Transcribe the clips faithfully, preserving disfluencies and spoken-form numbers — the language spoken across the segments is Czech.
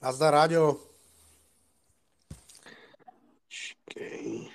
Nazdar, Ráďo. Počkej.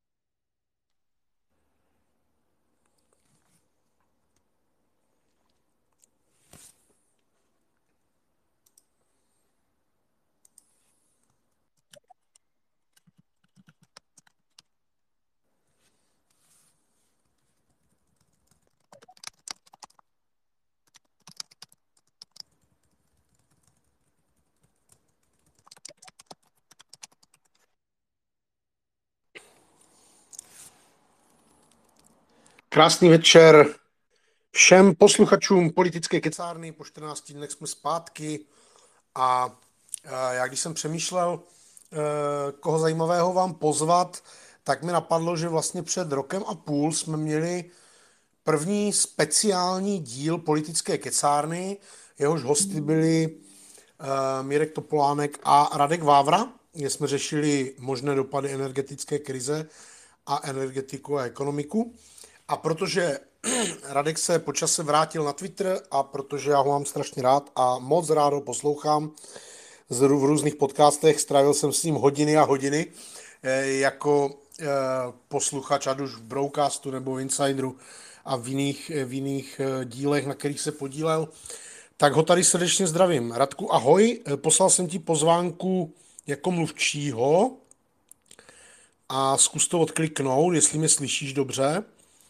Krásný večer všem posluchačům politické kecárny. Po čtrnácti dnech jsme zpátky a já když jsem přemýšlel, koho zajímavého vám pozvat, tak mi napadlo, že vlastně před rokem a půl jsme měli první speciální díl politické kecárny. Jehož hosty byli Mirek Topolánek a Radek Vávra, kde jsme řešili možné dopady energetické krize a energetiku a ekonomiku. A protože Radek se po čase vrátil na Twitter a protože já ho mám strašně rád a moc rád ho poslouchám v různých podcastech, strávil jsem s ním hodiny a hodiny jako posluchač, ať už v Broadcastu nebo v Insideru a v jiných, v jiných dílech, na kterých se podílel. Tak ho tady srdečně zdravím. Radku, ahoj, poslal jsem ti pozvánku jako mluvčího a zkus to odkliknout, jestli mě slyšíš dobře.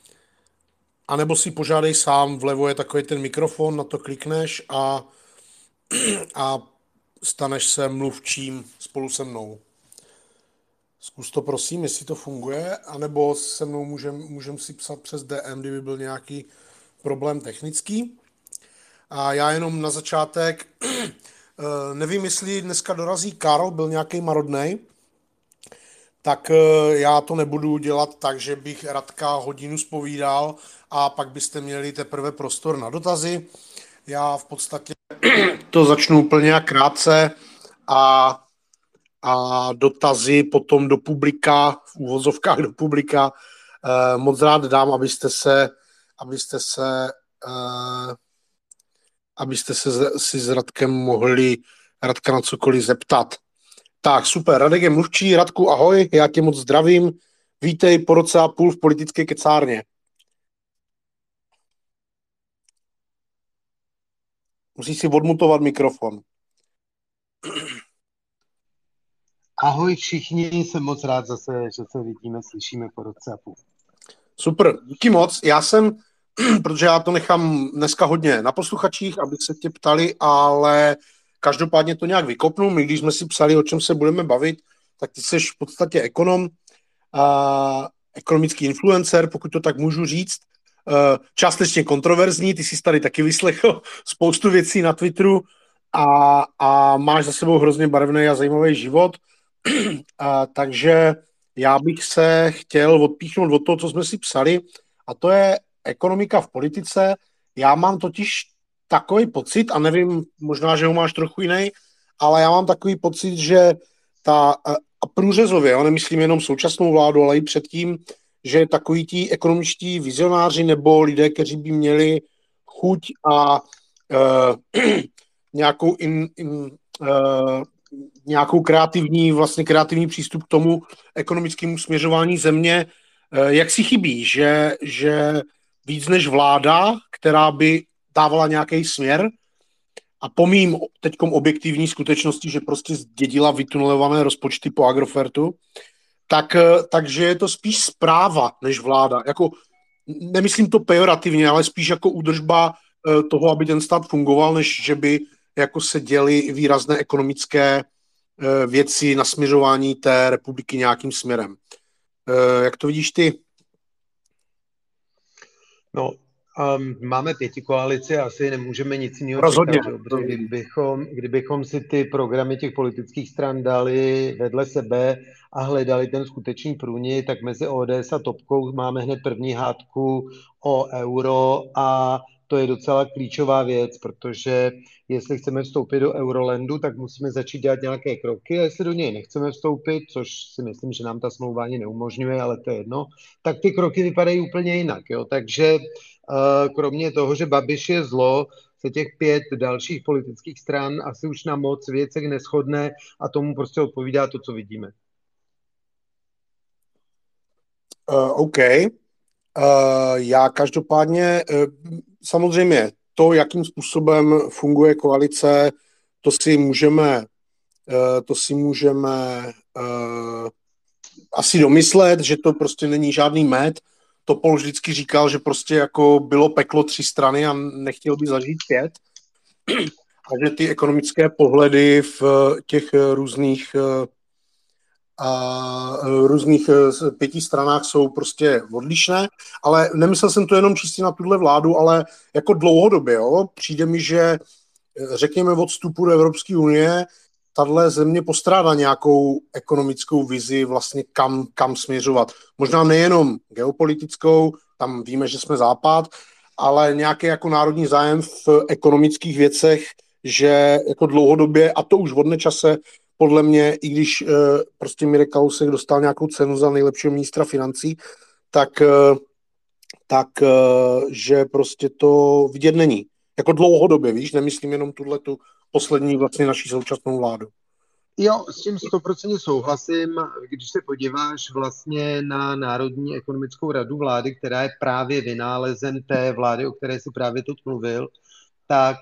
A nebo si požádej sám, vlevo je takový ten mikrofon, na to klikneš a, a staneš se mluvčím spolu se mnou. Zkus to prosím, jestli to funguje, anebo se mnou můžem, můžem si psat přes D M, kdyby byl nějaký problém technický. A já jenom na začátek, nevím, jestli dneska dorazí Karl, byl nějaký marodnej, tak já to nebudu dělat tak, že bych Radka hodinu zpovídal a pak byste měli teprve prostor na dotazy. Já v podstatě to začnu úplně krátce a, a dotazy potom do publika, v úvozovkách do publika, eh, moc rád dám, abyste se, abyste se, eh, abyste se si s Radkem mohli Radka na cokoliv zeptat. Tak, super, Radek je mluvčí. Radku, ahoj, já tě moc zdravím. Vítej po roce a půl v politické kecárně. Musíš si odmutovat mikrofon. Ahoj všichni, jsem moc rád zase, že se vidíme, slyšíme po roce a půl. Super, díky moc. Já jsem, protože já to nechám dneska hodně na posluchačích, aby se tě ptali, ale každopádně to nějak vykopnu. My, když jsme si psali, o čem se budeme bavit, tak ty jsi v podstatě ekonom, a ekonomický influencer, pokud to tak můžu říct, částečně kontroverzní, ty jsi tady taky vyslechl spoustu věcí na Twitteru a, a máš za sebou hrozně barevný a zajímavý život, a, takže já bych se chtěl odpíchnout od toho, co jsme si psali, a to je ekonomika v politice. Já mám totiž takový pocit, a nevím, možná, že ho máš trochu jiný, ale já mám takový pocit, že ta, a průřezově, já nemyslím jenom současnou vládu, ale i předtím, že takoví ti ekonomičtí vizionáři nebo lidé, kteří by měli chuť a uh, nějakou, in, in, uh, nějakou kreativní, vlastně kreativní přístup k tomu ekonomickému směřování země, uh, jak si chybí, že, že víc než vláda, která by dávala nějaký směr, a pomím teďkom objektivní skutečnosti, že prostě zdědila vytunelované rozpočty po Agrofertu, tak, takže je to spíš správa než vláda. Jako, nemyslím to pejorativně, ale spíš jako údržba toho, aby ten stát fungoval, než že by jako se děly výrazné ekonomické věci na směřování té republiky nějakým směrem. Jak to vidíš ty? No, um, máme pěti koalici a asi nemůžeme nic jiného Rozhodně. čekat, protože kdybychom, kdybychom si ty programy těch politických stran dali vedle sebe a hledali ten skutečný průnik, tak mezi O D S a Topkou máme hned první hádku o euro a to je docela klíčová věc, protože jestli chceme vstoupit do Eurolandu, tak musíme začít dělat nějaké kroky a jestli do něj nechceme vstoupit, což si myslím, že nám ta smlouva ani neumožňuje, ale to je jedno, tak ty kroky vypadají úplně jinak. Jo? Takže uh, kromě toho, že Babiš je zlo, se těch pět dalších politických stran asi už na moc věcech neshodne a tomu prostě odpovídá to, co vidíme. Uh, OK. Uh, já každopádně, uh, samozřejmě to, jakým způsobem funguje koalice, to si můžeme, uh, to si můžeme uh, asi domyslet, že to prostě není žádný med. Topol vždycky říkal, že prostě jako bylo peklo tři strany a nechtěl by zažít pět. A že ty ekonomické pohledy v těch různých a různých pěti stranách jsou prostě odlišné, ale nemyslel jsem to jenom čistě na tuhle vládu, ale jako dlouhodobě, jo? Přijde mi, že řekněme od vstupu do Evropské unie tahle země postrádá nějakou ekonomickou vizi vlastně kam, kam směřovat. Možná nejenom geopolitickou, tam víme, že jsme západ, ale nějaký jako národní zájem v ekonomických věcech, že jako dlouhodobě, a to už v hodnečase, podle mě, i když uh, prostě Mirek Kalousek dostal nějakou cenu za nejlepšího ministra financí, tak, uh, tak uh, že prostě to vidět není. Jako dlouhodobě, víš, nemyslím jenom tuhletu poslední vlastně naší současnou vládu. Jo, s tím stoprocentně souhlasím. Když se podíváš vlastně na Národní ekonomickou radu vlády, která je právě vynálezem té vlády, o které si právě teď mluvil, tak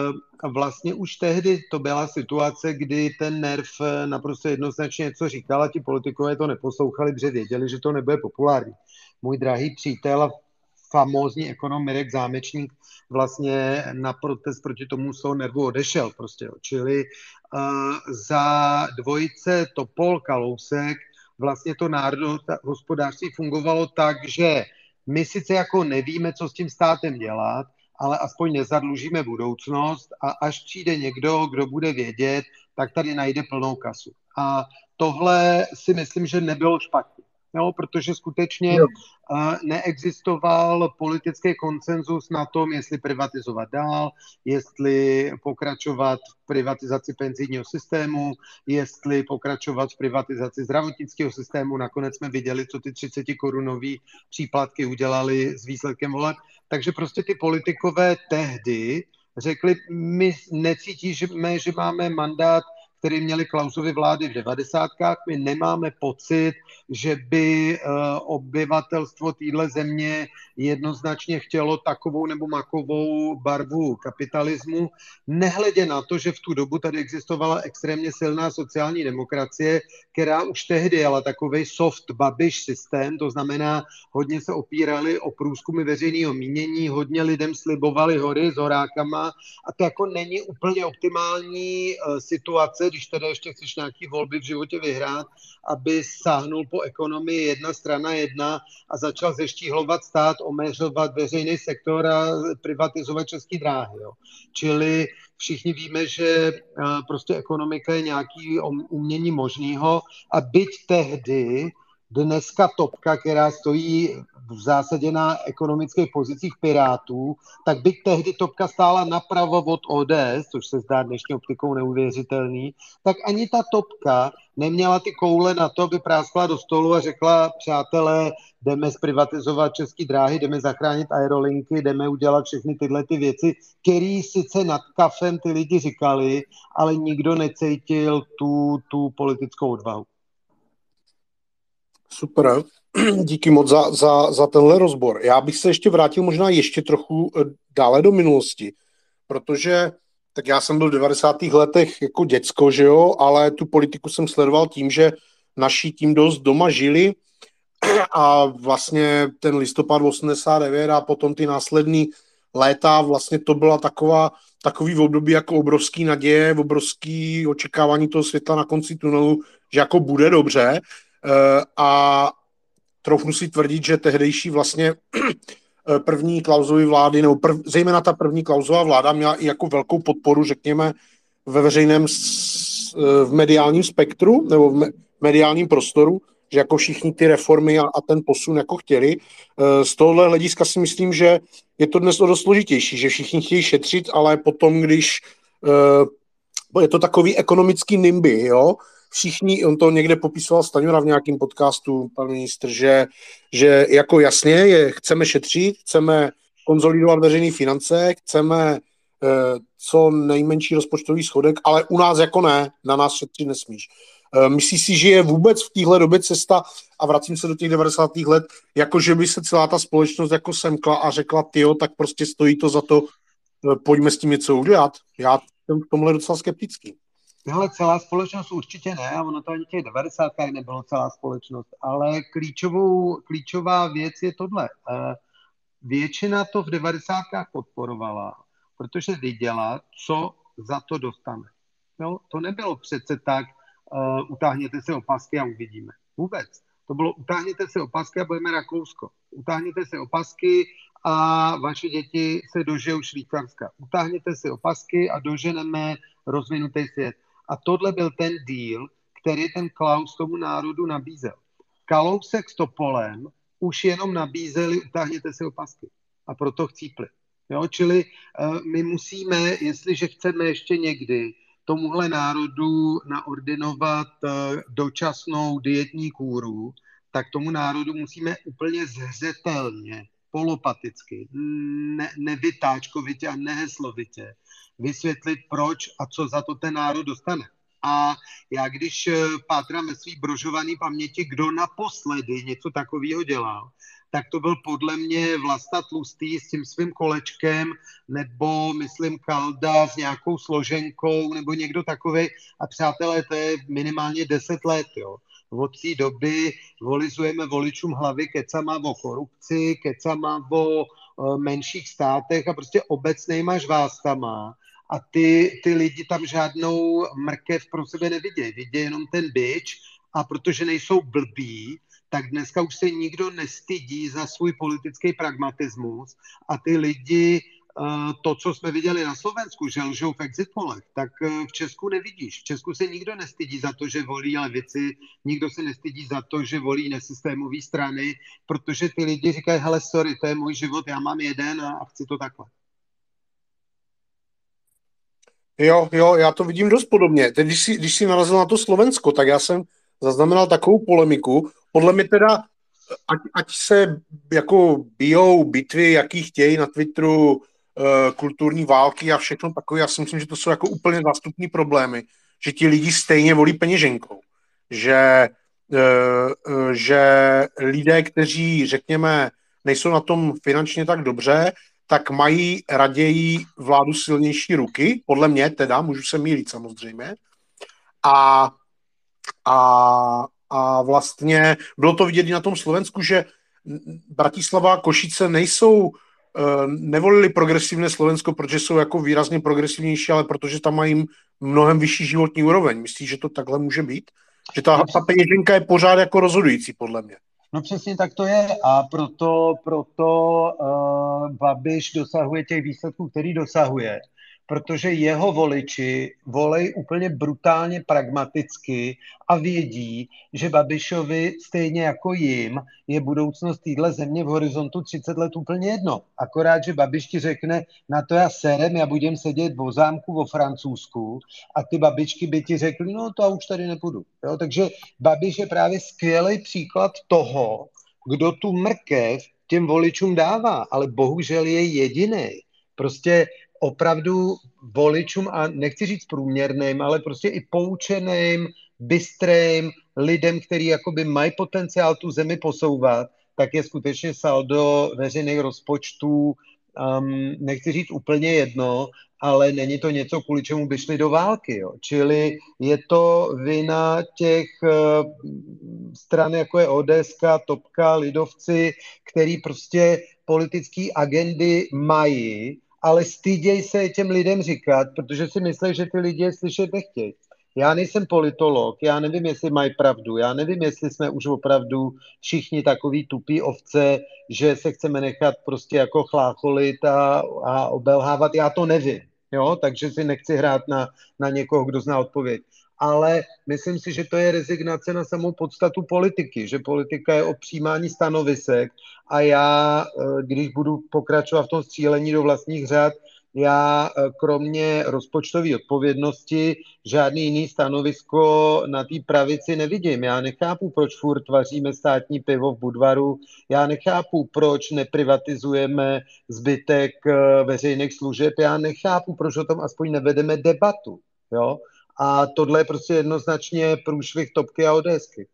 vlastně už tehdy to byla situace, kdy ten NERV naprosto jednoznačně něco říkal a ti politikové to neposlouchali, protože věděli, že to nebude populární. Můj drahý přítel a famózní ekonom Mirek Zámečník vlastně na protest proti tomu z toho NERVu odešel. Prostě, jo. Čili uh, za dvojice Topol Kalousek vlastně to národohospodářství fungovalo tak, že my sice jako nevíme, co s tím státem dělat, ale aspoň nezadlužíme budoucnost a až přijde někdo, kdo bude vědět, tak tady najde plnou kasu. A tohle si myslím, že nebylo špatně. Jo, protože skutečně jo. uh, neexistoval politický konsenzus na tom, jestli privatizovat dál, jestli pokračovat v privatizaci penzijního systému, jestli pokračovat v privatizaci zdravotnického systému. Nakonec jsme viděli, co ty třicet korunový příplatky udělali s výsledkem voleb. Takže prostě ty politikové tehdy řekli, my necítíme, že máme mandát, který měli Klausovy vlády v devadesátkách. My nemáme pocit, že by uh, obyvatelstvo téhle země jednoznačně chtělo takovou nebo makovou barvu kapitalismu. Nehledě na to, že v tu dobu tady existovala extrémně silná sociální demokracie, která už tehdy jela takovej soft babiš systém, to znamená, hodně se opírali o průzkumy veřejného mínění, hodně lidem slibovali hory s horákama a to jako není úplně optimální uh, situace, když teda ještě chceš nějaký volby v životě vyhrát, aby sáhnul po ekonomii jedna strana jedna a začal zeštíhlovat stát, omeřovat veřejný sektor a privatizovat České dráhy. Jo. Čili všichni víme, že prostě ekonomika je nějaký umění možného a byť tehdy dneska topka, která stojí v zásadě na ekonomických pozicích Pirátů, tak byť tehdy topka stála napravo od O D S, což se zdá dnešní optikou neuvěřitelný, tak ani ta topka neměla ty koule na to, aby práskla do stolu a řekla, přátelé, jdeme zprivatizovat České dráhy, jdeme zachránit aerolinky, jdeme udělat všechny tyhle ty věci, které sice nad kafem ty lidi říkali, ale nikdo necítil tu, tu politickou odvahu. Super, díky moc za, za, za tenhle rozbor. Já bych se ještě vrátil možná ještě trochu dále do minulosti, protože tak já jsem byl v devadesátých letech jako děcko, že jo, ale tu politiku jsem sledoval tím, že naši tím dost doma žili a vlastně ten listopad osmdesát devět a potom ty následný léta, vlastně to byla taková, takový období jako obrovský naděje, obrovský očekávání toho světla na konci tunelu, že jako bude dobře. A troufnu si tvrdit, že tehdejší vlastně první Klausovy vlády, nebo prv, zejména ta první Klausová vláda měla i jako velkou podporu, řekněme, ve veřejném, v mediálním spektru, nebo v mediálním prostoru, že jako všichni ty reformy a, a ten posun jako chtěli. Z tohohle hlediska si myslím, že je to dnes o dost složitější, že všichni chtějí šetřit, ale potom, když je to takový ekonomický nimby, jo, všichni, on to někde popisoval Stanjura v nějakém podcastu, pan ministr, že, že jako jasně je, chceme šetřit, chceme konsolidovat veřejné finance, chceme co nejmenší rozpočtový schodek, ale u nás jako ne, na nás šetřit nesmíš. Myslíš si, že je vůbec v téhle době cesta, a vracím se do těch devadesátých let, jako že by se celá ta společnost jako semkla a řekla, tyjo, tak prostě stojí to za to, pojďme s tím něco udělat? Já jsem v tomhle docela skeptický. Hele, celá společnost určitě ne, a ono to ani těch devadesátkách nebylo celá společnost, ale klíčovou, klíčová věc je tohle. Většina to v devadesátkách podporovala, protože viděla, co za to dostane. No, to nebylo přece tak, uh, utáhněte si opasky a uvidíme. Vůbec. To bylo utáhněte si opasky a budeme Rakousko. Utáhněte si opasky a vaše děti se dožijou Švýcarska. Utáhněte si opasky a doženeme rozvinutý svět. A tohle byl ten deal, který ten Klaus tomu národu nabízel. Kalousek s Topolem už jenom nabízeli, utáhněte si opasky. A proto chcípli. Jo? Čili uh, my musíme, jestliže chceme ještě někdy tomuhle národu naordinovat uh, dočasnou dietní kůru, tak tomu národu musíme úplně zřetelně, polopaticky, ne, nevytáčkovitě a neheslovitě vysvětlit, proč a co za to ten národ dostane. A já když pátrám ve svý brožovaný paměti, kdo naposledy něco takového dělal, tak to byl podle mě Vlasta Tlustý s tím svým kolečkem, nebo myslím Kalda s nějakou složenkou, nebo někdo takovej. A přátelé, to je minimálně deset let, jo. Od té doby volizujeme voličům hlavy kecama o korupci, kecama o menších státech a prostě obecnejma žvástama. A ty, ty lidi tam žádnou mrkev pro sebe nevidějí. Vidějí jenom ten bič a protože nejsou blbí, tak dneska už se nikdo nestydí za svůj politický pragmatismus a ty lidi, to, co jsme viděli na Slovensku, že lžou v exit polech, tak v Česku nevidíš. V Česku se nikdo nestydí za to, že volí levici, nikdo se nestydí za to, že volí nesystémové strany, protože ty lidi říkají, hele, sorry, to je můj život, já mám jeden a chci to takhle. Jo, jo, já to vidím dost podobně. Teď, když jsi, když jsi narazil na to Slovensko, tak já jsem zaznamenal takovou polemiku. Podle mě teda, ať, ať se jako bijou bitvy, jaký chtějí na Twitteru, uh, kulturní války a všechno takové, já si myslím, že to jsou jako úplně zástupní problémy, že ti lidi stejně volí peněženkou. Že, uh, uh, že lidé, kteří, řekněme, nejsou na tom finančně tak dobře, tak mají raději vládu silnější ruky, podle mě teda, můžu se mýlit samozřejmě. A, a, a vlastně bylo to vidět i na tom Slovensku, že Bratislava a Košice nejsou, nevolili progresivné Slovensko, protože jsou jako výrazně progresivnější, ale protože tam mají mnohem vyšší životní úroveň. Myslíš, že to takhle může být? Že ta, ta peněženka je pořád jako rozhodující, podle mě. No přesně tak to je a proto, proto uh, Babiš dosahuje těch výsledků, který dosahuje, protože jeho voliči volej úplně brutálně pragmaticky a vědí, že Babišovi stejně jako jim je budoucnost téhle země v horizontu třicet let úplně jedno. Akorát, že Babiš ti řekne, na to já serem, já budem sedět v zámku vo Francouzsku a ty babičky by ti řekly, no to já už tady nepůjdu. Jo? Takže Babiš je právě skvělý příklad toho, kdo tu mrkev těm voličům dává, ale bohužel je jediný. Prostě opravdu voličům, a nechci říct průměrným, ale prostě i poučeným, bystrým lidem, který jakoby mají potenciál tu zemi posouvat, tak je skutečně saldo veřejných rozpočtů, um, nechci říct úplně jedno, ale není to něco, kvůli čemu by šli do války. Jo. Čili je to vina těch uh, stran, jako je ODSka, Topka, Lidovci, který prostě politické agendy mají, ale styděj se těm lidem říkat, protože si myslí, že ty lidi je slyšet nechtějí. Já nejsem politolog, já nevím, jestli mají pravdu, já nevím, jestli jsme už opravdu všichni takový tupí ovce, že se chceme nechat prostě jako chlácholit a, a obelhávat, já to nevím, jo, takže si nechci hrát na, na někoho, kdo zná odpověď. Ale myslím si, že to je rezignace na samou podstatu politiky, že politika je o přijímání stanovisek a já, když budu pokračovat v tom střílení do vlastních řad, Já eh, kromě rozpočtové odpovědnosti žádný jiný stanovisko na té pravici nevidím. Já nechápu, proč furt vaříme státní pivo v Budvaru. Já nechápu, proč neprivatizujeme zbytek eh, veřejných služeb. Já nechápu, proč o tom aspoň nevedeme debatu. Jo? A tohle je prostě jednoznačně průšvih topky a odésky.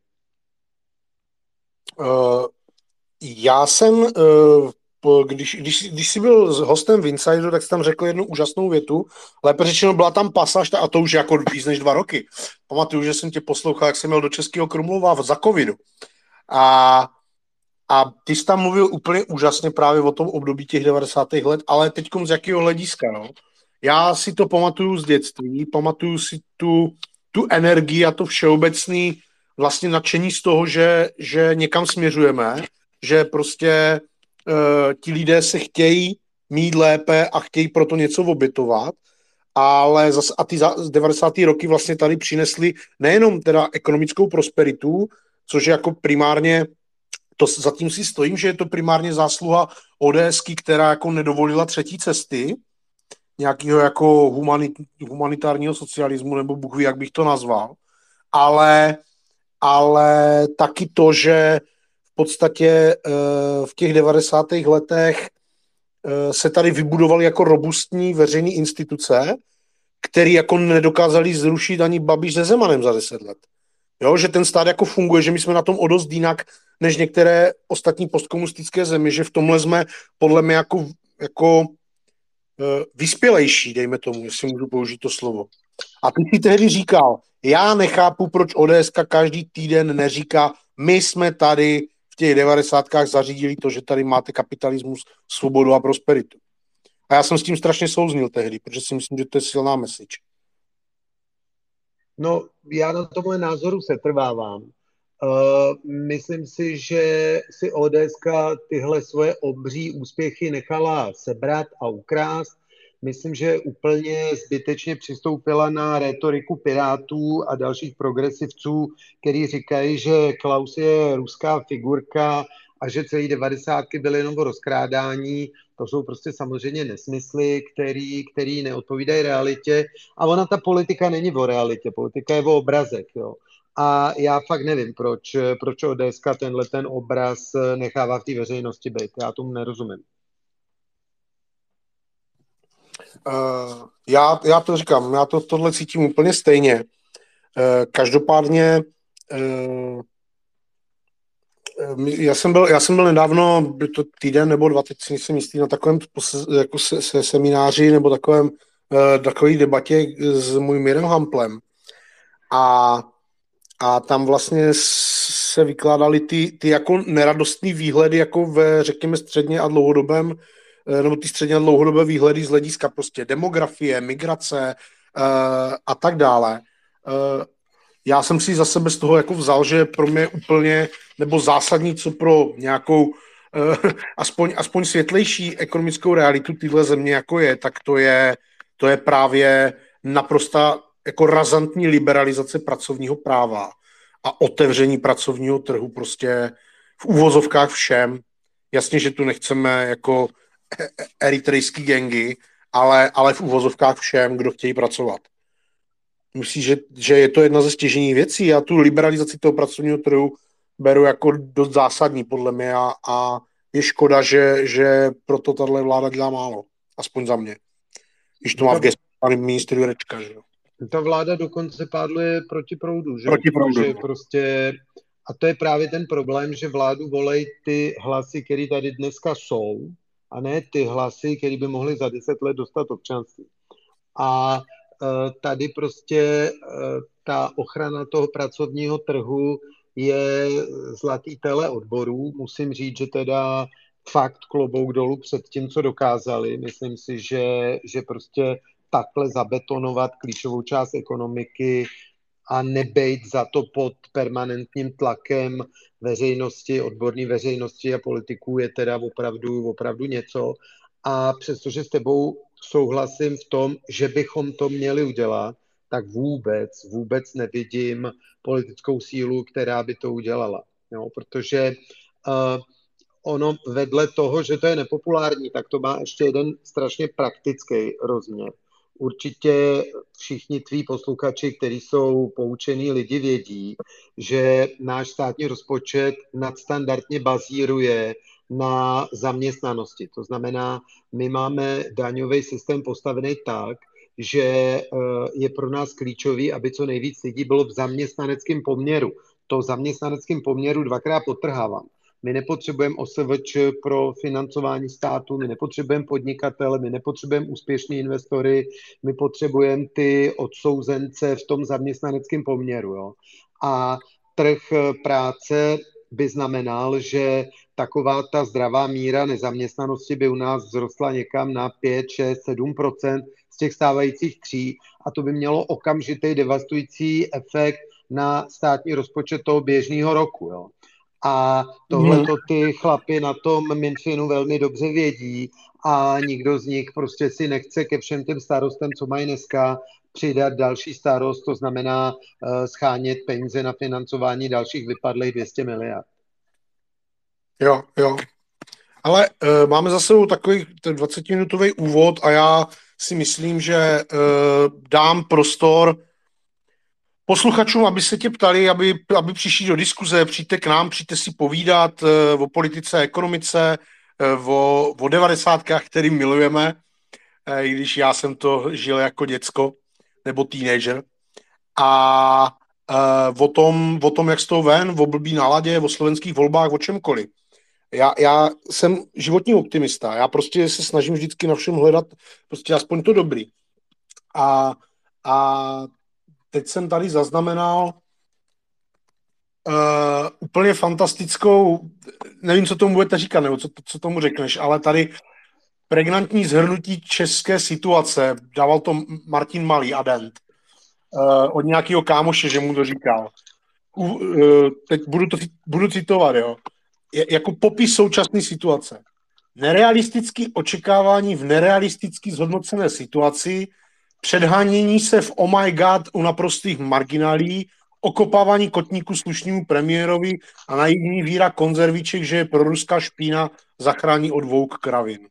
Uh, já jsem, uh, po, když, když, když jsi byl s hostem v Insideru, tak jsi tam řekl jednu úžasnou větu. Lépe řečeno, byla tam pasáž, a to už jako víc než dva roky. Pamatuju, že jsem tě poslouchal, jak jsem měl do Českého Krumlova za covidu. A A ty jsi tam mluvil úplně úžasně právě o tom období těch devadesátých let, ale teďkom z jakého hlediska, no? Já si to pamatuju z dětství, pamatuju si tu, tu energii a to všeobecné vlastně nadšení z toho, že, že někam směřujeme, že prostě uh, ti lidé se chtějí mít lépe a chtějí proto něco obětovat, ale zas, a ty devadesátá roky vlastně tady přinesly nejenom teda ekonomickou prosperitu, což je jako primárně to zatím si stojím, že je to primárně zásluha ODSky, která jako nedovolila třetí cesty, nějakého jako humanit, humanitárního socialismu, nebo Bůh ví, jak bych to nazval, ale, ale taky to, že v podstatě v těch devadesátých letech se tady vybudovaly jako robustní veřejné instituce, které jako nedokázali zrušit ani Babiš se Zemanem za deset let. Jo, že ten stát jako funguje, že my jsme na tom o dost jinak než některé ostatní postkomunistické země, že v tomhle jsme podle mě jako, jako uh, vyspělejší, dejme tomu, jestli můžu použít to slovo. A ty si tehdy říkal, já nechápu, proč ODSka každý týden neříká, my jsme tady v těch devadesátkách zařídili to, že tady máte kapitalismus, svobodu a prosperitu. A já jsem s tím strašně souznil tehdy, protože si myslím, že to je silná message. No, já na tomhle názoru setrvávám. Uh, myslím si, že si ODSka tyhle svoje obří úspěchy nechala sebrat a ukrást. Myslím, že úplně zbytečně přistoupila na rétoriku Pirátů a dalších progresivců, kteří říkají, že Klaus je ruská figurka a že celý devadesátky byly jenom o rozkrádání. To jsou prostě samozřejmě nesmysly, který, který neodpovídají realitě. A ona, ta politika není o realitě, politika je o obrazek, jo. A já fakt nevím, proč, proč ODSka tenhle ten obraz nechává v té veřejnosti být. Já tomu nerozumím. Uh, já, já to říkám, já to tohle cítím úplně stejně. Uh, každopádně uh, já jsem byl, já jsem byl nedávno, byl to týden nebo dva, teď si nejsem jistý, na takovém jako se, se semináři nebo takovém uh, takový debatě s mým Mirem Hamplem. A, a tam vlastně se vykládaly ty, ty jako neradostné výhledy jako ve, řekněme, středně a dlouhodobém nebo ty středně a dlouhodobé výhledy z hlediska prostě demografie, migrace uh, a tak dále. Uh, já jsem si za sebe z toho jako vzal, že pro mě úplně, nebo zásadní, co pro nějakou uh, aspoň, aspoň světlejší ekonomickou realitu téhle země jako je, tak to je, to je právě naprosta jako razantní liberalizace pracovního práva a otevření pracovního trhu prostě v uvozovkách všem. Jasně, že tu nechceme jako eritrejský gengy, ale, ale v uvozovkách všem, kdo chtějí pracovat. Myslím, že, že je to jedna ze stěžejních věcí. Já tu liberalizaci toho pracovního trhu beru jako dost zásadní podle mě a, a je škoda, že, že proto tato vláda dělá málo. Aspoň za mě. Když to má v gestu pan ministr Jurečka, že jo. Ta vláda dokonce pádluje proti proudu, že? Proti proudu. Že prostě, a to je právě ten problém, že vládu volej ty hlasy, které tady dneska jsou, a ne ty hlasy, které by mohly za deset let dostat občanství. A tady prostě ta ochrana toho pracovního trhu je zlatý tele odborů. Musím říct, že teda fakt klobouk dolů před tím, co dokázali. Myslím si, že, že prostě takhle zabetonovat klíčovou část ekonomiky a nebejt za to pod permanentním tlakem veřejnosti, odborné veřejnosti a politiků je teda opravdu, opravdu něco. A přestože s tebou souhlasím v tom, že bychom to měli udělat, tak vůbec, vůbec nevidím politickou sílu, která by to udělala. Jo? Protože uh, ono vedle toho, že to je nepopulární, tak to má ještě jeden strašně praktický rozměr. Určitě všichni tví posluchači, kteří jsou poučení lidi, vědí, že náš státní rozpočet nadstandardně bazíruje na zaměstnanosti. To znamená, my máme daňový systém postavený tak, že je pro nás klíčový, aby co nejvíc lidí bylo v zaměstnaneckém poměru. To zaměstnaneckém poměru dvakrát podtrhávám. My nepotřebujeme O S V Č pro financování státu, my nepotřebujeme podnikatele, my nepotřebujeme úspěšné investory, my potřebujeme ty odsouzence v tom zaměstnaneckém poměru. Jo. A trh práce by znamenal, že taková ta zdravá míra nezaměstnanosti by u nás vzrostla někam na pět, šest, sedm procent z těch stávajících tří a to by mělo okamžitý devastující efekt na státní rozpočet toho běžného roku. Jo. A tohle to ty chlapi na tom Minfinu velmi dobře vědí a nikdo z nich prostě si nechce ke všem těm starostem, co mají dneska, přidat další starost, to znamená uh, schánět peníze na financování dalších vypadlých dvě stě miliard. Jo, jo. Ale uh, máme za sebou takový dvacetiminutový úvod a já si myslím, že uh, dám prostor posluchačům, aby se tě ptali, aby, aby přišli do diskuze, přijďte k nám, přijďte si povídat uh, o politice, ekonomice, uh, o, o devadesátkách, který milujeme, uh, i když já jsem to žil jako děcko nebo teenager. A uh, o, tom, o tom, jak z toho ven, o blbý náladě, o slovenských volbách, o čemkoliv. Já, já jsem životní optimista. Já prostě se snažím vždycky na všem hledat prostě aspoň to dobrý. A, a teď jsem tady zaznamenal uh, úplně fantastickou, nevím, co tomu budete říkat, nebo co, co tomu řekneš, ale tady pregnantní zhrnutí české situace, dával to Martin Malý, Adent, uh, od nějakého kámoše, že mu to říkal. Uh, uh, teď budu, to, budu citovat, jo. Je, jako popis současné situace. Nerealistické očekávání v nerealisticky zhodnocené situaci, předhánění se v oh my god u naprostých marginálí, okopávání kotníku slušnému premiérovi a naivní víra konzervíček, že je proruská špína zachrání od vouk kravin.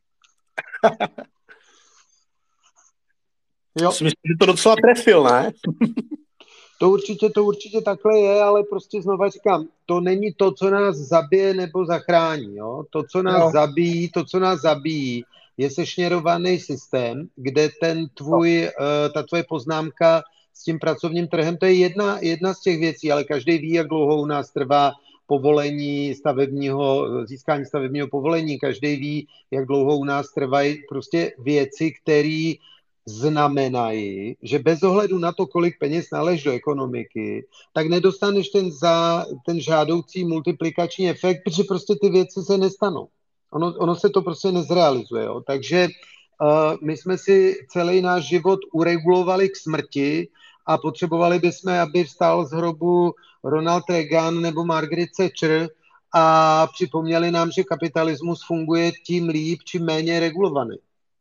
Jo. Myslím, že to docela trefil, ne? To určitě, to určitě takhle je, ale prostě znova říkám, to není to, co nás zabije nebo zachrání. Jo? To, co nás no. zabíjí, to, co nás zabíjí, je sešněrovaný systém, kde ten tvůj, no. uh, ta tvoje poznámka s tím pracovním trhem, to je jedna, jedna z těch věcí, ale každý ví, jak dlouho u nás trvá povolení stavebního, získání stavebního povolení, každý ví, jak dlouho u nás trvají prostě věci, které znamenají, že bez ohledu na to, kolik peněz nalež do ekonomiky, tak nedostaneš ten, za, ten žádoucí multiplikační efekt, protože prostě ty věci se nestanou. Ono, ono se to prostě nezrealizuje. Jo. Takže uh, my jsme si celý náš život uregulovali k smrti a potřebovali bychom, aby vstal z hrobu Ronald Reagan nebo Margaret Thatcher a připomněli nám, že kapitalismus funguje tím líp, čím méně regulovaný.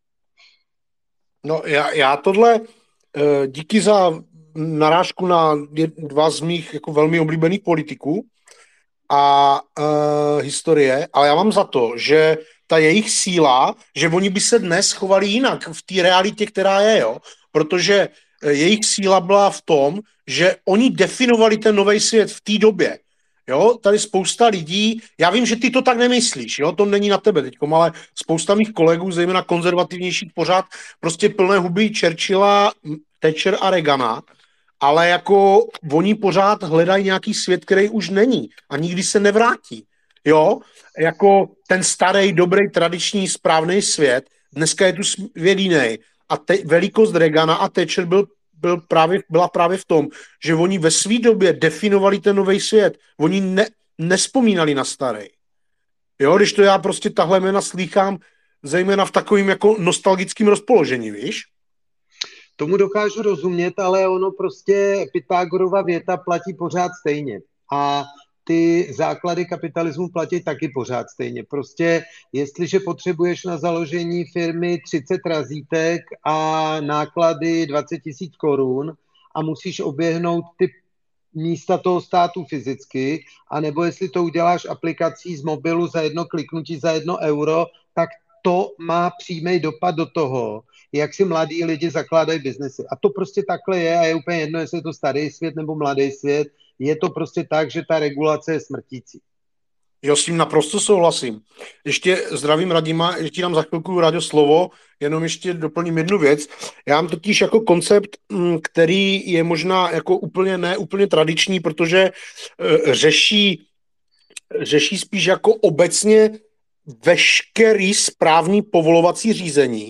No já, já tohle, díky za narážku na dva z mých jako velmi oblíbených politiků a uh, historie, ale já mám za to, že ta jejich síla, že oni by se dnes chovali jinak v té realitě, která je, jo, protože jejich síla byla v tom, že oni definovali ten nový svět v té době. Jo, tady spousta lidí, já vím, že ty to tak nemyslíš, jo, to není na tebe teďkom, ale spousta mých kolegů, zejména konzervativnějších, pořád prostě plné huby Churchilla, Thatcher a Reagana, ale jako oni pořád hledají nějaký svět, který už není a nikdy se nevrátí. Jo, jako ten starý, dobrý, tradiční, správný svět, dneska je tu svět jiný a te, velikost Reagana a Thatcher byl Byl právě, byla právě v tom, že oni ve své době definovali ten nový svět. Oni ne, nespomínali na starý. Jo, když to já prostě tahle jména slýchám, zejména v takovým jako nostalgickým rozpoložení, víš? Tomu dokážu rozumět, ale ono prostě Pythagorova věta platí pořád stejně. A ty základy kapitalismu platí taky pořád stejně. Prostě jestliže potřebuješ na založení firmy třicet razítek a náklady dvacet tisíc korun a musíš oběhnout ty místa toho státu fyzicky, anebo jestli to uděláš aplikací z mobilu za jedno kliknutí, za jedno euro, tak to má přímý dopad do toho, jak si mladí lidi zakládají biznesy. A to prostě takhle je a je úplně jedno, jestli je to starý svět nebo mladý svět. Je to prostě tak, že ta regulace je smrtící. Jo, s tím naprosto souhlasím. Ještě zdravím Radima, ještě dám za chvilku Ráďo slovo, jenom ještě doplním jednu věc. Já mám totiž jako koncept, mm, který je možná jako úplně ne úplně tradiční, protože eh, řeší, řeší spíš jako obecně veškerý správný povolovací řízení.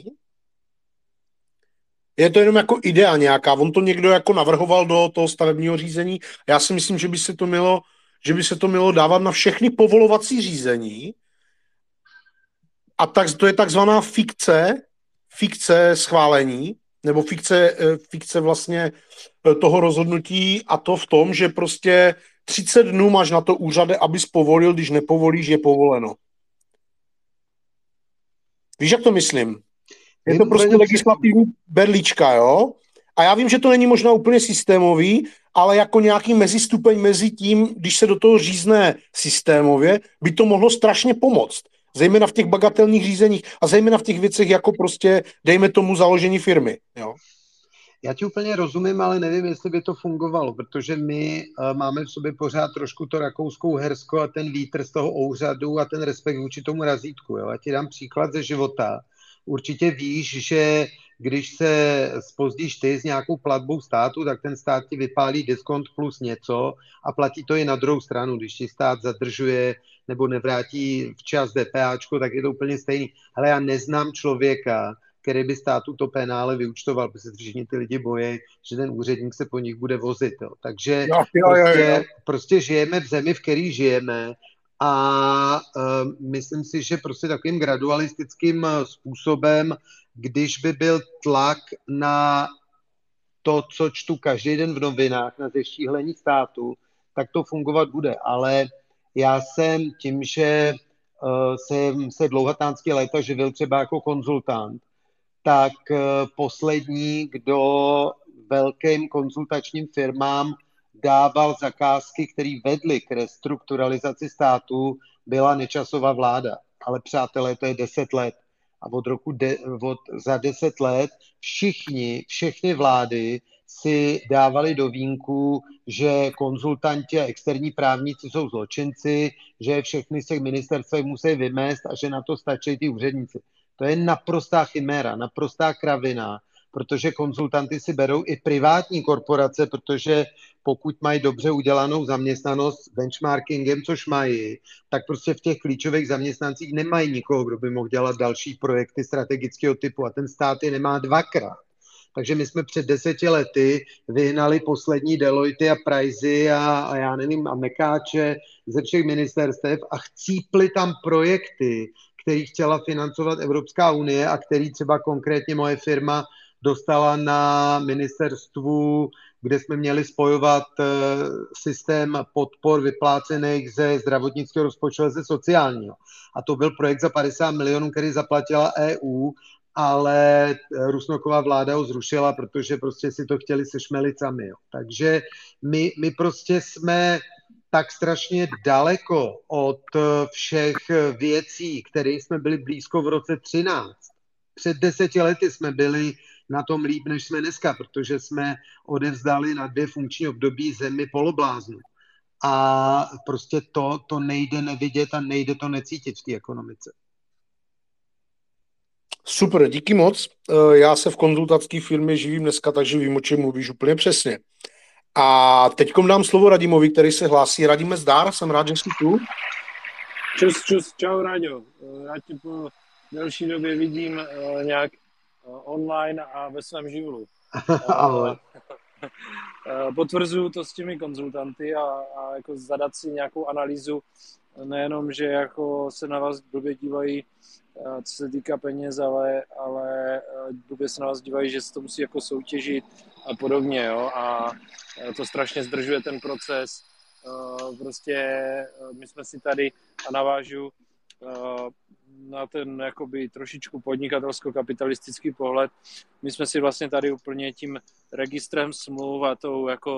Je to jenom jako idea nějaká. On to někdo jako navrhoval do toho stavebního řízení. Já si myslím, že by se to mělo, že by se to mělo dávat na všechny povolovací řízení. A tak, to je takzvaná fikce, fikce schválení, nebo fikce, fikce vlastně toho rozhodnutí, a to v tom, že prostě třicet dnů máš na to úřade, abys povolil, když nepovolíš, je povoleno. Víš, jak to myslím? Je to prostě legislativní berlička, jo? A já vím, že to není možná úplně systémový, ale jako nějaký mezistupeň mezi tím, když se do toho řízne systémově, by to mohlo strašně pomoct. Zejména v těch bagatelních řízeních a zejména v těch věcech, jako prostě dejme tomu založení firmy, jo? Já ti úplně rozumím, ale nevím, jestli by to fungovalo, protože my uh, máme v sobě pořád trošku to rakouskou hersko a ten vítr z toho úřadu a ten respekt vůči tomu razítku. Jo? Já ti dám příklad ze života. Určitě víš, že když se zpozdíš ty s nějakou platbou státu, tak ten stát ti vypálí diskont plus něco a platí to i na druhou stranu. Když ti stát zadržuje nebo nevrátí včas DPAčko, tak je to úplně stejný. Ale já neznám člověka, který by státu to penále vyúčtoval, protože se všichni ty lidi bojí, že ten úředník se po nich bude vozit. Jo. Takže jo, jo, prostě, jo, jo. prostě žijeme v zemi, v který žijeme a uh, myslím si, že prostě takovým gradualistickým způsobem, když by byl tlak na to, co čtu každý den v novinách, na zeštíhlení státu, tak to fungovat bude. Ale já jsem tím, že uh, jsem se dlouhatánské léta živil třeba jako konzultant, tak poslední, kdo velkým konzultačním firmám dával zakázky, které vedly k restrukturalizaci státu, byla Nečasova vláda. Ale přátelé, to je deset let. A od roku de, od, za deset let všichni, všechny vlády si dávali do vínku, že konzultanti a externí právníci jsou zločinci, že všechny se ministerstva musí vymést a že na to stačí ty úředníci. To je naprostá chiméra, naprostá kravina, protože konzultanty si berou i privátní korporace, protože pokud mají dobře udělanou zaměstnanost s benchmarkingem, což mají, tak prostě v těch klíčových zaměstnancích nemají nikoho, kdo by mohl dělat další projekty strategického typu a ten stát je nemá dvakrát. Takže my jsme před deseti lety vyhnali poslední Deloitte a Pricey a, a já nevím, a Mekáče ze všech ministerstev a chcípli tam projekty, který chtěla financovat Evropská unie a který třeba konkrétně moje firma dostala na ministerstvu, kde jsme měli spojovat systém podpor vyplácených ze zdravotnického rozpočtu a ze sociálního. A to byl projekt za padesát milionů, který zaplatila E U, ale Rusnoková vláda ho zrušila, protože prostě si to chtěli sešmelit sami. Jo. Takže my, my prostě jsme tak strašně daleko od všech věcí, které jsme byli blízko v roce třináct. Před deseti lety jsme byli na tom líp, než jsme dneska, protože jsme odevzdali na dvě funkční období zemi polobláznu. A prostě to, to nejde nevidět a nejde to necítit v té ekonomice. Super, díky moc. Já se v konzultacké firmě živím dneska, takže vím, o čem mluvíš úplně přesně. A teďkom dám slovo Radimovi, který se hlásí. Radime, zdár, jsem rád, že jsi tu. Čus, čus, čau, Ráďo. Já tě po delší době vidím uh, nějak uh, online a ve svém živlu. Uh, potvrzuju to s těmi konzultanty a, a jako zadat si nějakou analýzu, nejenom, že jako se na vás blbě dívají, uh, co se týká peněz, ale, ale uh, blbě se na vás dívají, že se to musí jako soutěžit a podobně, jo, a to strašně zdržuje ten proces. Uh, prostě uh, my jsme si tady, a navážu uh, na ten jakoby trošičku podnikatelsko-kapitalistický pohled, my jsme si vlastně tady úplně tím registrem smluv a tou jako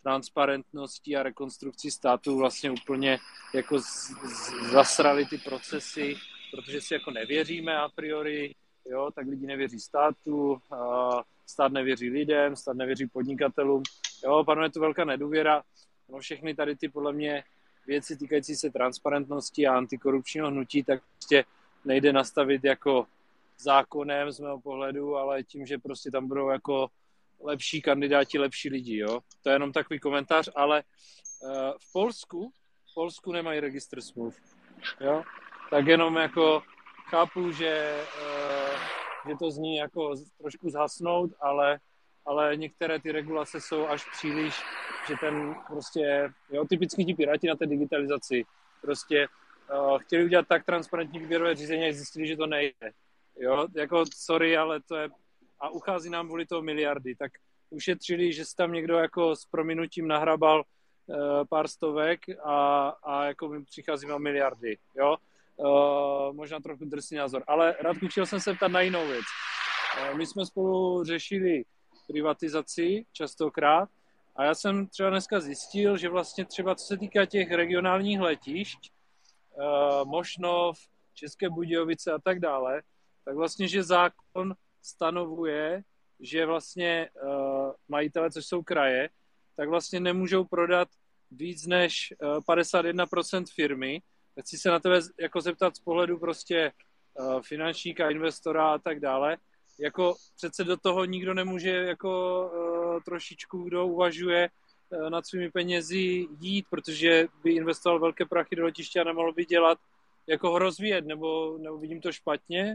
transparentností a rekonstrukcí státu vlastně úplně jako z, z, zasrali ty procesy, protože si jako nevěříme a priori, jo, tak lidi nevěří státu, stát nevěří lidem, stát nevěří podnikatelům, jo, panuje tu velká nedůvěra, no všechny tady ty podle mě věci týkající se transparentnosti a antikorupčního hnutí, tak prostě nejde nastavit jako zákonem z mého pohledu, ale tím, že prostě tam budou jako lepší kandidáti, lepší lidi, jo. To je jenom takový komentář, ale uh, v Polsku, v Polsku nemají registr smluv, jo. Tak jenom jako chápu, že, uh, že to zní jako trošku zhasnout, ale, ale některé ty regulace jsou až příliš, že ten prostě, jo, typicky ti piráti na té digitalizaci prostě uh, chtěli udělat tak transparentní výběrové řízení a zjistili, že to nejde. Jo, jako sorry, ale to je, a uchází nám kvůli toho miliardy, tak ušetřili, že si tam někdo jako s prominutím nahrabal uh, pár stovek a, a jako mi přichází na miliardy, jo. Uh, možná trochu drsný názor, ale Radku, chtěl jsem se ptat na jinou věc. Uh, my jsme spolu řešili privatizaci častokrát a já jsem třeba dneska zjistil, že vlastně třeba co se týká těch regionálních letišť, uh, Mošnov, České Budějovice a tak dále, tak vlastně, že zákon stanovuje, že vlastně uh, majitele, což jsou kraje, tak vlastně nemůžou prodat víc než uh, padesát jedna procent firmy. Tak chci se na tebe jako zeptat z pohledu prostě uh, finančníka, investora a tak dále. Jako přece do toho nikdo nemůže jako uh, trošičku, kdo uvažuje uh, nad svými penězi jít, protože by investoval velké prachy do letiště a nemohl by dělat jako ho rozvíjet, nebo, nebo vidím to špatně?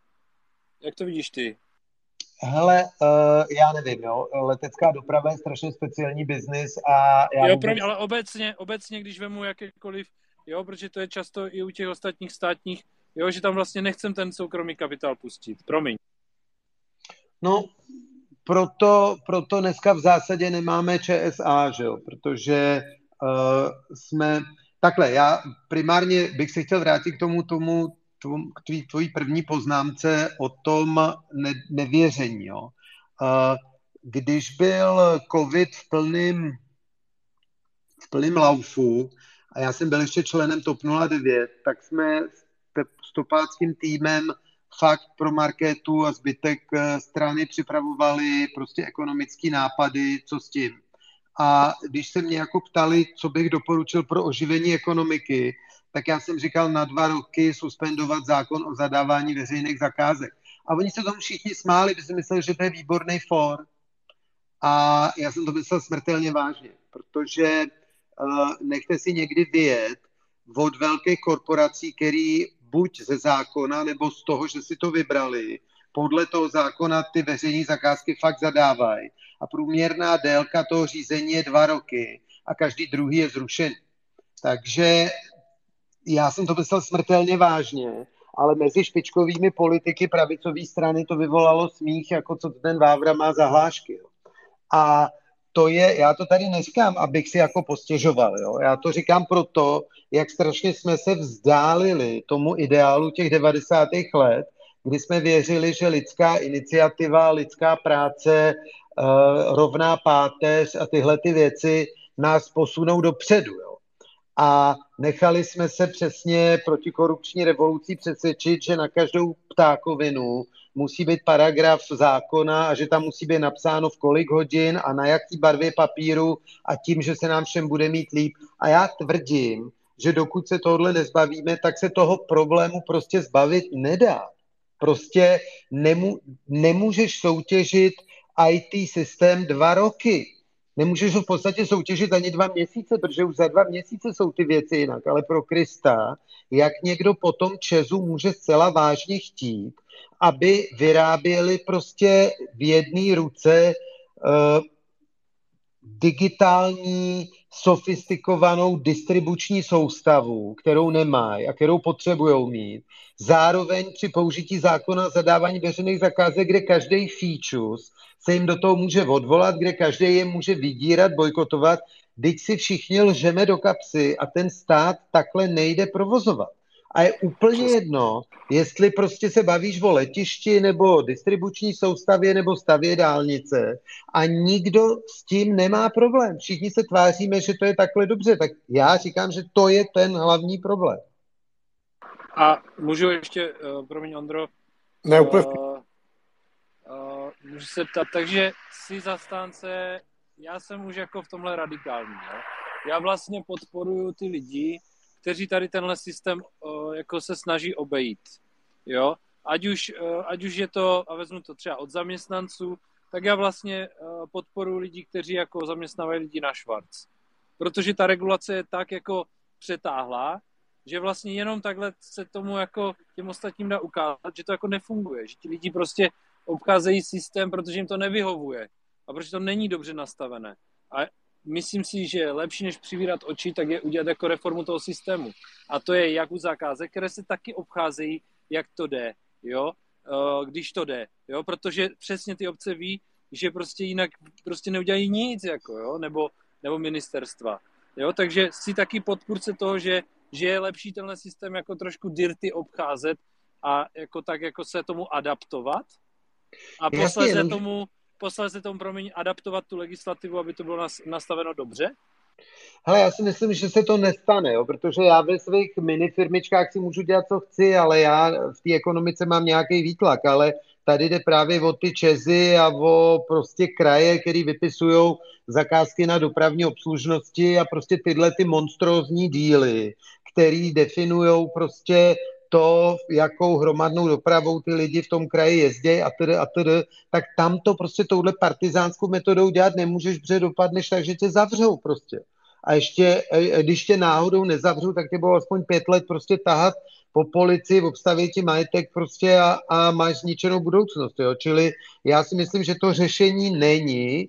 Jak to vidíš ty? Hele, uh, já nevím, jo. Letecká doprava je strašně speciální biznis a já jo, vůbec... pravdě, ale obecně, obecně, když vemu jakékoliv, jo, protože to je často i u těch ostatních státních, jo, že tam vlastně nechcem ten soukromý kapitál pustit. Promiň. No, proto, proto dneska v zásadě nemáme ČSA, že jo, protože uh, jsme... Takhle, já primárně bych se chtěl vrátit k tomu, tomu k tvý, tvojí první poznámce o tom ne, nevěření. Jo. Když byl covid v plným, v plným laufu a já jsem byl ještě členem TOP nula devět, tak jsme s topáckým týmem fakt pro marketu a zbytek strany připravovali prostě ekonomické nápady, co s tím. A když se mě jako ptali, co bych doporučil pro oživení ekonomiky, tak já jsem říkal na dva roky suspendovat zákon o zadávání veřejných zakázek. A oni se tomu všichni smáli, by si mysleli, že to je výborný for. A já jsem to myslel smrtelně vážně, protože uh, nechte si někdy vyjet od velkých korporací, který buď ze zákona, nebo z toho, že si to vybrali, podle toho zákona ty veřejné zakázky fakt zadávají. A průměrná délka toho řízení je dva roky a každý druhý je zrušený. Takže já jsem to myslel smrtelně vážně, ale mezi špičkovými politiky pravicové strany to vyvolalo smích, jako co ten Vávra má za hlášky. Jo. A to je, já to tady neříkám, abych si jako postěžoval, jo. Já to říkám proto, jak strašně jsme se vzdálili tomu ideálu těch devadesátých let, kdy jsme věřili, že lidská iniciativa, lidská práce, uh, rovná páteř a tyhle ty věci nás posunou dopředu, jo. A nechali jsme se přesně protikorupční revolucí přesvědčit, že na každou ptákovinu musí být paragraf zákona a že tam musí být napsáno v kolik hodin a na jaký barvě papíru a tím, že se nám všem bude mít líp. A já tvrdím, že dokud se tohle nezbavíme, tak se toho problému prostě zbavit nedá. Prostě nemů- nemůžeš soutěžit í té systém dva roky. Nemůžeš ho v podstatě soutěžit ani dva měsíce, protože už za dva měsíce jsou ty věci jinak. Ale pro Krista, jak někdo po tom ČEZu může zcela vážně chtít, aby vyráběli prostě v jedné ruce uh, digitální, sofistikovanou distribuční soustavu, kterou nemají a kterou potřebujou mít. Zároveň při použití zákona zadávání veřejných zakázek, kde každý feature se jim do toho může odvolat, kde každý je může vydírat, bojkotovat. Teď si všichni lžeme do kapsy a ten stát takhle nejde provozovat. A je úplně jedno, jestli prostě se bavíš o letišti nebo distribuční soustavě nebo stavě dálnice a nikdo s tím nemá problém. Všichni se tváříme, že to je takhle dobře, tak já říkám, že to je ten hlavní problém. A můžu ještě, uh, promiň Ondro, Ne, úplně. uh, uh, můžu se ptat, takže jsi zastánce, já jsem už jako v tomhle radikální, jo? Já vlastně podporuju ty lidi, kteří tady tenhle systém uh, jako se snaží obejít, jo? Ať už, uh, ať už je to, a vezmu to třeba od zaměstnanců, tak já vlastně uh, podporuji lidi, kteří jako zaměstnávají lidi na švarc. Protože ta regulace je tak jako přetáhlá, že vlastně jenom takhle se tomu jako těm ostatním dá ukázat, že to jako nefunguje, že ti lidi prostě obcházejí systém, protože jim to nevyhovuje a protože to není dobře nastavené. A myslím si, že lepší než přivírat oči, tak je udělat jako reformu toho systému. A to je jak u zakázek, které se taky obcházejí, jak to jde, jo, když to jde, jo, protože přesně ty obce ví, že prostě jinak prostě neudělají nic, jako, jo, nebo, nebo ministerstva, jo, takže si taky podpůrce toho, že že je lepší tenhle systém jako trošku dirty obcházet a jako tak jako se tomu adaptovat a posléze tomu, posléze tomu, promiň, adaptovat tu legislativu, aby to bylo nastaveno dobře? Hele, já si myslím, že se to nestane, jo, protože já ve svých minifirmičkách si můžu dělat, co chci, ale já v té ekonomice mám nějaký výtlak, ale tady jde právě o ty čezy a o prostě kraje, který vypisujou zakázky na dopravní obslužnosti a prostě tyhle ty monstrózní díly, který definujou prostě to, jakou hromadnou dopravou ty lidi v tom kraji jezdí a tedy a tedy, tak tam to prostě touhle partizánskou metodou dělat nemůžeš, protože dopadneš tak, že tě zavřou prostě. A ještě, když tě náhodou nezavřou, tak tě budou aspoň pět let prostě tahat po policii, obstaví ti majetek prostě a, a máš zničenou budoucnost, jo. Čili já si myslím, že to řešení není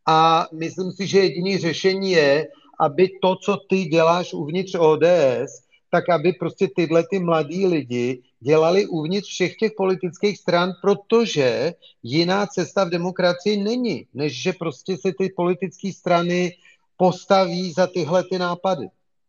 a myslím si, že jediný řešení je, aby to, co ty děláš uvnitř O D S, tak aby prostě tyhle ty mladí lidi dělali uvnitř všech těch politických stran, protože jiná cesta v demokracii není, než že prostě se ty politické strany postaví za tyhle ty nápady.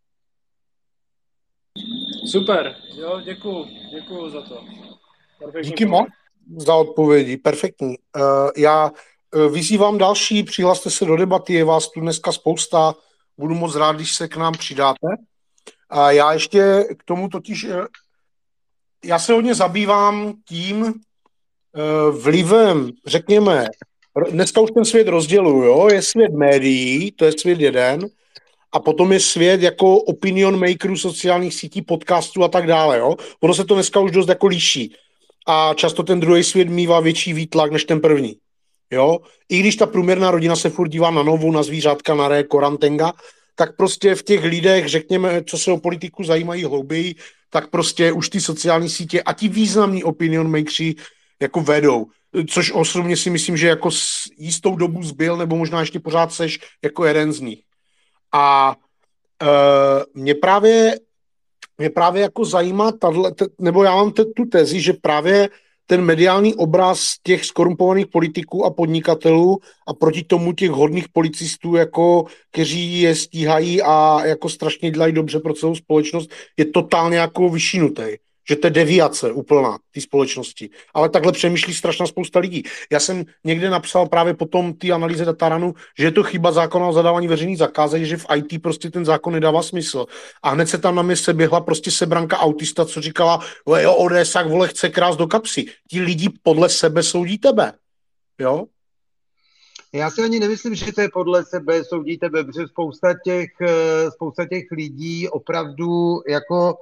Super, jo, děkuju, děkuju za to. Perfektní. Díky moc za odpovědi, perfektní. Uh, já uh, vyzývám další, přihlaste se do debaty, je vás tu dneska spousta, budu moc rád, když se k nám přidáte. A já ještě k tomu totiž, uh, já se hodně zabývám tím uh, vlivem, řekněme, dneska už ten svět rozděluju, jo, je svět médií, to je svět jeden, a potom je svět jako opinion makerů, sociálních sítí, podcastů a tak dále, jo. Ono se to dneska už dost jako líší. A často ten druhý svět mívá větší výtlak než ten první, jo. I když ta průměrná rodina se furt dívá na novou, na zvířátka, na ré, korantenga, tak prostě v těch lidech, řekněme, co se o politiku zajímají hlouběji, tak prostě už ty sociální sítě a ti významní opinion makeři jako vedou. Což osobně si myslím, že jako s jistou dobu zbyl, nebo možná ještě pořád seš jako jeden z nich. A e, mě právě mě právě jako zajímá tato, nebo já mám t- tu tezi, že právě ten mediální obraz těch skorumpovaných politiků a podnikatelů a proti tomu těch hodných policistů, jako, kteří je stíhají a jako strašně dělají dobře pro celou společnost, je totálně jako vyšinutý. Že to je deviace úplná té společnosti. Ale takhle přemýšlí strašná spousta lidí. Já jsem někde napsal právě potom té analýze Dataranu, že je to chyba zákona o zadávání veřejných zakázek, že v í té prostě ten zákon nedává smysl. A hned se tam na mě seběhla prostě sebranka autista, co říkala, jo, ODSák, vole, chce krást do kapsy. Ti lidi podle sebe soudí tebe. Jo? Já si ani nemyslím, že to je podle sebe soudí tebe, protože spousta těch, spousta těch lidí opravdu jako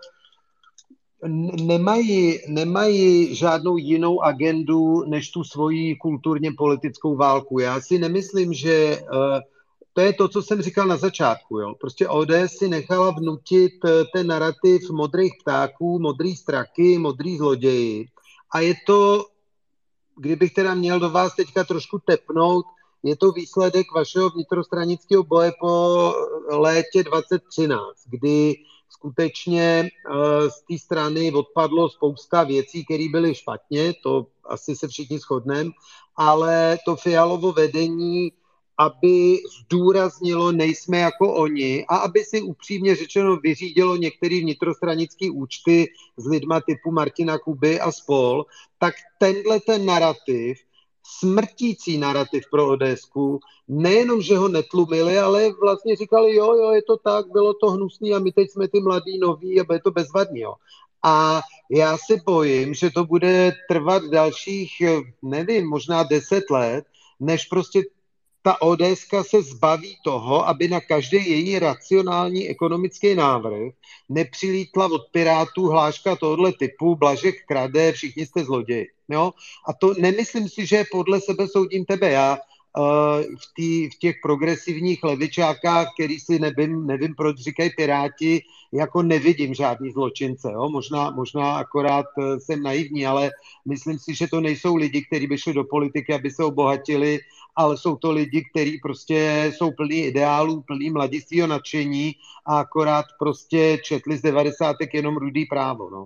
Nemají, nemají žádnou jinou agendu než tu svoji kulturně politickou válku. Já si nemyslím, že uh, to je to, co jsem říkal na začátku. Jo. Prostě O D S si nechala vnutit ten narrativ modrých ptáků, modrý straky, modrý zloději. A je to, kdybych teda měl do vás teďka trošku tepnout, je to výsledek vašeho vnitrostranického boje po létě dvacet třináct, kdy skutečně z té strany odpadlo spousta věcí, které byly špatně, to asi se všichni shodneme, ale to Fialovo vedení aby zdůraznilo, nejsme jako oni, a aby si upřímně řečeno vyřídilo některé vnitrostranické účty s lidma typu Martina Kuby a spol, tak tenhle ten narrativ, smrtící narrativ pro ODSku, nejenom, že ho netlumili, ale vlastně říkali, jo, jo, je to tak, bylo to hnusný a my teď jsme ty mladí noví a bude to bezvadný, jo. A já se bojím, že to bude trvat dalších, nevím, možná deset let, než prostě ta ODSka se zbaví toho, aby na každý její racionální ekonomický návrh nepřilítla od Pirátů hláška tohoto typu, Blažek krade, všichni jste zloději. Jo? A to nemyslím si, že podle sebe soudím tebe já, v, tý, v těch progresivních levičákách, který si nevím, nevím proč říkají Piráti, jako nevidím žádný zločince. Jo? Možná, možná akorát jsem naivní, ale myslím si, že to nejsou lidi, kteří by šli do politiky, aby se obohatili, ale jsou to lidi, kteří prostě jsou plní ideálů, plní mladistvého nadšení a akorát prostě četli z devadesátek jenom Rudý právo. No.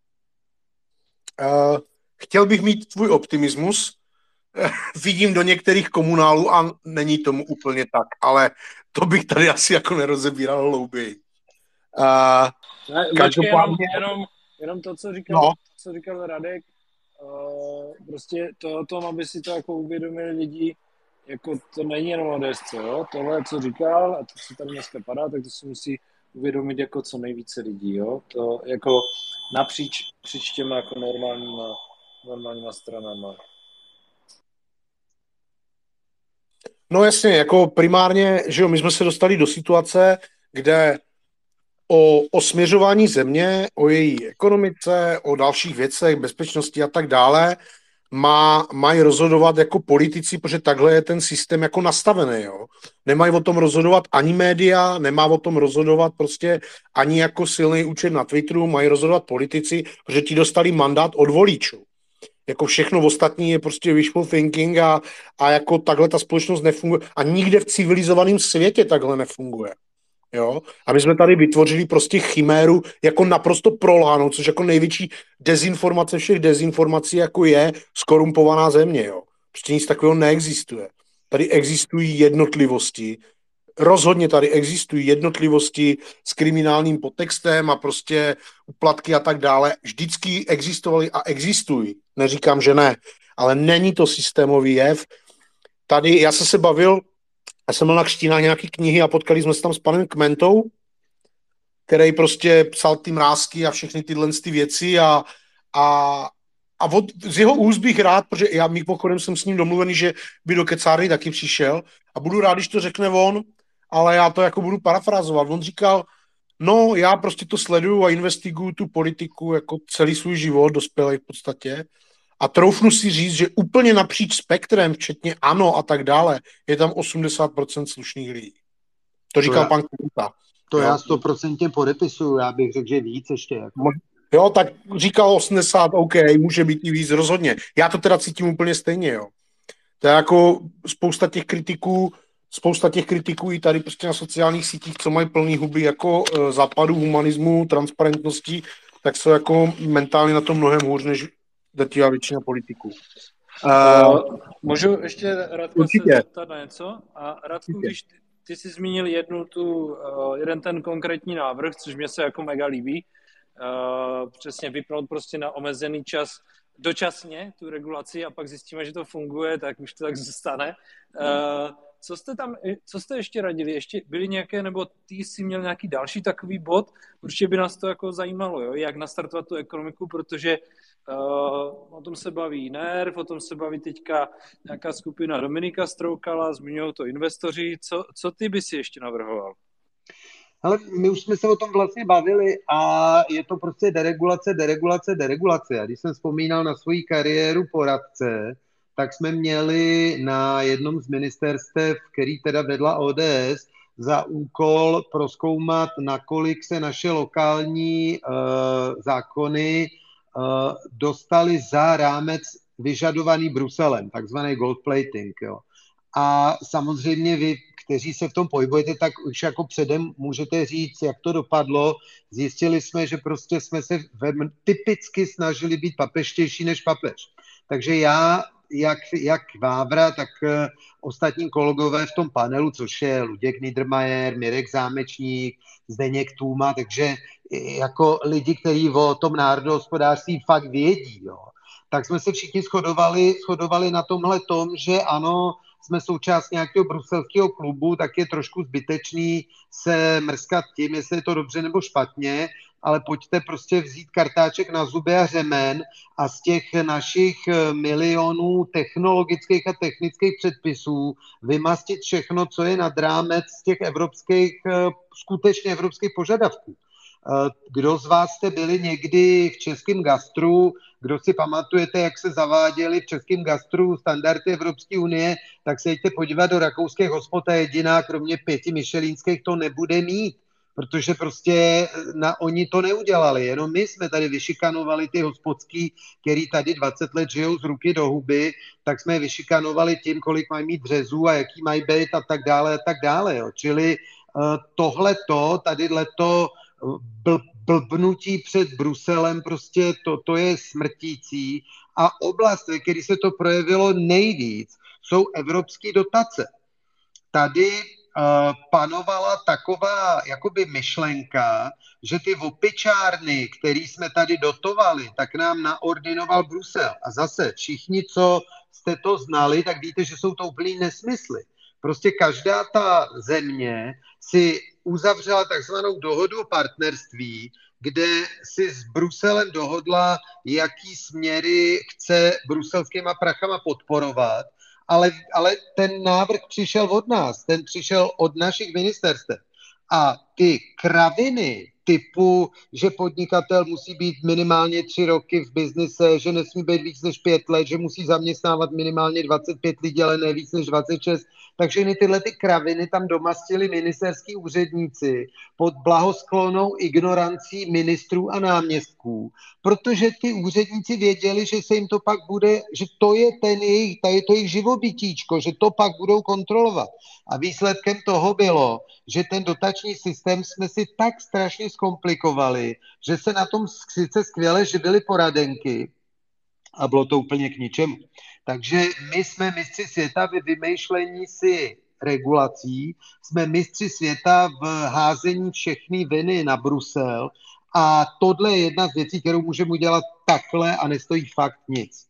Uh, chtěl bych mít tvůj optimismus. Vidím do některých komunálů a není tomu úplně tak, ale to bych tady asi jako nerozebíral hlouběji. Uh, ne, každopádně... jenom, jenom, jenom to, co říkal, no. co říkal Radek, uh, prostě to o tom, aby si to jako uvědomili lidi, jako to není jenom o desce, jo? Tohle, co říkal a to, co tady dneska padá, tak to si musí uvědomit jako co nejvíce lidí, jo? To jako napříč příč těma jako normálníma, normálníma stranama. No jasně, jako primárně, že jo, my jsme se dostali do situace, kde o, o směřování země, o její ekonomice, o dalších věcech, bezpečnosti a tak dále, má, mají rozhodovat jako politici, protože takhle je ten systém jako nastavený, jo. Nemají o tom rozhodovat ani média, nemá o tom rozhodovat prostě ani jako silný účet na Twitteru, mají rozhodovat politici, protože ti dostali mandát od voličů. Jako všechno ostatní je prostě wishful thinking a, a jako takhle ta společnost nefunguje. A nikde v civilizovaném světě takhle nefunguje. Jo? A my jsme tady vytvořili prostě chiméru jako naprosto prolhanou, což jako největší dezinformace všech dezinformací jako je skorumpovaná země. Jo? Prostě nic takového neexistuje. Tady existují jednotlivosti, rozhodně tady existují jednotlivosti s kriminálním podtextem a prostě úplatky a tak dále. Vždycky existovaly a existují. Neříkám, že ne, ale není to systémový jev. Tady, já jsem se bavil, já jsem byl na křtínách nějaký knihy a potkali jsme se tam s panem Kmentou, který prostě psal ty mrázky a všechny tyhle ty věci a, a, a od, z jeho úst bych rád, protože já mimochodem jsem s ním domluvený, že by do kecárny taky přišel a budu rád, když to řekne on, ale já to jako budu parafrázovat. On říkal, no já prostě to sleduju a investiguju tu politiku jako celý svůj život, dospělej v podstatě. A troufnu si říct, že úplně napříč spektrem, včetně ANO a tak dále, je tam osmdesát procent slušných lidí. To říkal to já, pan Kuta. To jo. Já sto procent podepisuju, já bych řekl, že víc ještě. Jako. Jo, tak říkal osmdesát, OK, může být i víc, rozhodně. Já to teda cítím úplně stejně, jo. To je jako spousta těch kritiků, spousta těch kritiků i tady prostě na sociálních sítích, co mají plný huby jako e, západu, humanismu, transparentnosti, tak jsou jako mentálně na tom mnohem hůř, než drtivá většina politiků. Uh, můžu ještě, Radko, se zeptat na něco? A Radku, určitě. Když ty, ty jsi zmínil jednu tu, uh, jeden ten konkrétní návrh, což mě se jako mega líbí, uh, přesně vypnout prostě na omezený čas dočasně tu regulaci a pak zjistíme, že to funguje, tak už to tak zůstane. Uh, co jste tam, co jste ještě radili? Ještě byly nějaké, nebo ty jsi měl nějaký další takový bod? Určitě by nás to jako zajímalo, jo? Jak nastartovat tu ekonomiku, protože uh, o tom se baví NERV, o tom se baví teďka nějaká skupina Dominika Stroukala, zmiňují to investoři. Co, co ty by si ještě navrhoval? Ale my už jsme se o tom vlastně bavili a je to prostě deregulace, deregulace, deregulace. A když jsem vzpomínal na svoji kariéru poradce, tak jsme měli na jednom z ministerstev, který teda vedla O D S, za úkol prozkoumat, nakolik se naše lokální uh, zákony uh, dostaly za rámec vyžadovaný Bruselem, takzvaný gold plating. Jo. A samozřejmě vy, kteří se v tom pohybujete, tak už jako předem můžete říct, jak to dopadlo. Zjistili jsme, že prostě jsme se typicky snažili být papeštější než papež. Takže já jak, jak Vávra, tak ostatní kolegové v tom panelu, což je Luděk Niedermayer, Mirek Zámečník, Zdeněk Tůma, takže jako lidi, kteří o tom národohospodářství fakt vědí, jo, tak jsme se všichni shodovali, shodovali na tomhle tom, že ano, jsme součást nějakého bruselského klubu, tak je trošku zbytečný se mrskat tím, jestli je to dobře nebo špatně, ale pojďte prostě vzít kartáček na zuby a řemen a z těch našich milionů technologických a technických předpisů vymastit všechno, co je nad rámec těch evropských, skutečně evropských požadavků. Kdo z vás jste byli někdy v českém gastru, kdo si pamatujete, jak se zaváděly v českém gastru standardy Evropské unie, tak se jděte podívat do rakouských hospod a jediná, kromě pěti michelínských, to nebude mít, protože prostě na, oni to neudělali, jenom my jsme tady vyšikanovali ty hospodský, který tady dvacet let žijou z ruky do huby, tak jsme je vyšikanovali tím, kolik mají mít březů a jaký mají být a tak dále a tak dále. Jo. Čili uh, tohleto, tadyhleto bl, blbnutí před Bruselem, prostě to, to je smrtící a oblast, ve které se to projevilo nejvíc, jsou evropské dotace. Tady uh, panovala taková jakoby myšlenka, že ty opičárny, které jsme tady dotovali, tak nám naordinoval Brusel. A zase všichni, co jste to znali, tak víte, že jsou to úplný nesmysly. Prostě každá ta země si uzavřela takzvanou dohodu o partnerství, kde si s Bruselem dohodla, jaký směry chce bruselskýma prachama podporovat, ale, ale ten návrh přišel od nás, ten přišel od našich ministerstev. A ty kraviny typu, že podnikatel musí být minimálně tři roky v biznise, že nesmí být víc než pět let, že musí zaměstnávat minimálně dvacet pět lidí, ale ne víc než dvacet šest. Takže tyhle ty kraviny tam domastili ministerský úředníci pod blahosklonou ignorancí ministrů a náměstků, protože ty úředníci věděli, že se jim to pak bude, že to je ten jejich, to je to jejich živobytíčko, že to pak budou kontrolovat. A výsledkem toho bylo, že ten dotační systém jsme si tak strašně zkomplikovali, že se na tom sice skvěle živily poradenky a bylo to úplně k ničemu. Takže my jsme mistři světa ve vymýšlení si regulací, jsme mistři světa v házení všechny viny na Brusel a tohle je jedna z věcí, kterou můžeme udělat takhle a nestojí fakt nic.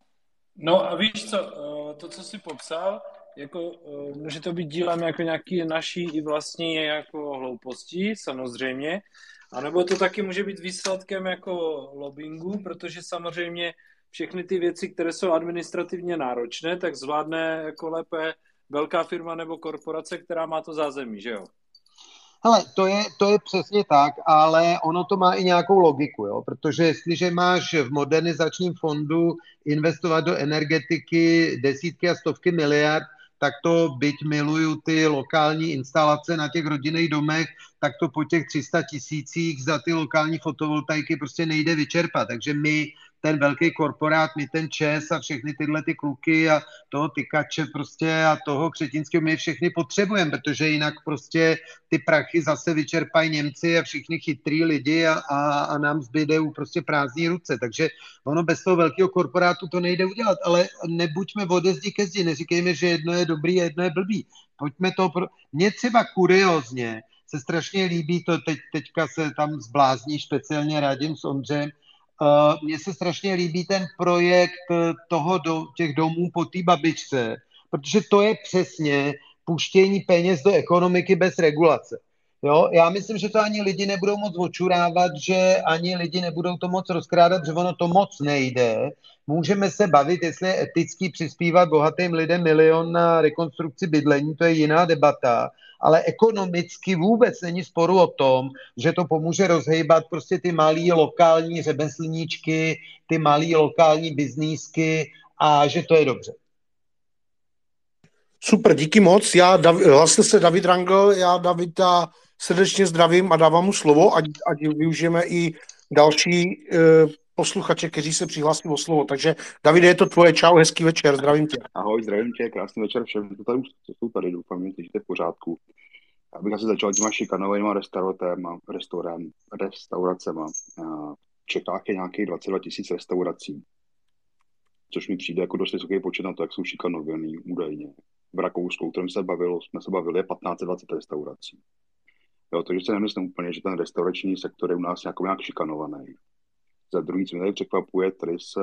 No a víš co, to, co jsi popsal, jako, může to být dílem jako nějaký naší i vlastní jako hlouposti, samozřejmě, anebo to taky může být výsledkem jako lobbingu, protože samozřejmě všechny ty věci, které jsou administrativně náročné, tak zvládne jako lépe velká firma nebo korporace, která má to zázemí, že jo? Hele, to je, to je přesně tak, ale ono to má i nějakou logiku, jo? Protože jestliže máš v modernizačním fondu investovat do energetiky desítky a stovky miliard, tak to, byť miluju ty lokální instalace na těch rodinných domech, tak to po těch tři sta tisících za ty lokální fotovoltaiky prostě nejde vyčerpat. Takže my, ten velký korporát, my ten ČES a všechny tyhle ty kluky a toho Tykače prostě a toho Křetínského my všechny potřebujeme, protože jinak prostě ty prachy zase vyčerpají Němci a všichni chytrý lidi a, a, a nám zbyde prostě prázdný ruce. Takže ono bez toho velkého korporátu to nejde udělat, ale nebuďme ode zdi ke zdi, neříkejme, že jedno je dobrý a jedno je blbý. Pojďme to pro... Mně třeba kuriózně se strašně líbí, to teď, teďka se tam zblázní speciálně Radim s Ondřejem, uh, mně se strašně líbí ten projekt toho do, těch domů po té babičce, protože to je přesně puštění peněz do ekonomiky bez regulace. Jo? Já myslím, že to ani lidi nebudou moc očurávat, že ani lidi nebudou to moc rozkrádat, že ono to moc nejde. Můžeme se bavit, jestli je etický přispívat bohatým lidem milion na rekonstrukci bydlení, to je jiná debata, ale ekonomicky vůbec není sporu o tom, že to pomůže rozhejbat prostě ty malý lokální řemeslníčky, ty malý lokální biznísky a že to je dobře. Super, díky moc. Já Dav- hlásil se David Rangel, já Davida srdečně zdravím a dávám mu slovo, ať, ať využijeme i další e, posluchače, kteří se přihlásí o slovo. Takže Davide, je to tvoje, čau, hezký večer, zdravím tě. Ahoj, zdravím tě, krásný večer všem, to tady už jsou tady, doufám, že jste v pořádku. Já bych asi začal těma šikanovými restauratéma, restaurem, restauracema. V Čechách je nějakých dvacet dva tisíc restaurací. což mi přijde jako dost vysoký počet na to, jak jsou šikanovaný údajně. V Rakousku, o kterém se bavilo, jsme se bavili, je patnáct dvacet restaurací. Jo, takže se nemyslím úplně, že ten restaurační sektor je u nás nějakou nějak šikanovaný. Za druhý, co mě tady překvapuje, tady se,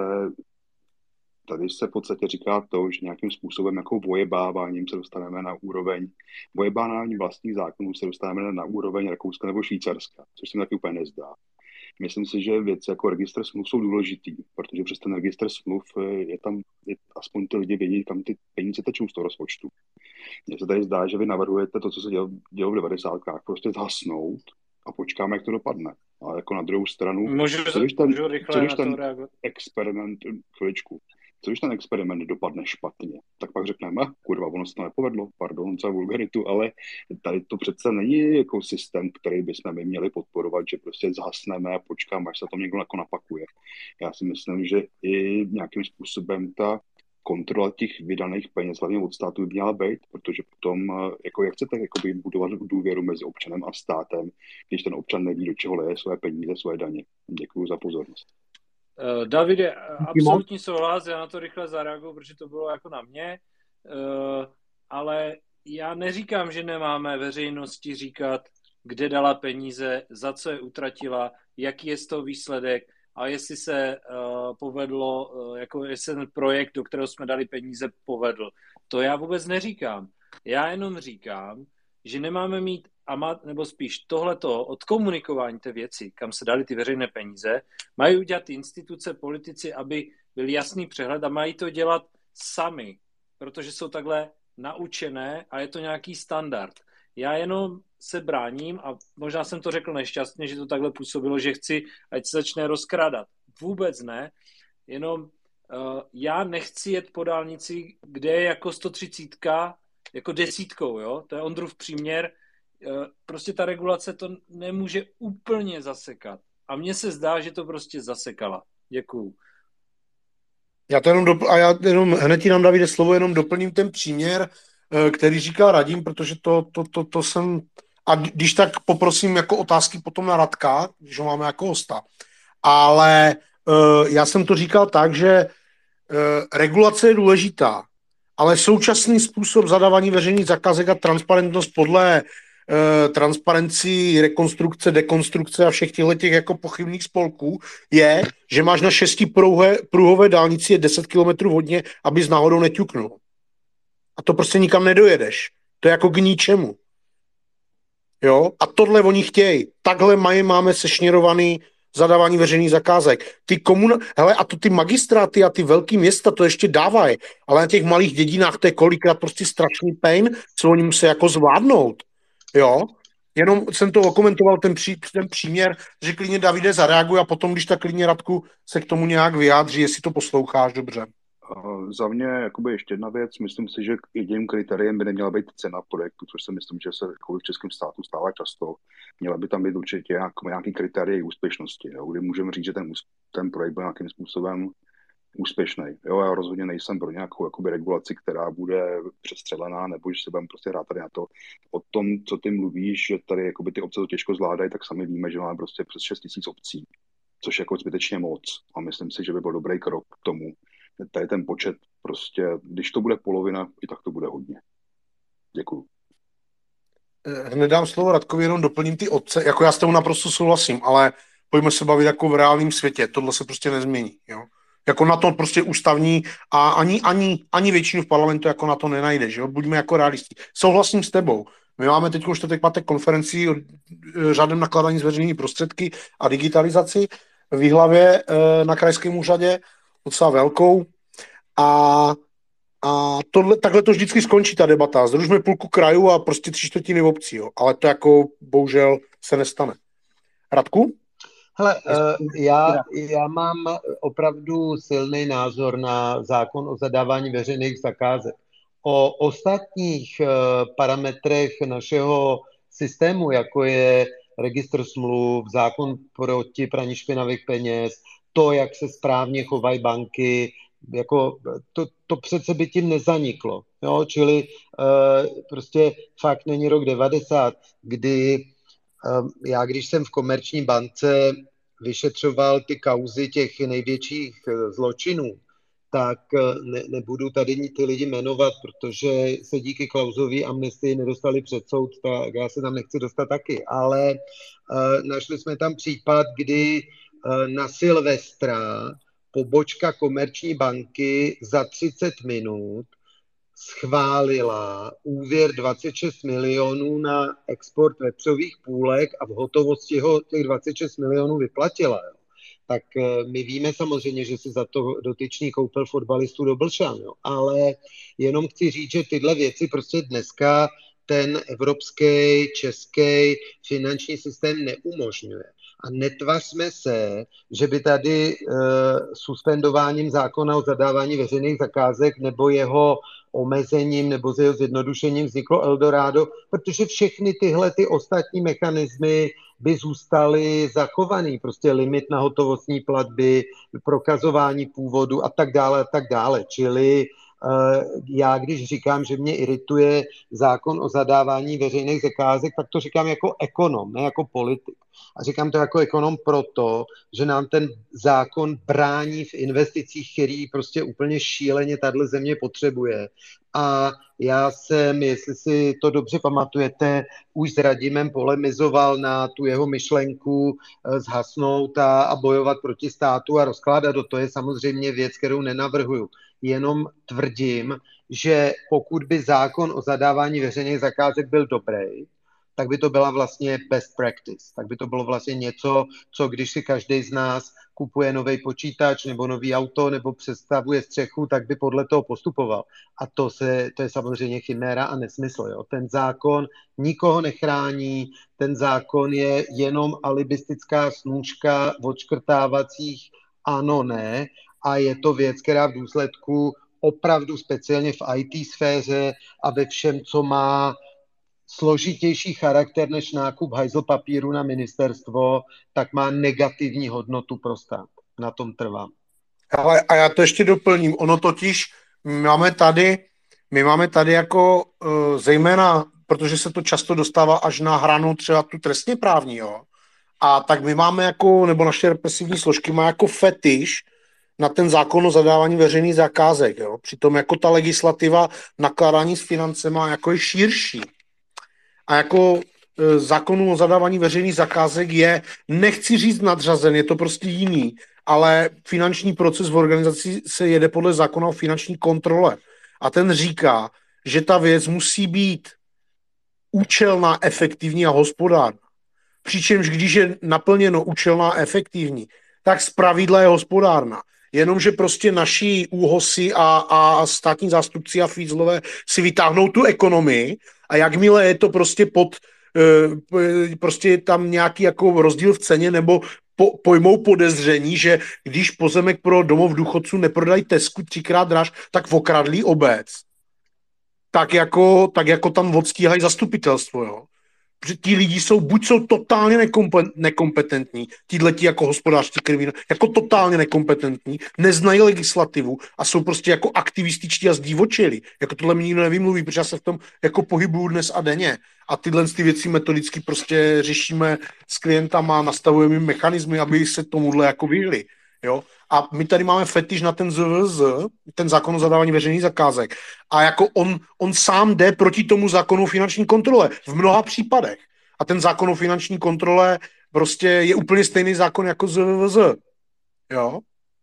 tady se v podstatě říká to, že nějakým způsobem jako vojebáváním se dostaneme na úroveň, vojebáváním vlastních zákonů se dostaneme na úroveň Rakouska nebo Švýcarska, což se mi taky úplně nezdá. Myslím si, že věci jako registr smluv jsou důležitý, protože přes ten registr smluv je tam, je, aspoň ty lidi vědí, kam ty peníze tečou z toho rozpočtu. Mně se tady zdá, že vy navrhujete to, co se dělo, dělo v devadesátkách, prostě zhasnout a počkáme, jak to dopadne. Ale jako na druhou stranu, Můžu, co když ten, můžu rychle co když na ten to reagovat? experiment, chviličku, co když ten experiment dopadne špatně, tak pak řekneme, kurva, ono se to nepovedlo, pardon za vulgaritu, ale tady to přece není jako systém, který bychom my měli podporovat, že prostě zhasneme a počkáme, až se to někdo jako napakuje. Já si myslím, že i nějakým způsobem ta kontrola těch vydaných peněz, hlavně od státu, by měla být, protože potom, jako jak chcete jakoby budovat důvěru mezi občanem a státem, když ten občan neví, do čeho leje své peníze, své daně. Děkuji za pozornost. Uh, Davide, absolutní souhlas, já na to rychle zareaguju, protože to bylo jako na mě, uh, ale já neříkám, že nemáme veřejnosti říkat, kde dala peníze, za co je utratila, jaký je z toho výsledek a jestli se uh, povedlo, uh, jako jestli ten projekt, do kterého jsme dali peníze, povedl. To já vůbec neříkám. Já jenom říkám, že nemáme mít ama, nebo spíš tohleto odkomunikování té věci, kam se dali ty veřejné peníze, mají udělat ty instituce, politici, aby byl jasný přehled a mají to dělat sami, protože jsou takhle naučené a je to nějaký standard. Já jenom se bráním a možná jsem to řekl nešťastně, že to takhle působilo, že chci, ať se začne rozkrádat. Vůbec ne, jenom uh, já nechci jet po dálnici, kde je jako sto třicet jako desítkou, jo? To je Ondrův příměr. Prostě ta regulace to nemůže úplně zasekat. A mně se zdá, že to prostě zasekala. Děkuju. Já to jenom dopl- a já jenom hned ti nám, Davide, slovo, jenom doplním ten příměr, který říkal Radim, protože to, to, to, to jsem... A když tak poprosím jako otázky potom na Radka, když ho máme jako hosta. Ale uh, já jsem to říkal tak, že uh, regulace je důležitá, ale současný způsob zadávání veřejných zakázek a transparentnost podle uh, transparencí, rekonstrukce, dekonstrukce a všech těchto těch jako pochybných spolků je, že máš na šesti pruhové, pruhové dálnici je deset kilometrů hodně, abys náhodou neťuknul. A to prostě nikam nedojedeš. To je jako k ničemu. Jo? A tohle oni chtějí. Takhle mají, máme sešněrovaný zadávání veřejných zakázek. Ty komuna... Hele, a to ty magistráty a ty velký města to ještě dávají, ale na těch malých dědinách to je kolikrát prostě strašný pain, co oni musí jako zvládnout. Jo? Jenom jsem to okomentoval, ten, pří, ten příměr, že klidně Davide zareaguje a potom, když tak klidně Radku se k tomu nějak vyjádří, jestli to posloucháš dobře. Uh, za mě jakoby ještě jedna věc, myslím si, že jediným kritériem by neměla být cena projektu, což si myslím, že se jako v českém státu stává často. Měla by tam být určitě jako nějaký kritérie úspěšnosti, jo, kdy můžeme říct, že ten, ten projekt byl nějakým způsobem úspěšný. Jo, já rozhodně nejsem pro nějakou jakoby regulaci, která bude přestřelená, nebo že se budeme prostě hrát tady na to. O tom, co ty mluvíš, že tady jakoby ty obce to těžko zvládají, tak sami víme, že máme prostě přes šest tisíc obcí, což je jako zbytečně moc. A myslím si, že by byl dobrý krok k tomu. Tady ten počet prostě, když to bude polovina, i tak to bude hodně. Děkuju. Hned dám slovo Radkovi, jenom doplním ty otce. Jako já s tomu naprosto souhlasím, ale pojďme se bavit jako v reálném světě. Tohle se prostě nezmění. Jo? Jako na to prostě ústavní a ani, ani, ani většinu v parlamentu jako na to nenajde. Že jo? Buďme jako realisti. Souhlasím s tebou. My máme teď už teď pátek konferenci o řádném nakládání s veřejnými prostředky a digitalizaci v Jihlavě na krajském úřadě, docela velkou. A, a tohle, takhle to vždycky skončí ta debata. Združme půlku krajů a prostě tři čtvrtiny obcí. Jo. Ale to jako bohužel se nestane. Radku? Hele, já, já mám opravdu silný názor na zákon o zadávání veřejných zakázek. O ostatních parametrech našeho systému, jako je registr smluv, zákon proti praní špinavých peněz, to, jak se správně chovají banky, jako to, to přece by tím nezaniklo. Jo? Čili uh, prostě fakt není rok devadesát, kdy uh, já, když jsem v Komerční bance vyšetřoval ty kauzy těch největších zločinů, tak ne, nebudu tady ty lidi jmenovat, protože se díky Klausový amnestii nedostali před soud, tak já se tam nechci dostat taky. Ale uh, našli jsme tam případ, kdy uh, na Silvestra pobočka Komerční banky za třicet minut schválila úvěr dvacet šest milionů na export vepřových půlek a v hotovosti ho těch dvacet šest milionů vyplatila. Jo. Tak my víme samozřejmě, že si za to dotyčný koupil fotbalistu do Blšan, jo. Ale jenom chci říct, že tyhle věci prostě dneska ten evropský, český finanční systém neumožňuje. A netvařme se, že by tady uh, suspendováním zákona o zadávání veřejných zakázek nebo jeho omezením nebo s jeho zjednodušením vzniklo Eldorado, protože všechny tyhle ty ostatní mechanismy by zůstaly zachovaný. Prostě limit na hotovostní platby, prokazování původu a tak dále a tak dále. Čili já, když říkám, že mě irituje zákon o zadávání veřejných zakázek, tak to říkám jako ekonom, ne jako politik. A říkám to jako ekonom proto, že nám ten zákon brání v investicích, který prostě úplně šíleně tato země potřebuje. A já jsem, jestli si to dobře pamatujete, už s Radimem polemizoval na tu jeho myšlenku zhasnout a, a bojovat proti státu a rozkládat to. To je samozřejmě věc, kterou nenavrhuju. Jenom tvrdím, že pokud by zákon o zadávání veřejných zakázek byl dobrý, tak by to byla vlastně best practice. Tak by to bylo vlastně něco, co když si každý z nás kupuje nový počítač nebo nový auto nebo přestavuje střechu, tak by podle toho postupoval. A to, se, to je samozřejmě chiméra a nesmysl. Jo. Ten zákon nikoho nechrání, ten zákon je jenom alibistická snůžka odškrtávacích ano, ne, a je to věc, která v důsledku opravdu speciálně v í té sféře a ve všem, co má složitější charakter než nákup hajzl papíru na ministerstvo, tak má negativní hodnotu pro stát. Na tom trvám. Ale a já to ještě doplním. Ono totiž, my máme tady, my máme tady jako uh, zejména, protože se to často dostává až na hranu třeba tu trestně právní, jo. A tak my máme jako, nebo naše represivní složky má jako fetiš na ten zákon o zadávání veřejných zakázek, jo. Přitom jako ta legislativa nakládání s financema jako je širší. A jako e, zákonu o zadávání veřejných zakázek je, nechci říct nadřazen, je to prostě jiný, ale finanční proces v organizaci se jede podle zákona o finanční kontrole. A ten říká, že ta věc musí být účelná, efektivní a hospodárná. Přičemž když je naplněno účelná a efektivní, tak zpravidla je hospodárná. Jenomže prostě naši úhosy a, a státní zástupci a fízlové si vytáhnou tu ekonomii a jakmile je to prostě pod, prostě tam nějaký jako rozdíl v ceně nebo po, pojmou podezření, že když pozemek pro domov důchodců neprodají Tesku třikrát draž, tak okradlí obec. Tak jako, tak jako tam odstíhají zastupitelstvo, jo. Protože ti lidi jsou, buď jsou totálně nekompetentní, tíhletí jako hospodářští kriminální, jako totálně nekompetentní, neznají legislativu a jsou prostě jako aktivističtí a zdívočili. Jako tohle mi nikdo nevymluví, protože já se v tom jako pohybuju dnes a denně. A tyhle ty věci metodicky prostě řešíme s klientama, nastavujeme jim mechanismy, aby se tomuhle jako vyhli. Jo? A my tady máme fetiš na ten Z V Z, ten zákon o zadávání veřejných zakázek. A jako on, on sám jde proti tomu zákonu o finanční kontrole v mnoha případech. A ten zákon o finanční kontrole prostě je úplně stejný zákon jako Z V Z. Jo?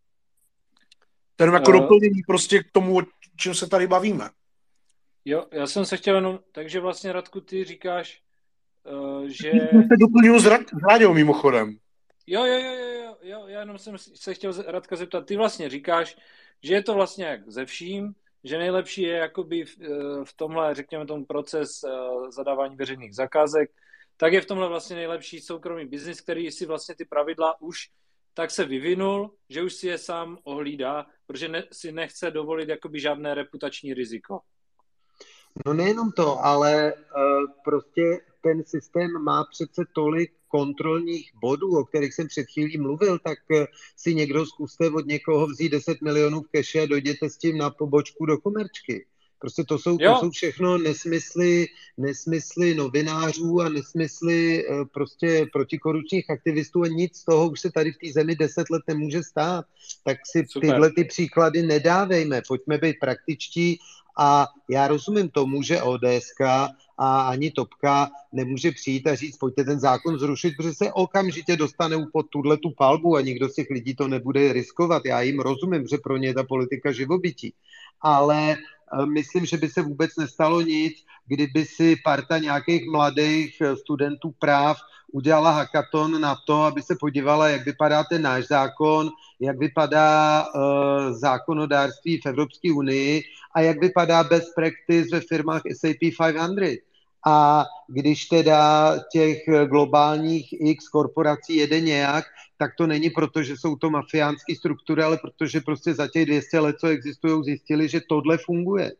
Ten jako uh, doplnění prostě k tomu, o čem se tady bavíme. Jo, já jsem se chtěl jenom, takže vlastně, Radku, ty říkáš, uh, že... Já se doplňuji s Ráďou mimochodem. Jo, jo, jo, jo, jo, já jenom jsem se chtěl Radka zeptat, ty vlastně říkáš, že je to vlastně jak ze vším, že nejlepší je jakoby v, v tomhle, řekněme tomu proces zadávání veřejných zakázek, tak je v tomhle vlastně nejlepší soukromý biznis, který si vlastně ty pravidla už tak se vyvinul, že už si je sám ohlídá, protože ne, si nechce dovolit jakoby žádné reputační riziko. No nejenom to, ale uh, prostě ten systém má přece tolik kontrolních bodů, o kterých jsem před chvílí mluvil, tak si někdo zkuste od někoho vzít deset milionů v keše a dojděte s tím na pobočku do Komerčky. Prostě to jsou, to Jo. jsou všechno nesmysly, nesmysly novinářů a nesmysly eh, prostě protikorupčních aktivistů a nic z toho už se tady v té zemi deset let nemůže stát. Tak si Super. tyhle ty příklady nedávejme, pojďme být praktičtí a já rozumím tomu, že ODSka a ani Topka nemůže přijít a říct, pojďte ten zákon zrušit, protože se okamžitě dostane pod tuhle tu palbu a nikdo z těch lidí to nebude riskovat. Já jim rozumím, že pro ně je ta politika živobytí. Ale eh, myslím, že by se vůbec nestalo nic, kdyby si parta nějakých mladých eh, studentů práv udělala hackathon na to, aby se podívala, jak vypadá ten náš zákon, jak vypadá uh, zákonodárství v Evropské unii a jak vypadá best practice ve firmách S A P pět set. A když teda těch globálních X korporací jede nějak, tak to není proto, že jsou to mafiánské struktury, ale protože prostě za těch dvě stě let, co existují, zjistili, že tohle funguje.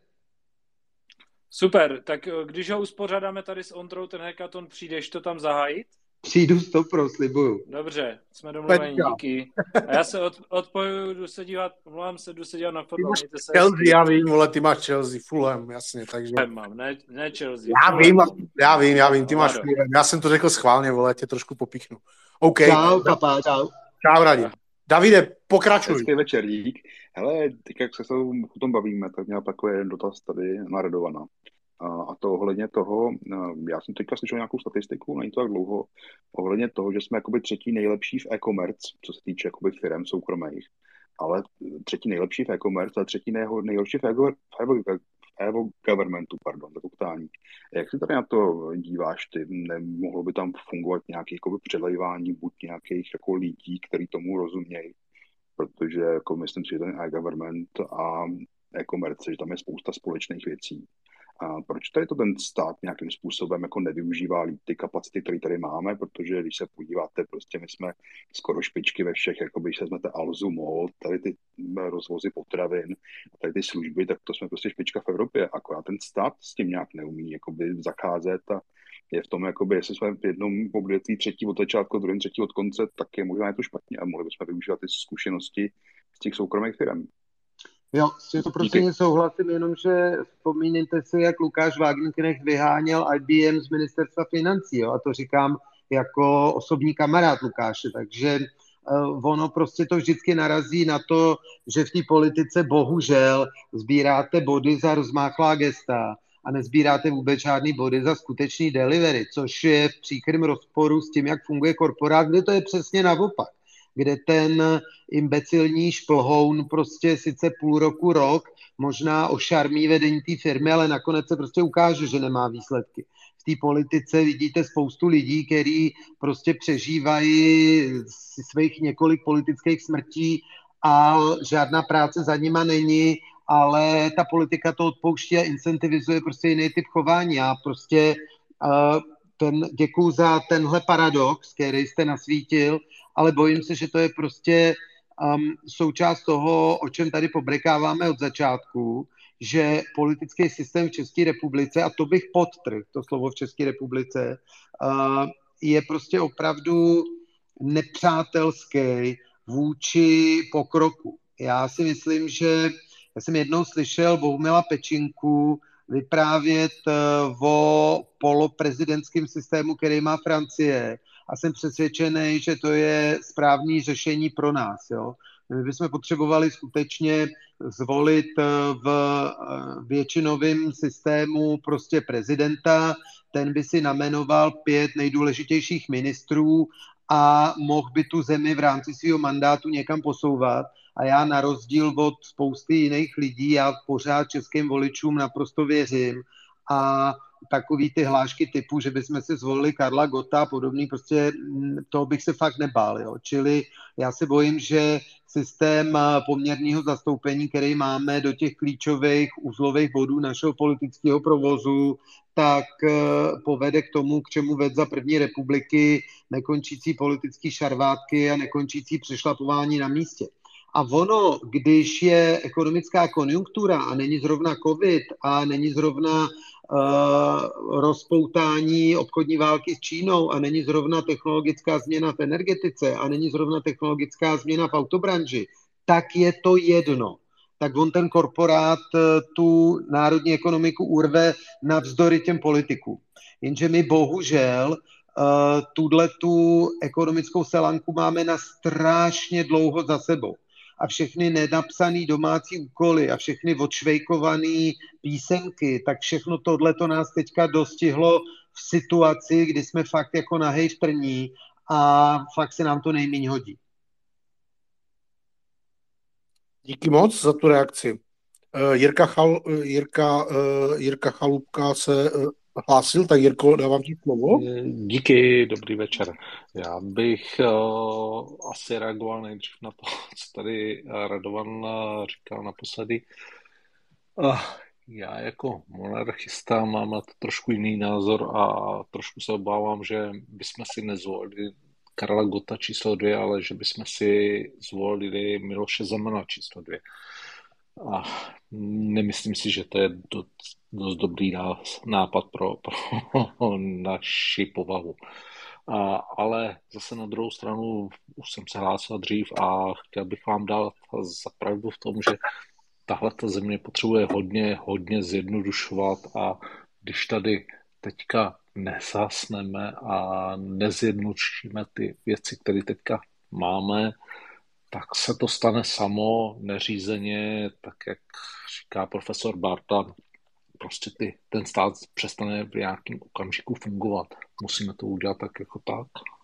Super, tak když ho uspořádáme tady s Ondrou, ten hackathon, přijdeš to tam zahájit? Přijdu stopro, slibuju. Dobře, jsme domluveni, díky. A já se od, odpojuju, jdu se dívat, mluvám se, jdu se dívat na fotbal. Ty máš Chelsea, já vím, vole, ty máš Chelsea, Fulham, jasně, takže... Mám, ne, ne Chelsea. Já Fulham. vím, já vím, já vím, ty máš Vlado. Fulham, já jsem to řekl schválně, vole, tě trošku popíchnu. OK. Čau, kapá, čau. Čau, Radim. Davide, pokračuj. Hezký večer, dík. Hele, teď jak se o tom bavíme, tak měl takový jeden dotaz tady na Radovana. A to ohledně toho, já jsem teďka slyšel nějakou statistiku, není to tak dlouho, ohledně toho, že jsme jakoby třetí nejlepší v e-commerce, co se týče jakoby firem soukromých, ale třetí nejlepší v e-commerce, ale třetí nejho, nejhorší v e-governmentu, pardon, to poktání. Jak si tady na to díváš ty? Nemohlo by tam fungovat nějaké jakoby přelejvání buď nějakých jako lidí, kteří tomu rozumějí, protože jako myslím si, že ten e-government a e-commerce, že tam je spousta společných věcí. A proč tady to ten stát nějakým způsobem jako nevyužívá ty kapacity, které tady máme, protože když se podíváte, prostě my jsme skoro špičky ve všech, jako když se vezmete Alzu, Mol, tady ty rozvozy potravin, tady ty služby, tak to jsme prostě špička v Evropě, akorát ten stát s tím nějak neumí jakoby zacházet a je v tom, jakoby, jestli jsme v jednom odvětví třetí od začátku, druhém třetí od konce, tak je možná je to špatně a mohli bychom využívat ty zkušenosti z těch soukromých firm. Jo, s tím to prostě nesouhlasím, jenomže vzpomínejte si, jak Lukáš Wagenknecht vyháněl I B M z ministerstva financí, jo, a to říkám jako osobní kamarád Lukáše, takže uh, ono prostě to vždycky narazí na to, že v té politice bohužel sbíráte body za rozmáchlá gesta a nezbíráte vůbec žádný body za skutečný delivery, což je v příkrém rozporu s tím, jak funguje korporát, kde to je přesně naopak, kde ten imbecilní šplhoun prostě sice půl roku, rok, možná ošarmí vedení té firmy, ale nakonec se prostě ukáže, že nemá výsledky. V té politice vidíte spoustu lidí, kteří prostě přežívají svých několik politických smrtí a žádná práce za nima není, ale ta politika to odpouští a incentivizuje prostě jiný typ chování. Já prostě uh, ten, děkuju za tenhle paradox, který jste nasvítil, ale bojím se, že to je prostě um, součást toho, o čem tady pobrekáváme od začátku, že politický systém v České republice, a to bych podtrhl, to slovo v České republice, uh, je prostě opravdu nepřátelský vůči pokroku. Já si myslím, že já jsem jednou slyšel Bohumila Pečinku vyprávět uh, o poloprezidentském systému, který má Francie, a jsem přesvědčený, že to je správné řešení pro nás. Jo? My bychom potřebovali skutečně zvolit v většinovém systému prostě prezidenta, ten by si namenoval pět nejdůležitějších ministrů a mohl by tu zemi v rámci svého mandátu někam posouvat. A já na rozdíl od spousty jiných lidí, já pořád českým voličům naprosto věřím a takový ty hlášky typu, že bychom si zvolili Karla Gotta a podobný, prostě toho bych se fakt nebál. Jo. Čili já se bojím, že systém poměrného zastoupení, který máme do těch klíčových uzlových bodů našeho politického provozu, tak povede k tomu, k čemu vedl za první republiky nekončící politické šarvátky a nekončící přešlapování na místě. A ono, když je ekonomická konjunktura a není zrovna covid a není zrovna uh, rozpoutání obchodní války s Čínou a není zrovna technologická změna v energetice a není zrovna technologická změna v autobranži, tak je to jedno. tak on ten korporát tu národní ekonomiku urve navzdory těm politikům. Jenže my bohužel uh, tuhletu ekonomickou selanku máme na strašně dlouho za sebou. A všechny nenapsané domácí úkoly a všechny odšvejkované písemky, tak všechno tohleto nás teďka dostihlo v situaci, kdy jsme fakt jako nahej v trní a fakt se nám to nejméně hodí. Díky moc za tu reakci. Jirka, Chal, Jirka, Jirka Chalupka se hlásil, tak Jirko, dávám ti slovo. Díky, dobrý večer. Já bych uh, asi reagoval nejdřív na to, co tady Radovan říkal naposledy. Uh, já jako monarchista mám na to trošku jiný názor a trošku se obávám, že bychom si nezvolili Karla Gotta číslo dvě, ale že bychom si zvolili Miloše Zemana číslo dvě. A nemyslím si, že to je dost, dost dobrý nápad pro, pro naši povahu. A, ale zase na druhou stranu už jsem se hlásil dřív a chtěl bych vám dát za pravdu v tom, že tahle země potřebuje hodně, hodně zjednodušovat a když tady teďka nezasneme a nezjednodušíme ty věci, které teďka máme, tak se to stane samo, neřízeně, tak jak říká profesor Barta, prostě ty, ten stát přestane v nějakém okamžiku fungovat. Musíme to udělat tak jako tak.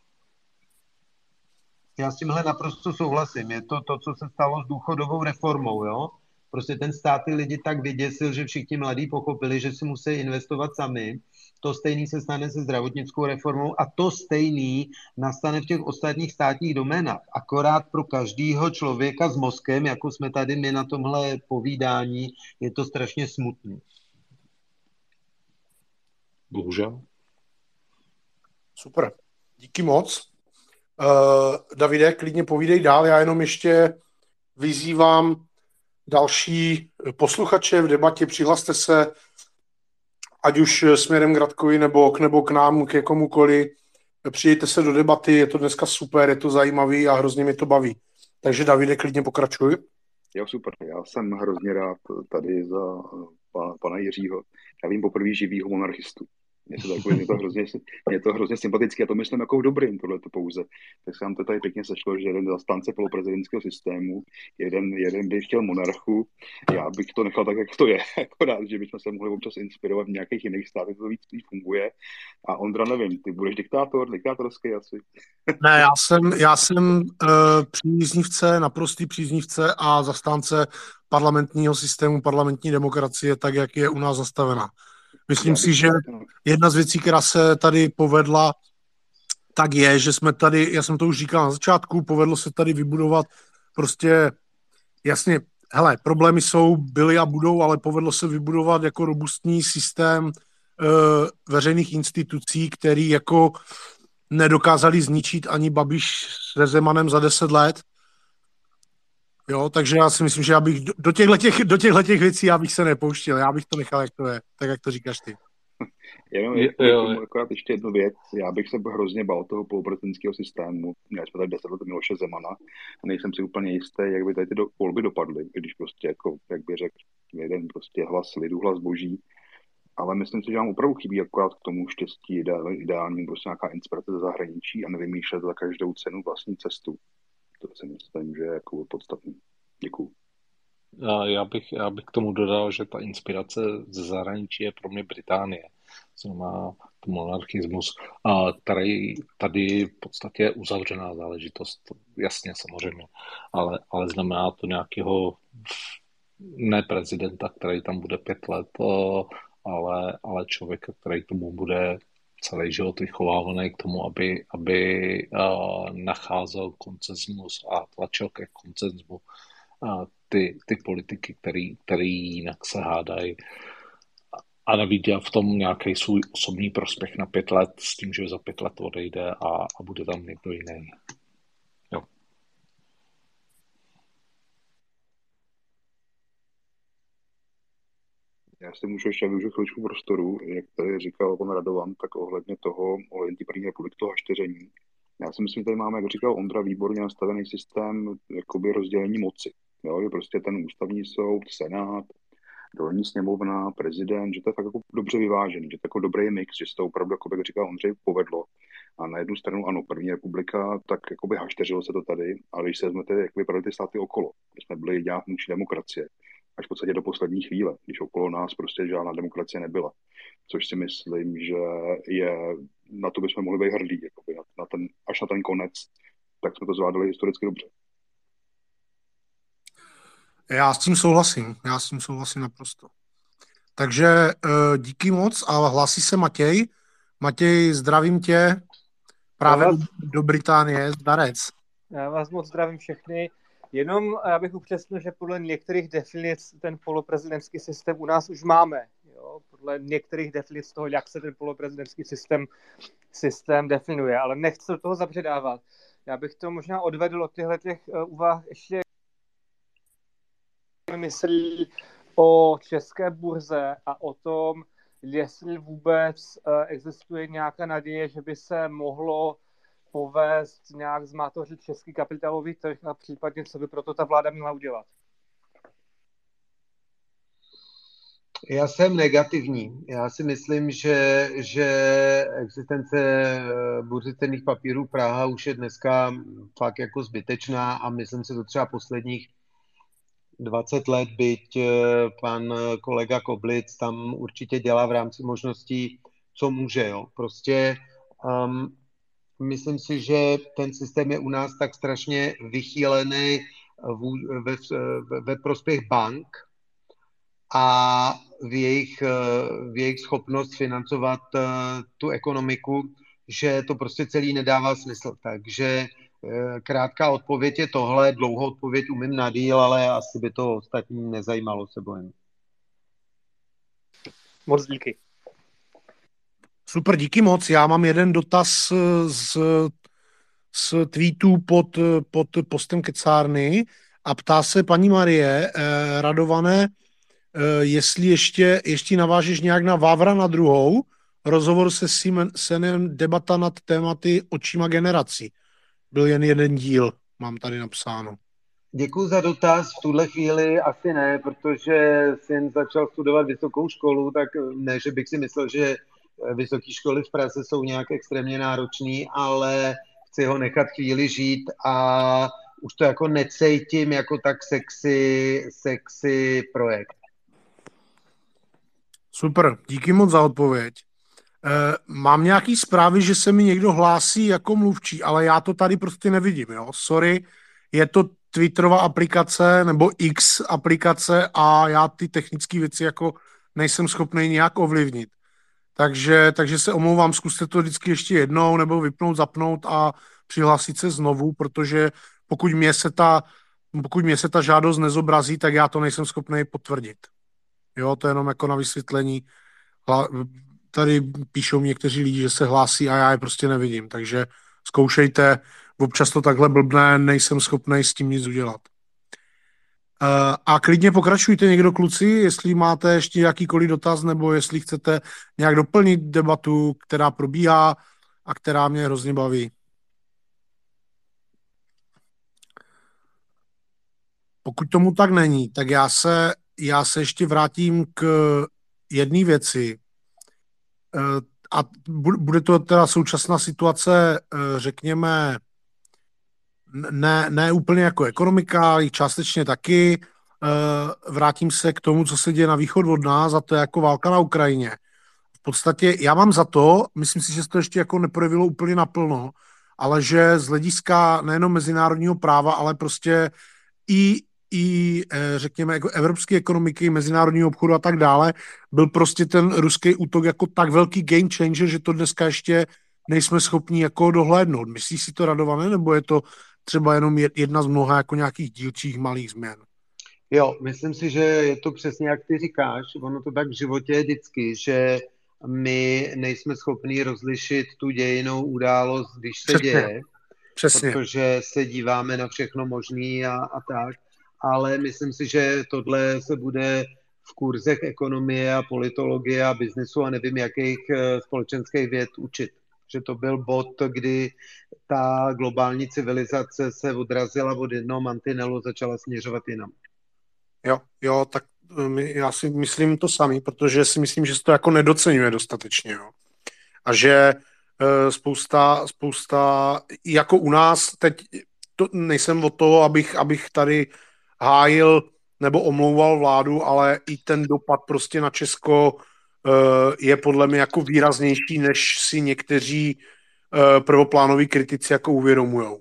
Já s tímhle naprosto souhlasím. Je to to, co se stalo s důchodovou reformou, jo? Prostě ten stát ty lidi tak vyděsil, že všichni mladí pochopili, že si musí investovat sami. To stejný se stane se zdravotnickou reformou a to stejný nastane v těch ostatních státních doménách. Akorát pro každého člověka s mozkem, jako jsme tady my na tomhle povídání, je to strašně smutný. Bohužel. Super. Díky moc. Uh, Davide, klidně povídej dál. Já jenom ještě vyzývám další posluchače v debatě. Přihlaste se, ať už směrem k Radkovi nebo k, nebo k nám, k komukoli. Přijďte se do debaty, je to dneska super, je to zajímavý a hrozně mě to baví. Takže Davide, klidně pokračuj. Jo, super. Já jsem hrozně rád tady za pana, pana Jiřího. Já vím poprvé živýho monarchistu. Mě to, takový, mě, to hrozně, mě to hrozně sympatické a to myslím jako v dobrým tohleto pouze. Tak se nám to tady pěkně sešlo, že jeden zastánce poloprezidentského systému, jeden, jeden by chtěl monarchu, já bych to nechal tak, jak to je. Akorát, že bychom se mohli občas inspirovat v nějakých jiných státech, to víc funguje. A Ondra, nevím, ty budeš diktátor, diktátorský asi? Ne, já jsem, já jsem uh, příznivce, naprostý příznivce a zastánce parlamentního systému, parlamentní demokracie, tak, jak je u nás zastavena. Myslím si, že jedna z věcí, která se tady povedla, tak je, že jsme tady, já jsem to už říkal na začátku, povedlo se tady vybudovat prostě, jasně, hele, problémy jsou, byly a budou, ale povedlo se vybudovat jako robustní systém e, veřejných institucí, který jako nedokázali zničit ani Babiš se Zemanem za deset let. Jo, takže já si myslím, že já bych do těchto těch, do těchto těch věcí já bych se nepouštěl, já bych to nechal, jak to je, tak jak to říkáš ty. Jenom je, je, je, akorát ještě jednu věc, já bych se hrozně bál toho poloprezidentského systému, měli jsme tady deset let Miloše Zemana a nejsem si úplně jistý, jak by tady ty do, volby dopadly, když prostě, jako, jak by řekl jeden prostě hlas lidu, hlas boží, ale myslím si, že vám opravdu chybí akorát k tomu štěstí ideální, prostě nějaká inspirace ze zahraničí a nevymýšlet za každou cenu vlastní cestu. To si myslím, že je jako podstatný. Děkuju. Já bych, já bych k tomu dodal, že ta inspirace ze zahraničí je pro mě Británie. Znamená to monarchismus, a tady, tady v podstatě je uzavřená záležitost, jasně samozřejmě, ale, ale znamená to nějakého ne prezidenta, který tam bude pět let, ale, ale člověka, který tomu bude celý život vychovávaný k tomu, aby, aby uh, nacházel konsenzus a tlačil ke konsenzu uh, ty, ty politiky, který, který jinak se hádají a neviděl v tom nějaký svůj osobní prospěch na pět let s tím, že za pět let odejde a, a bude tam někdo jiný. Jo. Já si můžu ještě využít chvíličku prostoru, jak tady říkal pan Radovan, tak ohledně toho, ohledně té první republiky, toho hašteření. Já si myslím, že tady máme, jak říkal Ondra, výborně nastavený systém jakoby rozdělení moci. Jo, že prostě ten ústavní soud, senát, dolní sněmovna, prezident, že to je fakt jako dobře vyvážený, že to je jako dobrý mix, že se to opravdu, jako jak říkal Ondřej, povedlo. A na jednu stranu, ano, první republika, tak jakoby hašteřilo se to tady, ale když se vezmete, jak vypadaly ty státy okolo, kde jsme byli nějak funkční demokracie, až v podstatě do poslední chvíle, když okolo nás prostě žádná demokracie nebyla. Což si myslím, že je, na to bychom mohli být hrdí, jakoby, na ten, až na ten konec, tak jsme to zvládali historicky dobře. Já s tím souhlasím, já s tím souhlasím naprosto. Takže díky moc a hlásí se Matěj. Matěj, zdravím tě právě vás, do Británie, zdarec. Já vás moc zdravím všechny. Jenom já bych upřesnil, že podle některých definic ten poloprezidentský systém u nás už máme. Jo? Podle některých definic toho, jak se ten poloprezidentský systém, systém definuje. Ale nechci do toho zabředávat. Já bych to možná odvedl od těchto těch úvah ještě myslí o české burze a o tom, jestli vůbec existuje nějaká naděje, že by se mohlo povést nějak zmátořit český kapitálový trh a případně, co by proto ta vláda měla udělat. Já jsem negativní. Já si myslím, že, že existence burzy cenných papírů Praha už je dneska fakt jako zbytečná a myslím si to třeba posledních dvacet let, byť pan kolega Koblic tam určitě dělá v rámci možností, co může. Jo. Prostě um, myslím si, že ten systém je u nás tak strašně vychýlený ve, ve, ve prospěch bank a v jejich, v jejich schopnost financovat tu ekonomiku, že to prostě celý nedává smysl. Takže krátká odpověď je tohle, dlouhou odpověď umím na díl, ale asi by to ostatní nezajímalo, se bojím. Moc díky. Super, díky moc. Já mám jeden dotaz z, z tweetů pod, pod postem Kecárny a ptá se paní Marie eh, Radované, eh, jestli ještě, ještě navážeš nějak na Vávra na druhou, rozhovor se Senem, debata nad tématy očima generací. Byl jen jeden díl, mám tady napsáno. Děkuji za dotaz. V tuhle chvíli asi ne, protože syn začal studovat vysokou školu, tak ne, že bych si myslel, že vysoké školy v Praze jsou nějak extrémně náročný, ale chci ho nechat chvíli žít a už to jako necítím jako tak sexy, sexy projekt. Super, díky moc za odpověď. Mám nějaký zprávy, že se mi někdo hlásí jako mluvčí, ale já to tady prostě nevidím, jo. Sorry, je to Twitterová aplikace nebo X aplikace a já ty technické věci jako nejsem schopný nějak ovlivnit. Takže, takže se omlouvám, zkuste to vždycky ještě jednou nebo vypnout, zapnout a přihlásit se znovu, protože pokud mě se ta, pokud mě se ta žádost nezobrazí, tak já to nejsem schopný potvrdit. Jo, to je jenom jako na vysvětlení. Tady píšou někteří lidi, že se hlásí a já je prostě nevidím, takže zkoušejte, občas to takhle blbné, nejsem schopný s tím nic udělat. A klidně pokračujte někdo, kluci, jestli máte ještě jakýkoliv dotaz, nebo jestli chcete nějak doplnit debatu, která probíhá a která mě hrozně baví. Pokud tomu tak není, tak já se, já se ještě vrátím k jedné věci. A bude to teda současná situace, řekněme, ne, ne úplně jako ekonomika, i částečně taky. Vrátím se k tomu, co se děje na východ od nás, a to je jako válka na Ukrajině. V podstatě já mám za to, myslím si, že se to ještě jako neprojevilo úplně naplno, ale že z hlediska nejenom mezinárodního práva, ale prostě i i, řekněme, jako evropské ekonomiky, mezinárodního obchodu a tak dále, byl prostě ten ruský útok jako tak velký game changer, že to dneska ještě nejsme schopni jako dohlédnout. Myslíš si to, Radované, nebo je to třeba jenom jedna z mnoha jako nějakých dílčích malých změn? Jo, myslím si, že je to přesně, jak ty říkáš. Ono to tak v životě je vždycky, že my nejsme schopni rozlišit tu dějinou událost, když se Přesně. děje. Přesně. Protože se díváme na všechno možný a, a tak. Ale myslím si, že tohle se bude v kurzech ekonomie a politologie a biznesu a nevím jakých společenských věd učit. že to byl bod, kdy ta globální civilizace se odrazila od jednoho mantinelu, začala směřovat jinam. Jo, jo, tak my, já si myslím to samý, protože si myslím, že se to jako nedoceňuje dostatečně. Jo. A že e, spousta, spousta, jako u nás, teď to, nejsem o toho, abych, abych tady hájil nebo omlouval vládu, ale i ten dopad prostě na Česko e, je podle mě jako výraznější, než si někteří e, prvoplánoví kritici jako uvědomujou.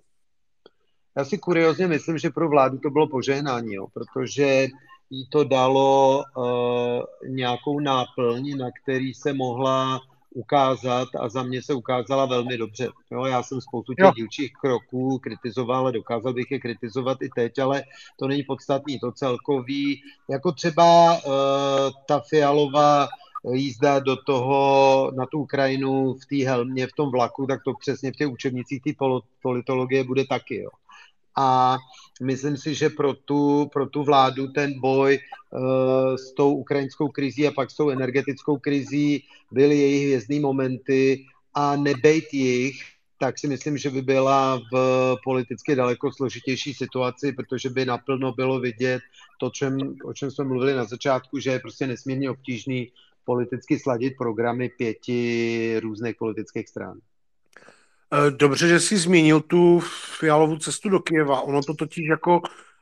Já si kuriozně myslím, že pro vládu to bylo požehnání, jo, protože jí to dalo uh, nějakou náplň, na který se mohla ukázat a za mě se ukázala velmi dobře. Jo, já jsem spoustu těch dílčích kroků kritizoval a dokázal bych je kritizovat i teď, ale to není podstatný. To celkový, jako třeba uh, ta Fialová jízda do toho, na tu Ukrajinu v té helmě, v tom vlaku, tak to přesně v těch učebnicích té politologie bude taky, jo. A myslím si, že pro tu, pro tu vládu ten boj uh, s tou ukrajinskou krizí a pak s tou energetickou krizí byly jejich hvězdný momenty a nebejt jich, tak si myslím, že by byla v politicky daleko složitější situaci, protože by naplno bylo vidět to, čem, o čem jsme mluvili na začátku, že je prostě nesmírně obtížný politicky sladit programy pěti různých politických stran. Dobře, že jsi zmínil tu Fialovu cestu do Kyjeva. Ono to totiž jako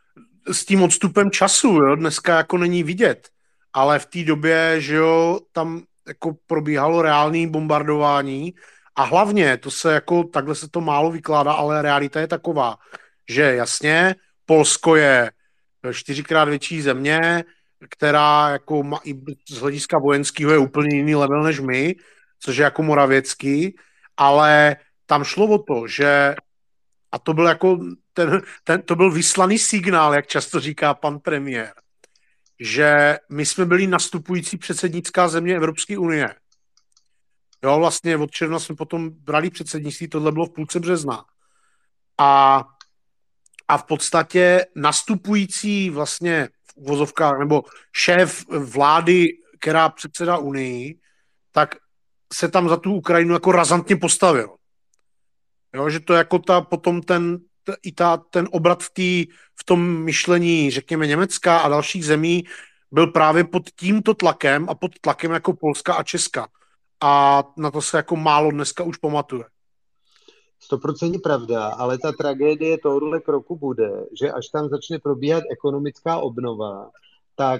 s tím odstupem času, jo, dneska jako není vidět. Ale v té době, že jo, tam jako probíhalo reálné bombardování a hlavně, to se jako, takhle se to málo vykládá, ale realita je taková, že jasně, Polsko je čtyřikrát větší země, která jako má, i z hlediska vojenského je úplně jiný level než my, což je jako Moravěcký, ale tam šlo o to, že a to byl jako ten, ten, to byl vyslaný signál, jak často říká pan premiér, že my jsme byli nastupující předsednická země Evropské unie. Jo, vlastně od června jsme potom brali předsednictví, tohle bylo v půlce března. A, a v podstatě nastupující vlastně v uvozovkách, nebo šéf vlády, která předsedá Unii, tak se tam za tu Ukrajinu jako razantně postavil. Jo, že to jako ta, potom ten, t, i ta, ten obrat v, tý, v tom myšlení, řekněme, Německa a dalších zemí byl právě pod tímto tlakem a pod tlakem jako Polska a Česka. A na to se jako málo dneska už pamatuje. Stoprocentně pravda, ale ta tragédie tohohle kroku bude, že až tam začne probíhat ekonomická obnova, tak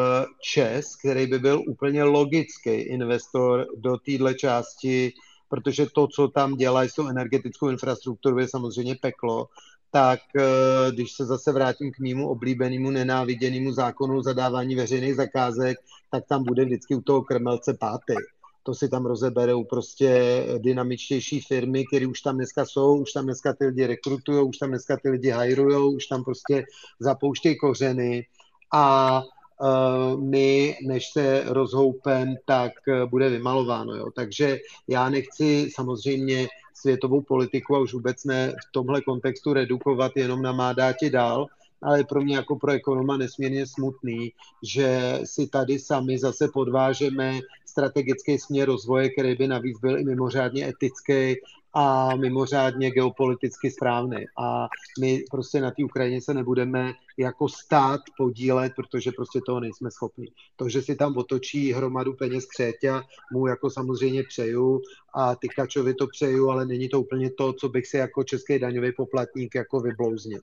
ČEZ, který by byl úplně logický investor do téhle části, protože to, co tam dělají s tou energetickou infrastrukturou, je samozřejmě peklo, tak když se zase vrátím k mému oblíbenému, nenáviděnému zákonu zadávání veřejných zakázek, tak tam bude vždycky u toho krmelce pátý. To si tam rozeberou prostě dynamičtější firmy, které už tam dneska jsou, už tam dneska ty lidi rekrutují, už tam dneska ty lidi hajrujou, už tam prostě zapouštějí kořeny a uh, my, než se rozhoupem, tak uh, bude vymalováno. Jo. Takže já nechci samozřejmě světovou politiku a už vůbec ne v tomhle kontextu redukovat jenom na má dáti dál, ale pro mě jako pro ekonoma nesmírně smutný, že si tady sami zase podvážeme strategický směr rozvoje, který by navíc byl i mimořádně etický a mimořádně geopoliticky správný. A my prostě na té Ukrajině se nebudeme jako stát podílet, protože prostě toho nejsme schopni. To, že si tam otočí hromadu peněz Křéťa, mu jako samozřejmě přeju a Tykačovi to přeju, ale není to úplně to, co bych si jako český daňový poplatník jako vyblouznil.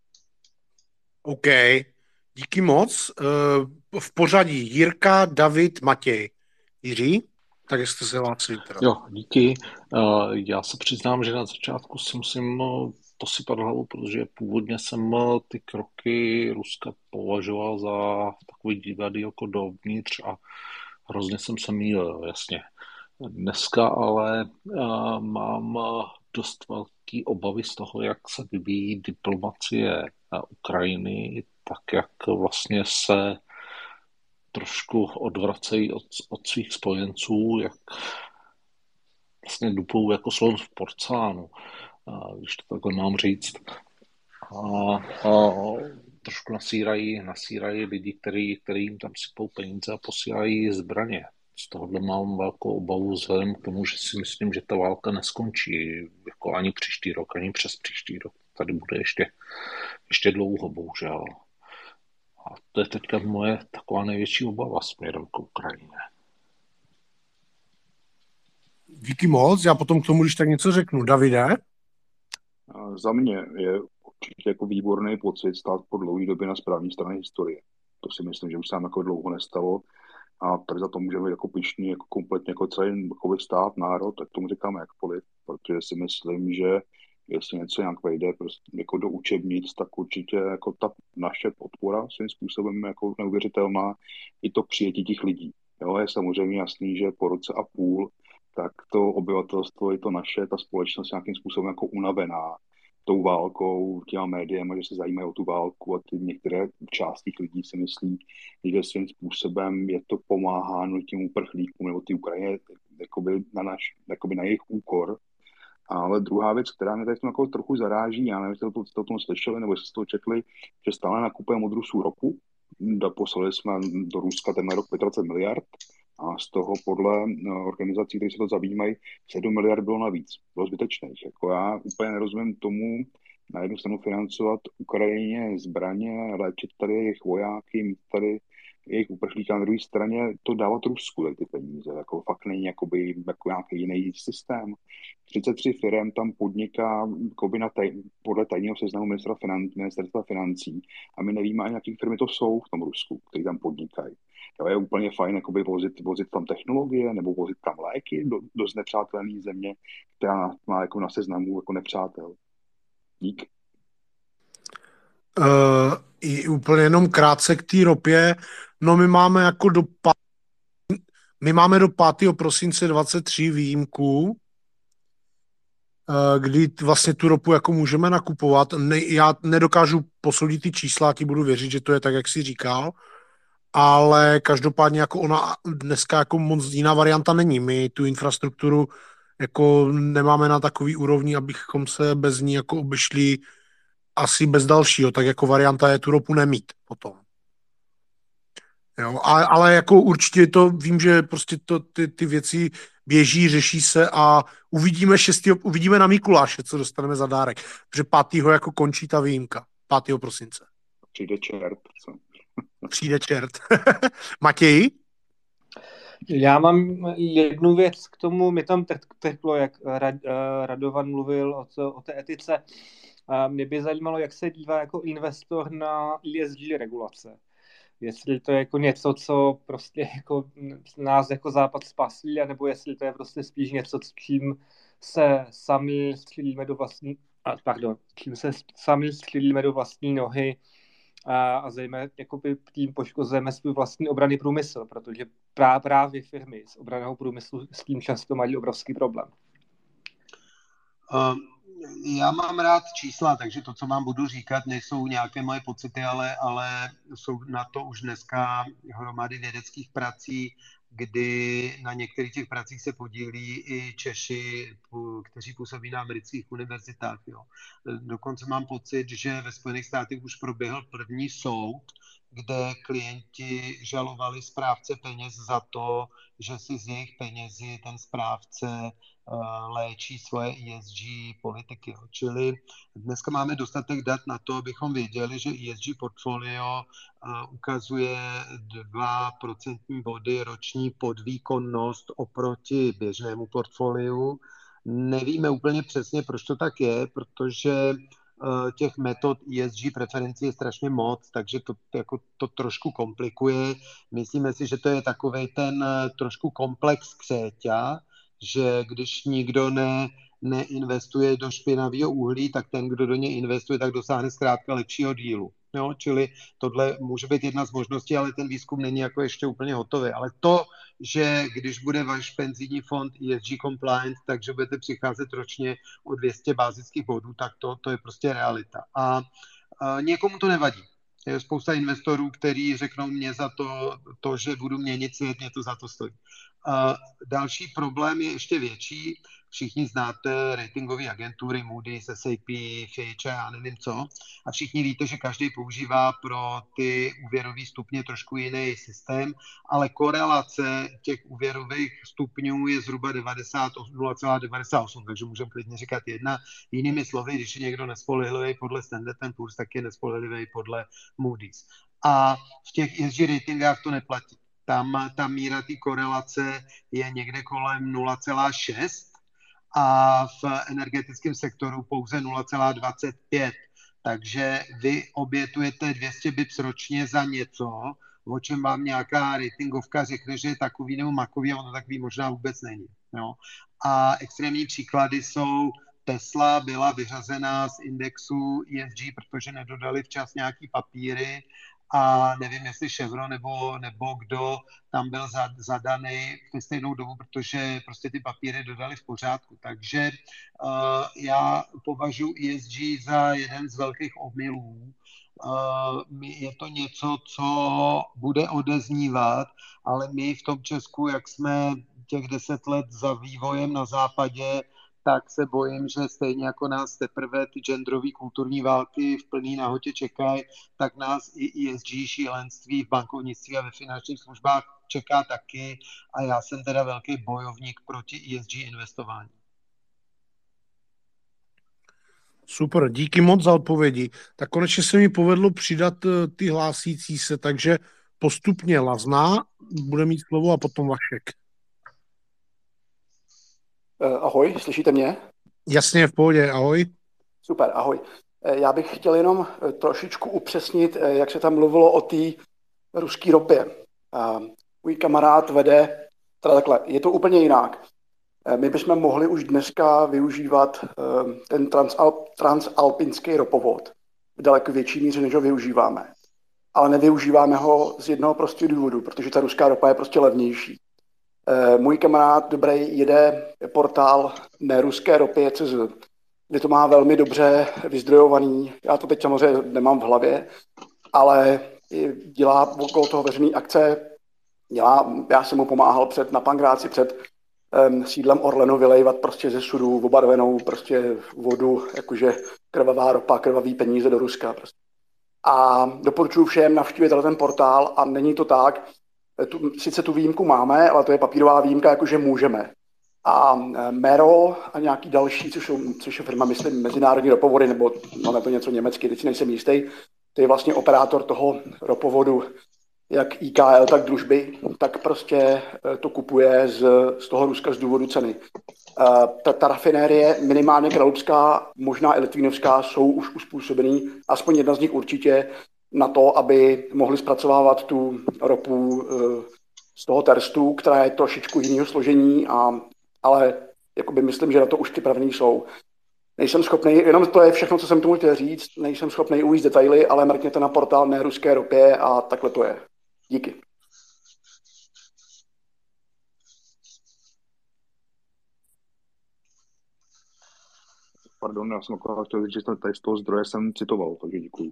OK, díky moc. V pořadí Jirka, David, Matěj. Jiří, tak jste se hlásili teda. Jo, díky. Já se přiznám, že na začátku si musím posypat hlavu, protože původně jsem ty kroky Ruska považoval za takový divadýlko dovnitř a hrozně jsem se mýlil, jasně. Dneska ale mám dost velký obavy z toho, jak se vyvíjí diplomacie Ukrajiny, tak jak vlastně se trošku odvracejí od, od svých spojenců, jak vlastně dupou jako slon v porcelánu, když to takhle mám říct. A, a trošku nasírají, nasírají lidi, který, který jim tam sypou peníze a posílají zbraně. z tohohle mám velkou obavu vzhledem k tomu, že si myslím, že ta válka neskončí jako ani příští rok, ani přes příští rok. Tady bude ještě, ještě dlouho, bohužel. A to je teďka moje taková největší obava směrem k Ukrajině. Díky moc, já potom k tomu, když tak něco řeknu. Davide? A za mě je určitě jako výborný pocit stát po dlouhé době na správné straně historie. To si myslím, že už se nám jako dlouho nestalo. A tady za to můžeme být jako pyšný, jako kompletně jako celý jako stát, národ, tak tomu říkáme jakkoliv, protože si myslím, že jestli něco nějak vejde prostě jako do učebnic, tak určitě jako ta naše podpora svým způsobem jako neuvěřitelná, i to přijetí těch lidí. Jo, je samozřejmě jasný, že po roce a půl, tak to obyvatelstvo, i to naše, ta společnost nějakým způsobem jako unavená tou válkou, těma médiem, že se zajímají o tu válku a ty některé části lidí si myslí, že svým způsobem je to pomáháno tím uprchlíkům nebo ty Ukrajině jakoby na, naš, jakoby na jejich úkor. Ale druhá věc, která mě tady jako trochu zaráží, já nevím, jestli jste o tom slyšeli nebo jestli jste to četli, že stále nakupujeme od Rusů ropu. Poslali jsme do Ruska ten rok dvacet pět miliard a z toho podle organizací, které se to zabývají, sedm miliard bylo navíc. Bylo zbytečných. Jako já úplně nerozumím tomu, na jednu stranu financovat Ukrajině zbraně, léčit tady jejich vojáky, mít tady jejich uprchlíky, na druhé straně to dávat Rusku, tady ty peníze. Jako fakt není jakoby, jako nějaký jiný systém. třicet tři firem tam podniká na taj, podle tajného seznamu ministra finan, ministerstva financí a my nevíme ani, jaký firmy to jsou v tom Rusku, který tam podnikají. Jo, je úplně fajn jakoby vozit, vozit tam technologie nebo vozit tam léky do, do znepřátelné země, která má jako na seznamu jako nepřátel. Dík. Uh, i úplně jenom krátce k té ropě. No my máme jako do my máme do pátého prosince dvacet tři výjimku, uh, kdy vlastně tu ropu jako můžeme nakupovat. Ne, já nedokážu posoudit ty čísla, ti budu věřit, že to je tak, jak jsi říkal, ale každopádně jako ona dneska jako moc jiná varianta není. My tu infrastrukturu jako nemáme na takový úrovni, abychom se bez ní jako obešli asi bez dalšího, tak jako varianta je tu ropu nemít potom. Jo, a, ale jako určitě to vím, že prostě to, ty, ty věci běží, řeší se a uvidíme šestého uvidíme na Mikuláše, co dostaneme za dárek, protože pátého jako končí ta výjimka, pátého prosince. Přijde čert, co? Přijde čert. Matěj? Já mám jednu věc k tomu, mi tam trklo, jak Radovan mluvil o, to, o té etice. Mě by zajímalo, jak se dívá jako investor na E S G regulace. Jestli to je jako něco, co prostě jako nás jako Západ spasí, nebo jestli to je prostě spíš něco, s čím se sami střílíme do vlastní, pardon, čím se sami střílíme do vlastní nohy a, a zejména jakoby tím poškozujeme svůj vlastní obranný průmysl, protože prá, právě firmy z obranného průmyslu s tím často mají obrovský problém. Um. Já mám rád čísla, takže to, co vám budu říkat, nejsou nějaké moje pocity, ale, ale jsou na to už dneska hromady vědeckých prací, kdy na některých těch pracích se podílí i Češi, kteří působí na amerických univerzitách. Jo. Dokonce mám pocit, že ve Spojených státech už proběhl první soud, kde klienti žalovali správce peněz za to, že si z jejich penězi ten správce léčí svoje E S G politiky. Čili dneska máme dostatek dat na to, abychom věděli, že E S G portfolio ukazuje dva procentní body roční podvýkonnost oproti běžnému portfoliu. Nevíme úplně přesně, proč to tak je, protože těch metod E S G preferencí je strašně moc, takže to, jako, to trošku komplikuje. Myslíme si, že to je takovej ten trošku komplex křéťa, že když nikdo ne, neinvestuje do špinavého uhlí, tak ten, kdo do něj investuje, tak dosáhne zkrátka lepšího dílu. Jo? Čili tohle může být jedna z možností, ale ten výzkum není jako ještě úplně hotový. Ale to, že když bude váš penzijní fond E S G compliant, takže budete přicházet ročně o dvě stě bázických bodů, tak to, to je prostě realita. A, a někomu to nevadí. Je spousta investorů, kteří řeknou mě za to, to, že budu měnit svět, mě to za to stojí. Další problém je ještě větší. Všichni znáte ratingové agentury Moody's, S A P, Fitch a já nevím co. A všichni víte, že každý používá pro ty úvěrové stupně trošku jiný systém, ale korelace těch úvěrových stupňů je zhruba nula celá devadesát osm, takže můžeme klidně říkat jedna. Jinými slovy, když je někdo nespolehlivý podle Standard and Poor's, tak je nespolehlivý podle Moody's. A v těch E S G ratingách to neplatí. Tam ta míra té korelace je někde kolem nula celá šest a v energetickém sektoru pouze nula celá dvacet pět. Takže vy obětujete dvě stě bips ročně za něco, o čem vám nějaká ratingovka řekne, že je takový nebo makový, a ono takový možná vůbec není. Jo? A extrémní příklady jsou: Tesla byla vyřazená z indexu E S G, protože nedodali včas nějaký papíry, a nevím, jestli Chevron nebo, nebo kdo tam byl zadaný v stejnou dobu, protože prostě ty papíry dodali v pořádku. Takže uh, já považuji E S G za jeden z velkých omylů. Uh, je to něco, co bude odeznívat, ale my v tom Česku, jak jsme těch deset let za vývojem na západě, tak se bojím, že stejně jako nás teprve ty genderové kulturní války v plný nahotě čekají, tak nás i E S G šílenství v bankovnictví a ve finančních službách čeká taky, a já jsem teda velký bojovník proti E S G investování. Super, díky moc za odpovědi. Tak konečně se mi povedlo přidat ty hlásící se, takže postupně Lazna bude mít slovo a potom Vašek. Ahoj, slyšíte mě? Jasně, v pohodě, ahoj. Super, ahoj. Já bych chtěl jenom trošičku upřesnit, jak se tam mluvilo o té ruské ropě. Můj kamarád vede, teda takhle, je to úplně jinak. My bychom mohli už dneska využívat ten transalp, transalpinský ropovod v daleko větší míře, než ho využíváme. Ale nevyužíváme ho z jednoho prostého důvodu, protože ta ruská ropa je prostě levnější. Můj kamarád dobrý jede portál neruské ropy tečka cé zet, kde to má velmi dobře vyzdrojovaný. Já to teď samozřejmě nemám v hlavě, ale dělá okolo toho veřejné akce. Dělá, já jsem mu pomáhal před, na Pangráci před um, sídlem Orlenu vylejvat prostě ze sudů obarvenou prostě vodu, jakože krvavá ropa, krvavý peníze do Ruska. Prostě. A doporučuji všem navštívit ten portál, a není to tak. Tu, sice tu výjimku máme, ale to je papírová výjimka, jakože můžeme. A Mero a nějaký další, což, jsou, což je firma, myslím, Mezinárodní ropovody, nebo máme to něco německy, teď si nejsem jistý, to je vlastně operátor toho ropovodu, jak I K L, tak družby, tak prostě to kupuje z, z toho Ruska z důvodu ceny. Ta, ta rafinérie, minimálně Kralupská, možná i Litvínovská, jsou už uspůsobený, aspoň jedna z nich určitě, na to, aby mohli zpracovávat tu ropu z toho terstu, která je trošičku jiného složení, a, ale jakoby myslím, že na to už připravení jsou. Nejsem schopný, jenom to je všechno, co jsem tomu chtěl říct, nejsem schopný uvíct detaily, ale mrkněte na portál neruské ropě a takhle to je. Díky. Pardon, já jsem akorát chtěl říct, že tady z toho zdroje jsem citoval, takže děkuji.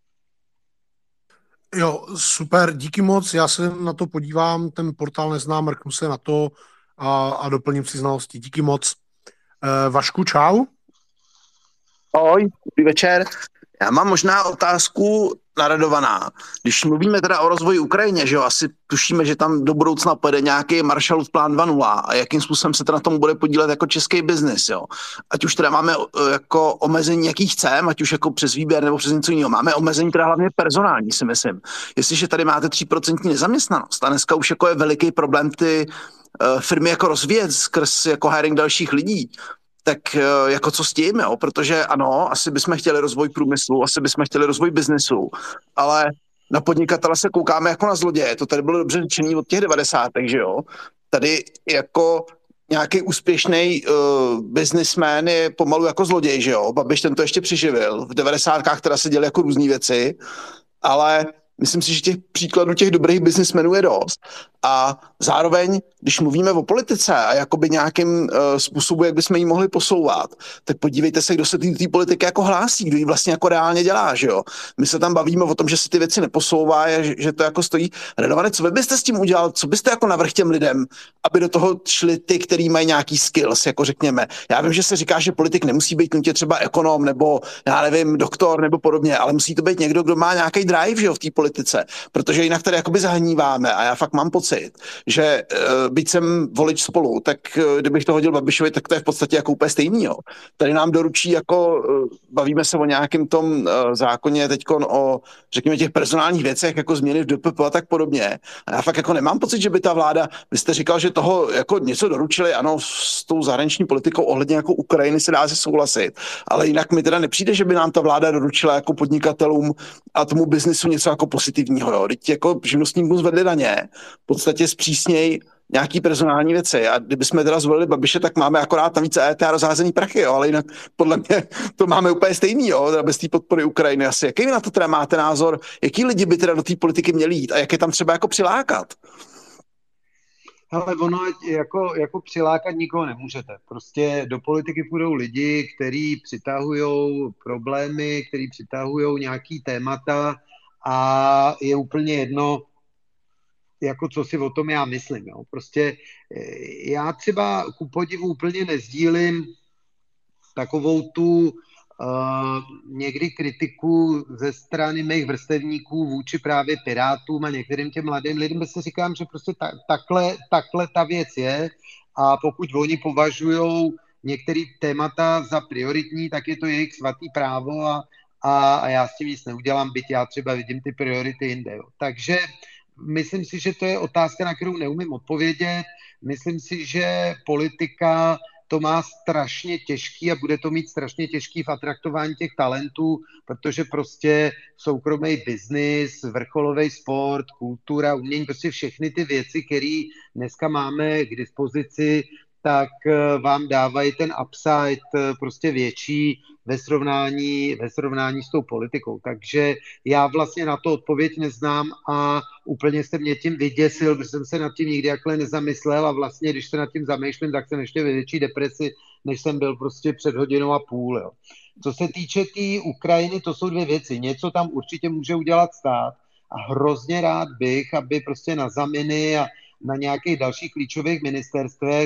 Jo, super, díky moc, já se na to podívám, ten portál neznám, mrknu se na to a, a doplním si znalosti. Díky moc. E, Vašku, čau. Ahoj, dobrý večer. Já mám možná otázku naradovaná. Když mluvíme teda o rozvoji Ukrajině, že jo, asi tušíme, že tam do budoucna pojede nějaký Marshallův plán dva nula a jakým způsobem se teda na tom bude podílet jako český biznis, jo. Ať už teda máme jako omezení, jaký chceme, ať už jako přes výběr nebo přes něco jiného. Máme omezení teda hlavně personální, si myslím. Jestliže tady máte tři procenta nezaměstnanost a dneska už jako je veliký problém ty uh, firmy jako rozvíjet skrz jako hiring dalších lidí, tak jako co s tím, jo? Protože ano, asi bychom chtěli rozvoj průmyslu, asi bychom chtěli rozvoj biznesu, ale na podnikatele se koukáme jako na zloděje, to tady bylo dobře řečený od těch devadesátek, že jo? Tady jako nějaký úspěšný uh, businessman je pomalu jako zloděj, že jo? Babiš ten to ještě přiživil, v devadesátkách teda se děli jako různý věci, ale Myslím si, že těch příkladů těch dobrých biznismenů je dost. A zároveň, když mluvíme o politice a jakoby nějakým uh, způsobu, jak bychom ji mohli posouvat, tak podívejte se, kdo se té politiky jako hlásí, kdo ji vlastně jako reálně dělá, že jo. My se tam bavíme o tom, že se ty věci neposouvá, že, že to jako stojí. Radované, co vy byste s tím udělal, co byste jako navrhl těm lidem, aby do toho šli ty, kteří mají nějaký skills, jako řekněme. Já vím, že se říká, že politik nemusí být nutně třeba ekonom nebo, já nevím, doktor nebo podobně, ale musí to být někdo, kdo má nějaký drive, že jo, v té politice, protože jinak tady jakoby zahníváme a já fakt mám pocit, že uh, byť jsem volič Spolu, tak uh, kdybych to hodil Babišovi, tak to je v podstatě jako úplně stejný, jo. Tady nám doručí jako, uh, bavíme se o nějakém tom uh, zákoně teďkon o, řekněme, těch personálních věcech, jako změny v D P P a tak podobně. A já fakt jako nemám pocit, že by ta vláda, vy jste říkal, že toho jako něco doručili, ano, s tou zahraniční politikou ohledně jako Ukrajiny se dá si souhlasit, ale jinak mi teda nepřijde, že by nám ta vláda doručila jako podnikatelům a tomu biznisu něco jako pozitivního, jo. Teď jako živnostníkům zvedli daně, v podstatě zpřísněj nějaký personální věci a kdybychom teda zvolili Babiše, tak máme akorát navíc E T a rozházený prachy, jo, ale jinak podle mě to máme úplně stejný, jo, teda bez té podpory Ukrajiny asi. Jaký vy na to teda máte názor, jaký lidi by teda do té politiky měli jít a jak je tam třeba jako přilákat? Ale ono jako, jako přilákat nikoho nemůžete. Prostě do politiky půjdou lidi, kteří přitahují problémy, kteří přitahují nějaký témata a je úplně jedno, jako co si o tom já myslím. Jo. Prostě já třeba ku podivu úplně nezdílím takovou tu uh, někdy kritiku ze strany mých vrstevníků vůči právě Pirátům a některým těm mladým lidem, protože si říkám, že prostě ta, takhle, takhle ta věc je a pokud oni považují některé témata za prioritní, tak je to jejich svatý právo a, a, a já s tím nic neudělám, byť já třeba vidím ty priority jinde. Jo. Takže myslím si, že to je otázka, na kterou neumím odpovědět. Myslím si, že politika to má strašně těžký a bude to mít strašně těžký v atraktování těch talentů, protože prostě soukromý biznis, vrcholový sport, kultura, umění, prostě všechny ty věci, které dneska máme k dispozici, tak vám dávají ten upside prostě větší ve srovnání, ve srovnání s tou politikou. Takže já vlastně na to odpověď neznám a úplně jste mě tím vyděsil, protože jsem se nad tím nikdy jakhle nezamyslel a vlastně, když se nad tím zamýšlím, tak jsem ještě ve větší depresi, než jsem byl prostě před hodinou a půl. Jo. Co se týče té tý Ukrajiny, to jsou dvě věci. Něco tam určitě může udělat stát a hrozně rád bych, aby prostě na zaminy a na nějakých dalších klíčových ministerstvech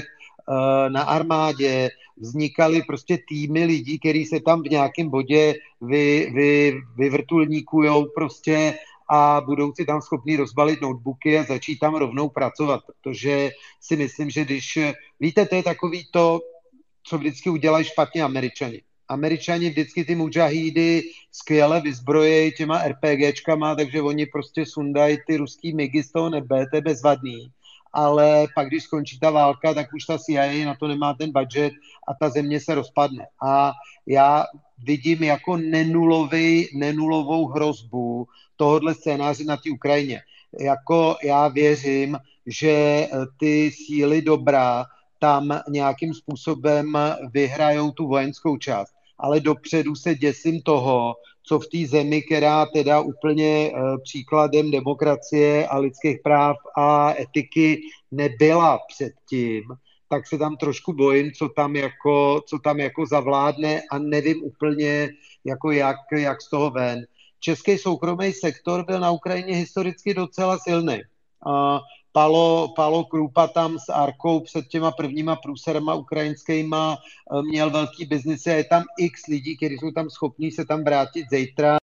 na armádě vznikaly prostě týmy lidí, kteří se tam v nějakém bodě vy, vy, vyvrtulníkujou prostě a budou si tam schopní rozbalit notebooky a začít tam rovnou pracovat, protože si myslím, že když, víte, to je takový to, co vždycky udělají špatně Američani. Američani vždycky ty mudžahídy skvěle vyzbrojejí těma RPGčkama, takže oni prostě sundají ty ruský migy z toho nebe, to je bezvadný. Ale pak, když skončí ta válka, tak už ta C I A na to nemá ten budget a ta země se rozpadne. A já vidím jako nenulový, nenulovou hrozbu tohohle scénáře na té Ukrajině. Jako já věřím, že ty síly dobra tam nějakým způsobem vyhrajou tu vojenskou část. Ale dopředu se děsím toho, co v té zemi, která teda úplně uh, příkladem demokracie a lidských práv a etiky nebyla předtím, tak se tam trošku bojím, co tam jako, co tam jako zavládne a nevím úplně, jako jak, jak z toho ven. Český soukromý sektor byl na Ukrajině historicky docela silný. Uh, Palo, Palo Krupa tam s Arkou před těma prvníma průserama ukrajinskýma měl velký biznis a je tam x lidí, kteří jsou tam schopní se tam vrátit zítra.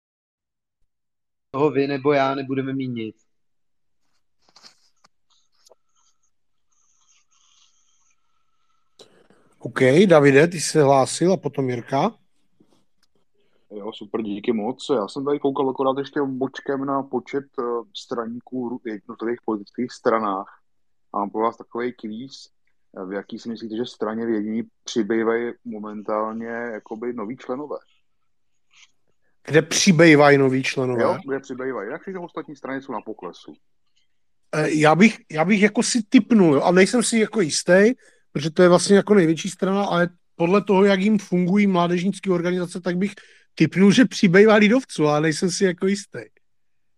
Toho vy nebo já nebudeme mít nic. OK, Davide, ty jsi se hlásil a potom Jirka. Jo, super, díky moc. Já jsem tady koukal akorát ještě bočkem na počet uh, straníků v jednotlivých politických stranách. A mám pro vás takový kvíz, v jaký si myslíte, že straně vědění přibývají momentálně jakoby noví členové. Kde přibývají noví členové? Jo, kde přibývají. Jak všechny ostatní strany jsou na poklesu. Já bych, já bych jako si tipnul, ale nejsem si jako jistý, protože to je vlastně jako největší strana, ale podle toho, jak jim fungují mládežnické organizace, tak bych tipnul, že přibývá lidovců, ale nejsem si jako jistý.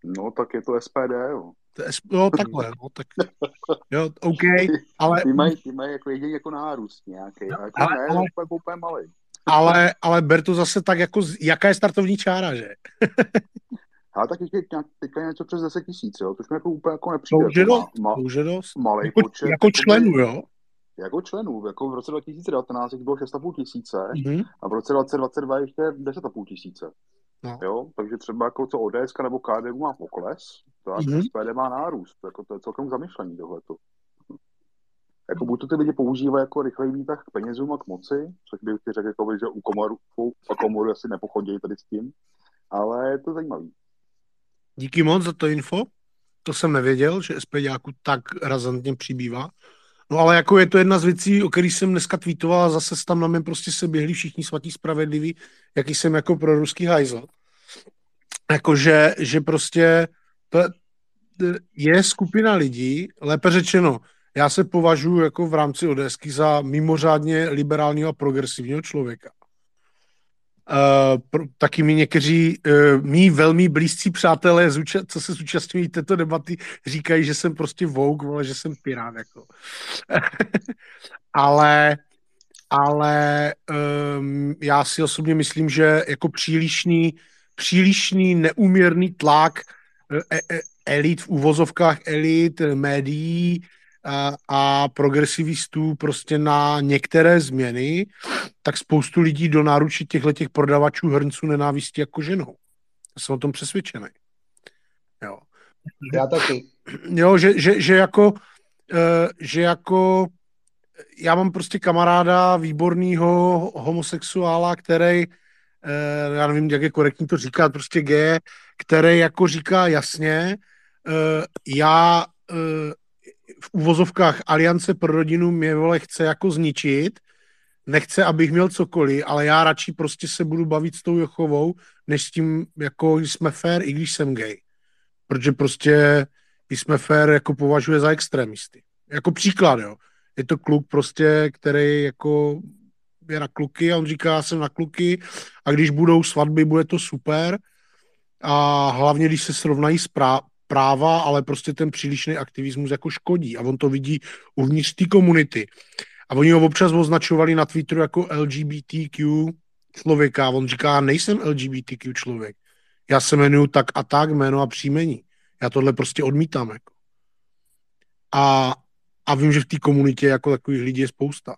No, tak je to S P D, jo. To je, no, takhle, no, tak jo, OK, ale... Ty mají ty maj jako jediný jako nárůst nějaký, a jako ale, ne, ale, úplně, úplně malý. ale, ale ber to zase tak, jako, jaká je startovní čára, že? Ale tak teďka, teďka je něco přes deset tisíc, jo, to už mi jako úplně jako To nepřijde. už je Jako dost, ma, to už je dost. malej Jako, počet. jako členů, by, jo? Jako členů, jako v roce dva tisíce devatenáct jich bylo šest a půl tisíce Mm-hmm. a v roce dva tisíce dvacet dva ještě deset a půl tisíce. No. Jo, takže třeba jako co O D S nebo K D U má pokles, tak Mm-hmm. S P D má nárůst, jako to je celkem zamyšlení tohleto. Jako buď to ty lidi používají jako rychlej výtah k penězům a k moci, což bych ti řekl, jako, že u komoru, a komoru asi nepochodí tady s tím, ale je to zajímavý. Díky moc za to info. To jsem nevěděl, že SPDáků tak razantně přibývá. No ale jako je to jedna z věcí, o kterých jsem dneska tweetoval a zase tam na mě prostě se běhli všichni svatí spravedliví, jaký jsem jako pro ruský hajzl. Jakože že prostě to je skupina lidí, lépe řečeno, já se považuji jako v rámci ODSky za mimořádně liberálního a progresivního člověka. Uh, pro, taky mi někteří uh, mý velmi blízcí přátelé, zúča- co se zúčastňují této debaty, říkají, že jsem prostě woke, vole, že jsem pirát. Jako. ale ale um, já si osobně myslím, že jako přílišný, přílišný neúměrný tlak e- e- elit, v uvozovkách elit, médií a, a progresivistů prostě na některé změny, tak spoustu lidí do náručí těchto prodavačů hrnců nenávisti jako ženou. Já jsem o tom přesvědčený. Jo. Já taky. Jo, že, že, že jako uh, že jako já mám prostě kamaráda výborného homosexuála, který, uh, já nevím, jak je korektní to říkat, prostě gay, který jako říká jasně, uh, já uh, v uvozovkách Aliance pro rodinu mě, vole, chce jako zničit, nechce, abych měl cokoliv, ale já radši prostě se budu bavit s tou Jochovou, než s tím, jako jsme fair, i když jsem gay. Protože prostě jsme fair jako považuje za extrémisty. Jako příklad, jo. Je to kluk prostě, který jako je na kluky a on říká, já jsem na kluky a když budou svatby, bude to super a hlavně, když se srovnají sprá- práva, ale prostě ten přílišný aktivismus jako škodí a on to vidí uvnitř té komunity. A oni ho občas označovali na Twitteru jako L G B T Q člověka. On říká, nejsem L G B T Q člověk. Já se jmenuju tak a tak, jméno a příjmení. Já tohle prostě odmítám. Jako. A, a vím, že v té komunitě jako takových lidí je spousta.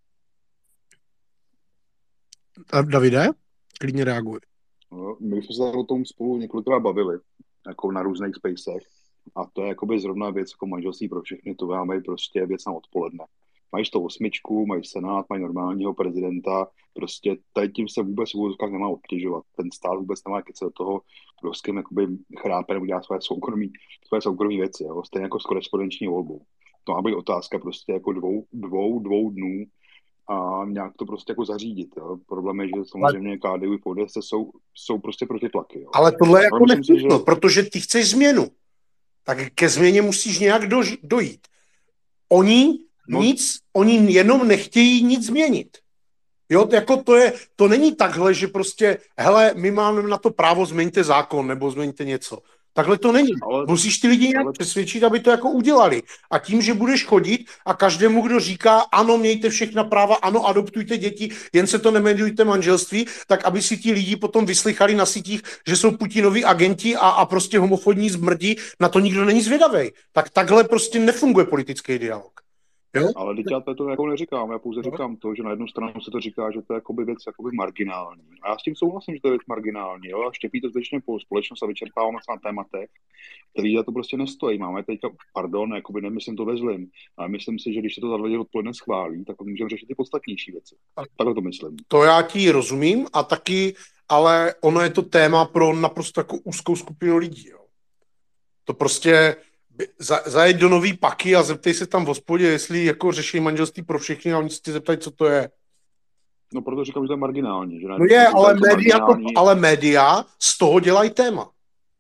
A Davide, klidně reaguj. No, my jsme se o tom spolu několikrát bavili, jako na různých spacech. A to je jakoby zrovna věc jako manželství pro všechny, to máme prostě věc na odpoledne. Mají sto osmičku, mají senát, mají normálního prezidenta, prostě tady tím se vůbec v úvozovkách nemá obtěžovat. Ten stát vůbec nemá kecat do toho, kdo s kým jakoby chrápe nebo dělá své soukromí, své soukromí věci, jo? Stejně jako s korespondenční volbou. To má být otázka prostě jako dvou, dvou, dvou dnů a nějak to prostě jako zařídit. Jo? Problém je, že samozřejmě K D U i P D S jsou, jsou prostě protitlaky. Jo? Ale tohle je jako nesmysl, že... protože ty chceš změnu. Tak ke změně musíš nějak do, dojít. Oni No. Nic, oni jenom nechtějí nic změnit. Jo, jako to je, to není takhle, že prostě, hele, my máme na to právo, změňte zákon, nebo změňte něco. Takhle to není. Ale, Musíš ty lidi nějak ale... přesvědčit, aby to jako udělali. A tím, že budeš chodit a každému, kdo říká, ano, mějte všechna práva, ano, adoptujte děti, jen se to nemenujte manželství, tak aby si ti lidi potom vyslychali na sítích, že jsou Putinovi agenti a, a prostě homofobní zmrdí, na to nikdo není zvědavej. Tak takhle prostě nefunguje politický dialog. Jo? Ale teď já to jako neříkám, já pouze říkám to, že na jednu stranu se to říká, že to je jakoby věc jakoby marginální. A já s tím souhlasím, že to je věc marginální, jo? A štěpí to zbytečně po společnost a vyčerpáváme se na tématech, který za to prostě nestojí. Máme teďka, pardon, jakoby nemyslím to ve zlým, ale myslím si, že když se to za dva dny odpoledne schválí, tak můžeme řešit ty podstatnější věci. Takhle to myslím. To já ti rozumím a taky, ale ono je to téma pro naprosto jako úzkou skupinu lidí, jo? To prostě zajet do nový paky a zeptej se tam v hospodě, jestli jako řeší manželství pro všechny a oni se tě zeptají, co to je. No proto říkám, že to je marginální. Že no je, ale média, to, ale média z toho dělají téma.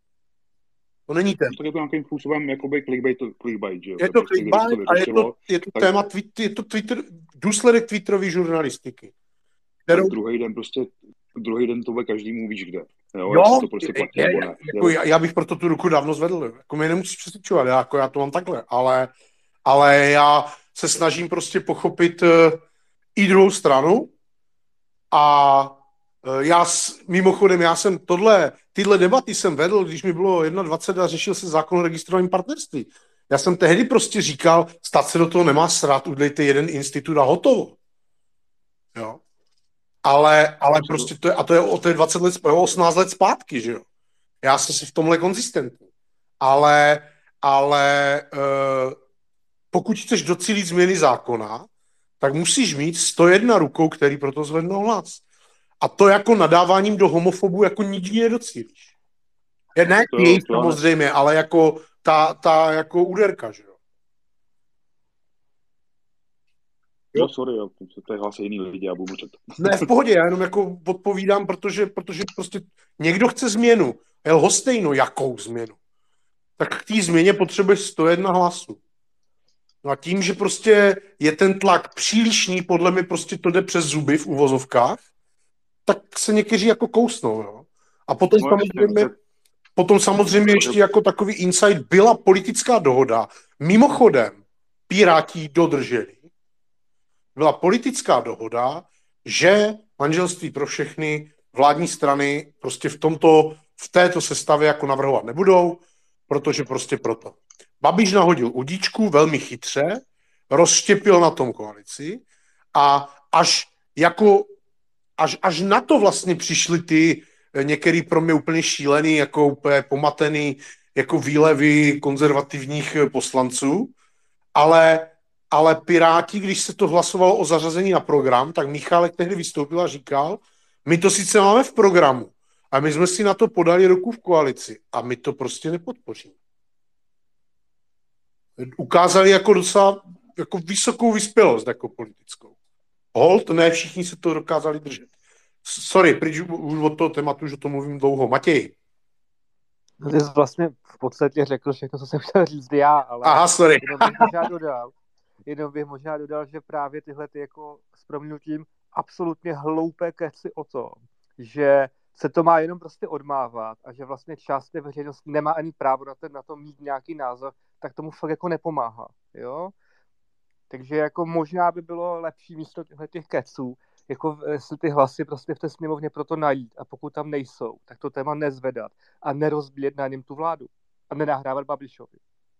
To není téma. No, tak je to nějakým způsobem jakoby clickbait, clickbait, že jo? Je to clickbait a je to, je to tak... téma, je to Twitter, důsledek Twitterové žurnalistiky. Kterou... Druhý den prostě, druhý den to bude každému víš kde. Jo, Jo, jestli to prostě platí já, nebo já, ne. jako, Jo. já, já bych proto tu ruku dávno zvedl. Jako mě nemusíš přesvědčovat, já, jako já to mám takhle, ale, ale já se snažím prostě pochopit uh, i druhou stranu a uh, já s, mimochodem, já jsem tohle, tyhle debaty jsem vedl, když mi bylo dvacet jedna a řešil se zákon o registrovaném partnerství. Já jsem tehdy prostě říkal, stát se do toho nemá srát, udejte jeden institut a hotovo. Jo. Ale, ale prostě to je, a to je o to je dvacet let, osmnáct let zpátky, že jo. Já jsem si v tomhle konzistentní. Ale, ale uh, pokud chceš docílit změny zákona, tak musíš mít sto jedna rukou, který proto zvednou hlas. A to jako nadáváním do homofobu jako nikdy nedocílíš. Je ne To, ty to samozřejmě, ale jako ta, ta jako úderka, že jo. Jo, sorry, jo, to je hlas jiný lidi, já budu mlčet. Ne, v pohodě, já jenom jako odpovídám, protože, protože prostě někdo chce změnu. Je lhostejno, jakou změnu. Tak k té změně potřebuješ sto jedna hlasů. No a tím, že prostě je ten tlak přílišný, podle mě prostě to jde přes zuby v uvozovkách, tak se někteří jako kousnou. Jo? A potom No, samozřejmě, jasně, potom samozřejmě ještě jako takový insight byla politická dohoda. Mimochodem, Piráti dodrželi. Byla politická dohoda, že manželství pro všechny vládní strany prostě v tomto, v této sestavě jako navrhovat nebudou, protože prostě proto. Babiš nahodil udíčku velmi chytře, rozštěpil na tom koalici a až jako až, až na to vlastně přišly ty některý pro mě úplně šílený, jako úplně pomatený jako výlevy konzervativních poslanců, ale ale Piráti, když se to hlasovalo o zařazení na program, tak Michálek tehdy vystoupil a říkal, my to sice máme v programu, a my jsme si na to podali ruku v koalici a my to prostě nepodpoříme. Ukázali jako docela jako vysokou vyspělost jako politickou. Hold, ne všichni se to dokázali držet. Sorry, pryč od toho tématu, že to mluvím dlouho. Matěj. No, ty jsi vlastně v podstatě řekl všechno, co jsem chtěl říct já, ale Aha, sorry. jenom bych možná dodal, jenom bych možná dodal, že právě tyhle ty jako s prominutím absolutně hloupé keci o tom, že se to má jenom prostě odmávat a že vlastně část té veřejnosti nemá ani právo na, ten, na to mít nějaký názor, tak tomu fakt jako nepomáhá, jo? Takže jako možná by bylo lepší místo těch keců, jako si ty hlasy prostě v té sněmovně proto najít a pokud tam nejsou, tak to téma nezvedat a nerozbíjet na něm tu vládu a nenahrávat Babišovi.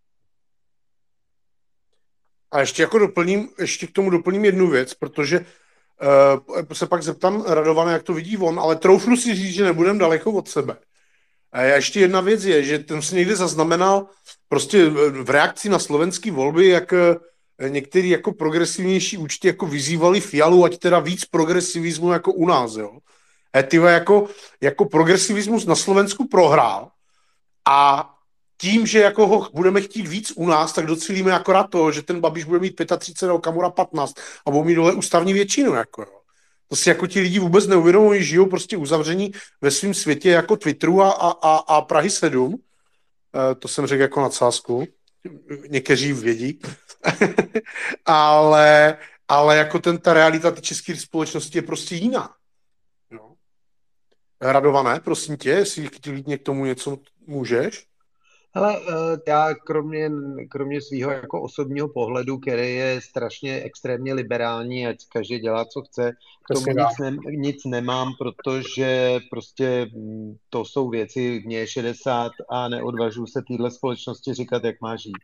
A ještě jako doplním, ještě k tomu doplním jednu věc, protože uh, se pak zeptám Radovana, jak to vidí on, ale troufnu si říct, že nebudem daleko od sebe. A ještě jedna věc je, že ten se někde zaznamenal prostě v reakci na slovenské volby, jak některý jako progresivnější účty jako vyzývali Fialu, ať teda víc progresivismu jako u nás, jo. E, tyhle jako, jako progresivismus na Slovensku prohrál a tím, že jako ho budeme chtít víc u nás, tak docílíme akorát toho, že ten Babiš bude mít třicet pět a Okamura patnáct a budou mít dole ústavní většinu, jako jo. To si jako ti lidi vůbec neuvědomují, žijou prostě uzavření ve svém světě jako Twitteru a, a, a Prahy sedm. E, to jsem řekl jako nadsázku. Někteří vědí. ale, ale jako ten, ta realita té české společnosti je prostě jiná. No. Radované, prosím tě, jestli klidně k tomu něco můžeš? Hele, já kromě, kromě svého jako osobního pohledu, který je strašně extrémně liberální, ať každý dělá, co chce, k tomu nic, ne, nic nemám, protože prostě to jsou věci, mně je šedesát a neodvažuji se téhle společnosti říkat, jak má žít.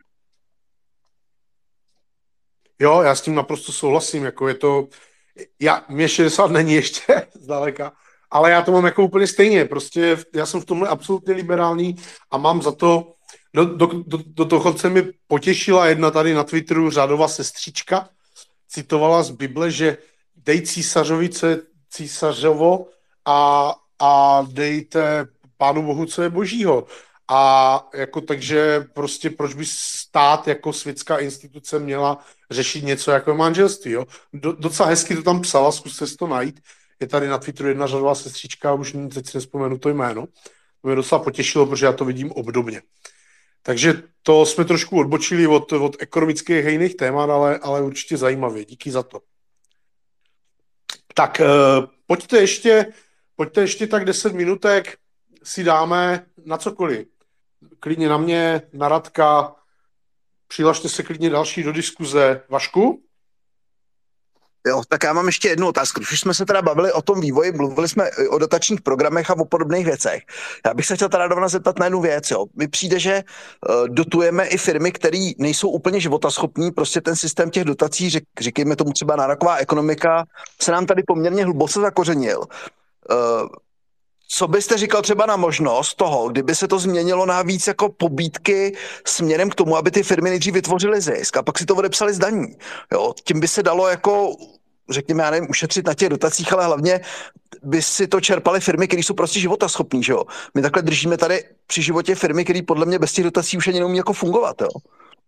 Jo, já s tím naprosto souhlasím, jako je to, já, mě šedesát není ještě zdaleka, ale já to mám jako úplně stejně, prostě já jsem v tomhle absolutně liberální a mám za to, do, do, do, do toho se mi potěšila jedna tady na Twitteru řádová sestřička, citovala z Bible, že dej císařovi, co je císařovo a, a dejte Pánu Bohu, co je božího. A jako takže prostě proč by stát jako světská instituce měla řešit něco jako manželství, jo? Do, docela hezky to tam psala, zkuste si to najít. Je tady na Twitteru jedna řadová sestřička, už teď si nespomenu to jméno. To mě docela potěšilo, protože já to vidím obdobně. Takže to jsme trošku odbočili od, od ekonomických a jiných témat, ale, ale určitě zajímavě. Díky za to. Tak, eh, pojďte ještě, pojďte ještě tak deset minutek si dáme na cokoliv. Klidně na mě, na Radka, přihlašte se klidně další do diskuze. Vašku? Jo, tak já mám ještě jednu otázku. Když už jsme se teda bavili o tom vývoji, mluvili jsme o dotačních programech a o podobných věcech. Já bych se chtěl teda rovna zeptat na jednu věc. Jo. Mi přijde, že uh, dotujeme i firmy, které nejsou úplně životaschopní. Prostě ten systém těch dotací, řek, říkejme tomu třeba nároková ekonomika, se nám tady poměrně hluboce zakořenil. Uh, Co byste říkal třeba na možnost toho, kdyby se to změnilo na víc jako pobídky směrem k tomu, aby ty firmy nejdřív vytvořily zisk a pak si to odepsali z daní. Jo, tím by se dalo jako, řekněme, já nevím, ušetřit na těch dotacích, ale hlavně by si to čerpaly firmy, které jsou prostě životaschopní, že jo. My takhle držíme tady při životě firmy, které podle mě bez těch dotací už ani neumí jako fungovat, jo.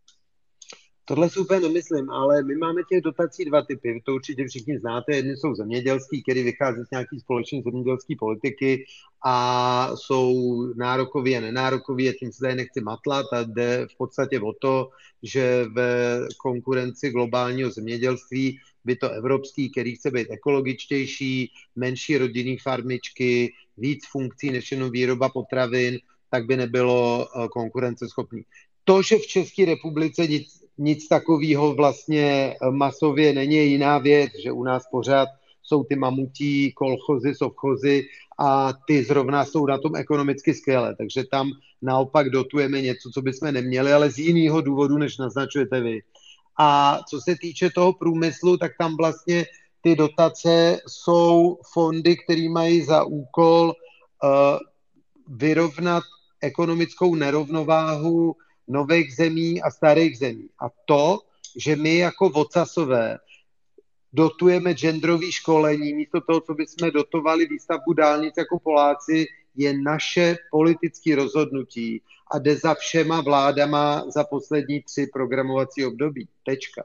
Tohle si úplně nemyslím, ale my máme těch dotací dva typy. Vy to určitě všichni znáte. Jedny jsou zemědělský, které vychází z nějaký společné zemědělské politiky a jsou nárokový a nenárokový a tím se tady nechci matlat a jde v podstatě o to, že ve konkurenci globálního zemědělství by to evropský, který chce být ekologičtější, menší rodinný farmičky, víc funkcí než jenom výroba potravin, tak by nebylo konkurenceschopný. To, že v České republice nic Nic takového vlastně masově není, jiná věc, že u nás pořád jsou ty mamutí kolchozy, sovchozy a ty zrovna jsou na tom ekonomicky skvěle. Takže tam naopak dotujeme něco, co bychom neměli, ale z jiného důvodu, než naznačujete vy. A co se týče toho průmyslu, tak tam vlastně ty dotace jsou fondy, které mají za úkol uh, vyrovnat ekonomickou nerovnováhu nových zemí a starých zemí. A to, že my jako vocasové dotujeme genderové školení, místo toho, co bychom dotovali výstavbu dálnic jako Poláci, je naše politické rozhodnutí a jde za všema vládama za poslední tři programovací období. Tečka.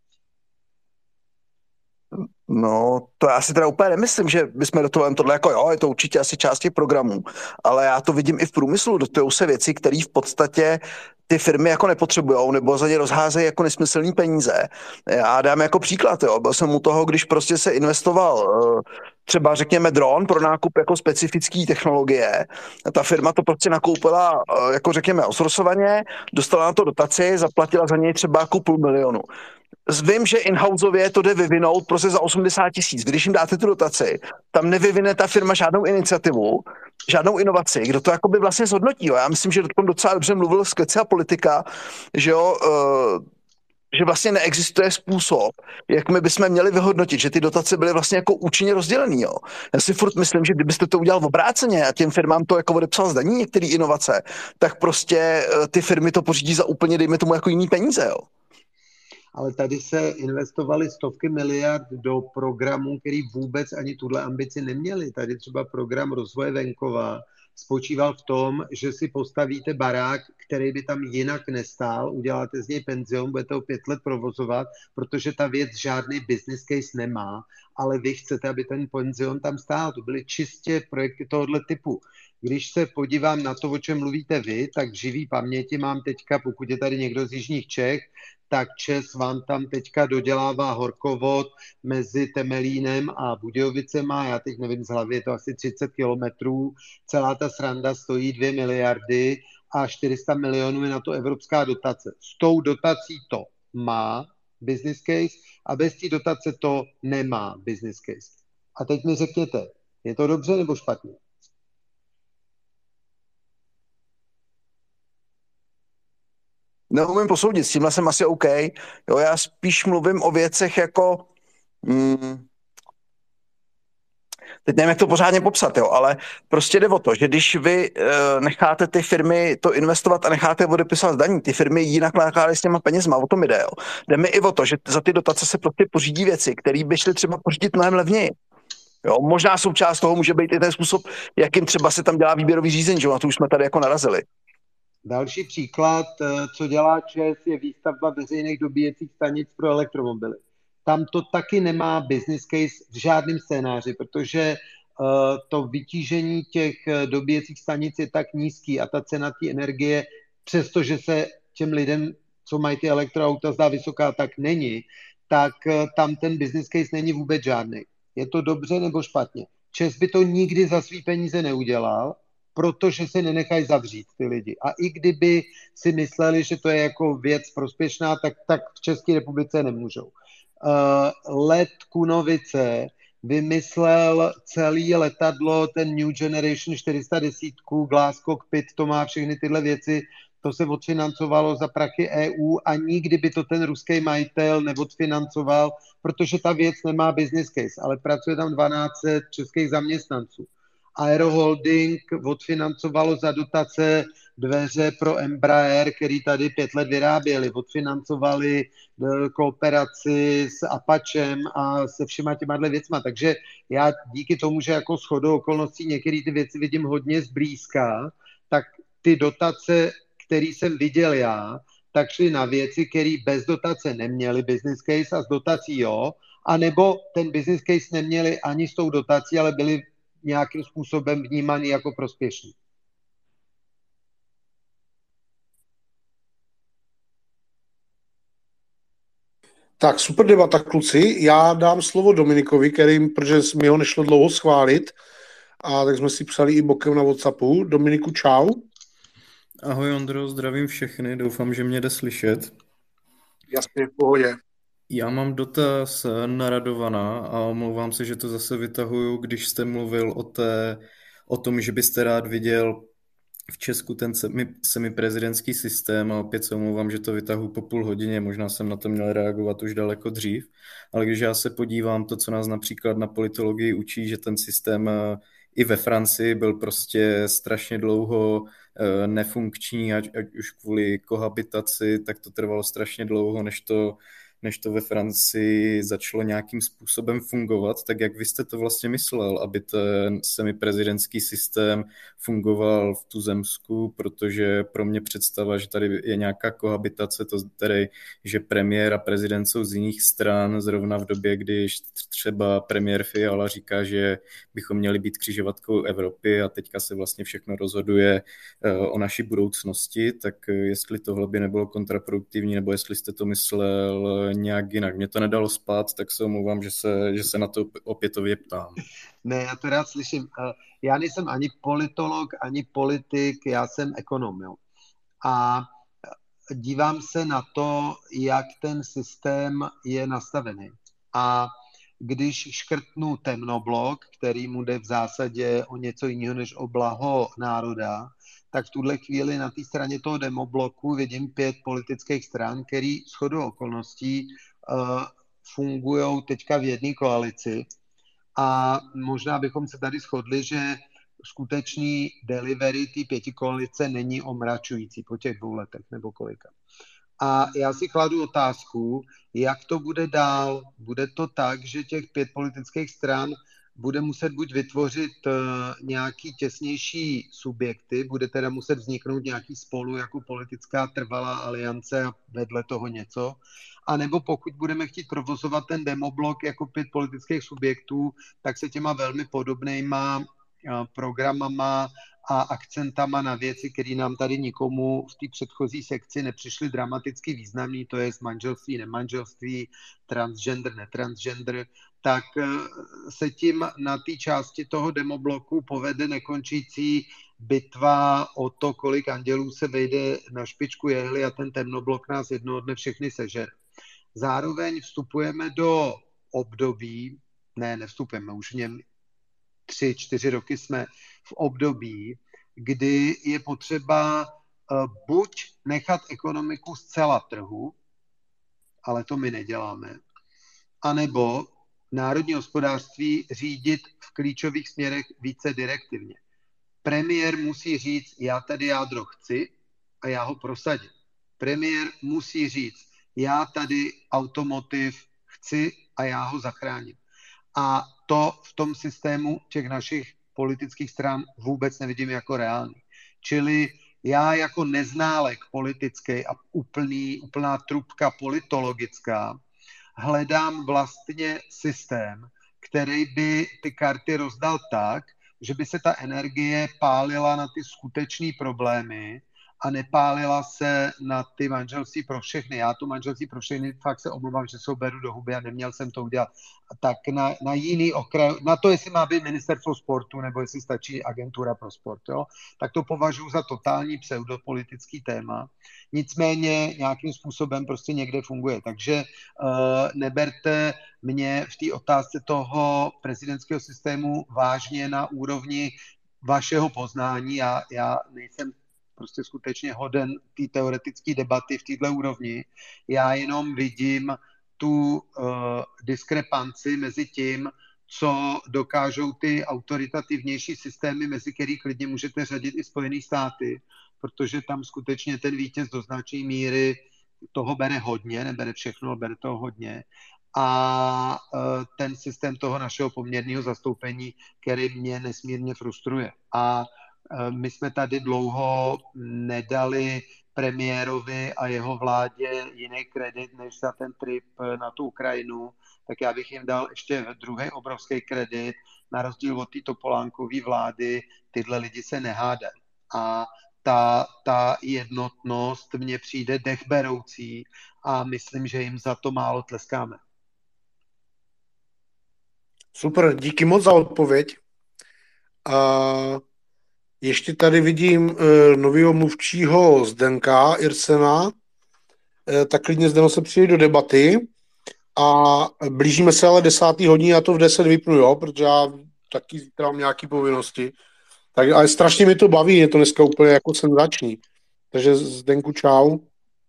No, to já si teda úplně nemyslím, že bychom dotovali tohle jako jo, je to určitě asi část těch programů, ale já to vidím i v průmyslu, dotujou se věci, které v podstatě ty firmy jako nepotřebujou, nebo za ně rozházejí jako nesmyslný peníze. Já dám jako příklad, jo, byl jsem u toho, když prostě se investoval třeba řekněme dron pro nákup jako specifické technologie. Ta firma to prostě nakoupila jako řekněme outsourcovaně, dostala na to dotaci, zaplatila za něj třeba jako půl milionu. Vím, že in-houseově to jde vyvinout prostě za osmdesát tisíc. Když jim dáte tu dotaci, tam nevyvine ta firma žádnou iniciativu, žádnou inovaci. Kdo to jakoby vlastně zhodnotí? Jo? Já myslím, že o tom docela dobře mluvil Skeci a politika, že jo, uh, že vlastně neexistuje způsob, jak my bychom měli vyhodnotit, že ty dotace byly vlastně jako účinně rozdělený. Jo? Já si furt myslím, že kdybyste to udělal obráceně a těm firmám to jako odepsal z daní některé inovace, tak prostě uh, ty firmy to pořídí za úplně, dejme tomu, jako jiný peníze. Jo? Ale tady se investovaly stovky miliard do programů, který vůbec ani tuhle ambici neměli. Tady třeba program rozvoje venkova spočíval v tom, že si postavíte barák, který by tam jinak nestál, uděláte z něj penzion, budete ho pět let provozovat, protože ta věc žádný business case nemá, ale vy chcete, aby ten penzion tam stál. To byly čistě projekty tohoto typu. Když se podívám na to, o čem mluvíte vy, tak v živý paměti mám teďka, pokud je tady někdo z jižních Čech, tak ČEZ vám tam teďka dodělává horkovod mezi Temelínem a Budějovicema, já teď nevím z hlavy, je to asi třicet kilometrů, celá ta sranda stojí dvě miliardy a čtyři sta milionů je na to evropská dotace. S tou dotací to má business case a bez té dotace to nemá business case. A teď mi řekněte, je to dobře nebo špatně? Neumím posoudit, s tímhle jsem asi OK. Jo, já spíš mluvím o věcech jako... Mm, teď nevím, jak to pořádně popsat, jo, ale prostě jde o to, že když vy e, necháte ty firmy to investovat a necháte je odepisovat z daní, ty firmy jinak nakládají s těma penězma, o tom jde, jo. Jde mi i o to, že za ty dotace se prostě pořídí věci, které by šly třeba pořídit mnohem levněji. Jo, možná součást toho může být i ten způsob, jakým třeba se tam dělá výběrový řízení, že na to už jsme tady jako narazili. Další příklad, co dělá ČEZ, je výstavba veřejných dobíjecích stanic pro elektromobily. Tam to taky nemá business case v žádném scénáři, protože uh, to vytížení těch dobíjecích stanic je tak nízký a ta cena té energie, přestože se těm lidem, co mají ty elektroauta, zdá vysoká, tak není, tak uh, tam ten business case není vůbec žádný. Je to dobře nebo špatně? ČEZ by to nikdy za svý peníze neudělal, protože si nenechají zavřít ty lidi. A i kdyby si mysleli, že to je jako věc prospěšná, tak, tak v České republice nemůžou. Uh, let Kunovice vymyslel celý letadlo, ten New Generation čtyři sta deset, Glass Cockpit, to má všechny tyhle věci, to se odfinancovalo za prachy E U a nikdy by to ten ruský majitel neodfinancoval, protože ta věc nemá business case, ale pracuje tam dvanáct set českých zaměstnanců. Aeroholding odfinancovalo za dotace dveře pro Embraer, který tady pět let vyráběli. Odfinancovali kooperaci s Apachem a se všema těma věcma. Takže já díky tomu, že jako shodou okolností některé ty věci vidím hodně zblízka, tak ty dotace, které jsem viděl já, tak šly na věci, které bez dotace neměly business case a s dotací jo, anebo ten business case neměli ani s tou dotací, ale byly nějakým způsobem vnímaný jako prospěšný. Tak super debata, kluci. Já dám slovo Dominikovi, kterým, protože mi ho nešlo dlouho schválit, a tak jsme si psali i bokem na WhatsAppu. Dominiku, čau. Ahoj Ondro, zdravím všechny, doufám, že mě jde slyšet. Jasně, v pohodě. Já mám dotaz na Radovana a omlouvám se, že to zase vytahuju, když jste mluvil o, té, o tom, že byste rád viděl v Česku ten semi, semiprezidentský systém a opět se omlouvám, že to vytahuji po půl hodině, možná jsem na to měl reagovat už daleko dřív, ale když já se podívám to, co nás například na politologii učí, že ten systém i ve Francii byl prostě strašně dlouho nefunkční, ať, ať už kvůli kohabitaci, tak to trvalo strašně dlouho, než to než to ve Francii začalo nějakým způsobem fungovat, tak jak vy jste to vlastně myslel, aby ten semiprezidentský systém fungoval v tuzemsku, protože pro mě představa, že tady je nějaká kohabitace, to tedy, že premiér a prezident jsou z jiných stran, zrovna v době, když třeba premiér Fiala říká, že bychom měli být křižovatkou Evropy a teďka se vlastně všechno rozhoduje o naší budoucnosti, tak jestli tohle by nebylo kontraproduktivní, nebo jestli jste to myslel nějak jinak. Mě to nedalo spát, tak se omlouvám, že se, že se na to opětově ptám. Ne, já to rád slyším. Já nejsem ani politolog, ani politik, já jsem ekonom. Jo. A dívám se na to, jak ten systém je nastavený. A když škrtnu temnoblok, který mu jde v zásadě o něco jiného než o blaho národa, tak v tuhle chvíli na té straně toho demobloku vidím pět politických stran, který shodou okolností uh, fungují teďka v jedné koalici. A možná bychom se tady shodli, že skutečný delivery té pěti koalice není omračující po těch dvou letech nebo kolika. A já si kladu otázku, jak to bude dál. Bude to tak, že těch pět politických stran bude muset buď vytvořit uh, nějaký těsnější subjekty, bude teda muset vzniknout nějaký spolu jako politická trvalá aliance a vedle toho něco, a nebo pokud budeme chtít provozovat ten demoblok jako pět politických subjektů, tak se těma velmi podobnýma uh, programama a akcentama na věci, které nám tady nikomu v té předchozí sekci nepřišly dramaticky významný, to je manželství, nemanželství, transgender, netransgender, tak se tím na té části toho demobloku povede nekončící bitva o to, kolik andělů se vejde na špičku jehly a ten temnoblok nás jednoho dne všechny sežere. Zároveň vstupujeme do období, ne, nevstupujeme, už v něm tři, čtyři roky jsme v období, kdy je potřeba uh, buď nechat ekonomiku zcela trhu, ale to my neděláme, anebo národní hospodářství řídit v klíčových směrech více direktivně. Premiér musí říct, já tady jádro chci a já ho prosadím. Premiér musí říct, já tady automotiv chci a já ho zachráním. A to v tom systému těch našich politických stran vůbec nevidím jako reálný. Čili já jako neználek politický a úplný, úplná trubka politologická hledám vlastně systém, který by ty karty rozdal tak, že by se ta energie pálila na ty skutečné problémy a nepálila se na ty manželství pro všechny. Já tu manželství pro všechny fakt se omlouvám, že se ho beru do huby a neměl jsem to udělat. Tak na, na jiný okraj, na to, jestli má být ministerstvo sportu nebo jestli stačí agentura pro sport, jo, tak to považuji za totální pseudopolitický téma. Nicméně nějakým způsobem prostě někde funguje. Takže uh, neberte mě v té otázce toho prezidentského systému vážně na úrovni vašeho poznání. Já, já nejsem prostě skutečně hoden té teoretické debaty v této úrovni. Já jenom vidím tu uh, diskrepanci mezi tím, co dokážou ty autoritativnější systémy, mezi který klidně můžete řadit i Spojené státy, protože tam skutečně ten vítěz do značné míry toho bere hodně, nebere všechno, ale bere toho hodně. A uh, ten systém toho našeho poměrného zastoupení, který mě nesmírně frustruje. A my jsme tady dlouho nedali premiérovi a jeho vládě jiný kredit, než za ten trip na tu Ukrajinu, tak já bych jim dal ještě druhý obrovský kredit. Na rozdíl od té Topolánkové vlády tyhle lidi se nehádají. A ta, ta jednotnost mně přijde dechberoucí a myslím, že jim za to málo tleskáme. Super, díky moc za odpověď. Uh... Ještě tady vidím uh, novýho mluvčího Zdenka Irsena, uh, tak klidně Zdeno se přijde do debaty a blížíme se ale desátý hodině, já to v deset vypnu, jo, protože já taky zítra mám nějaké povinnosti. Tak, ale strašně mi to baví, je to dneska úplně jako senzační. Takže Zdenku, čau.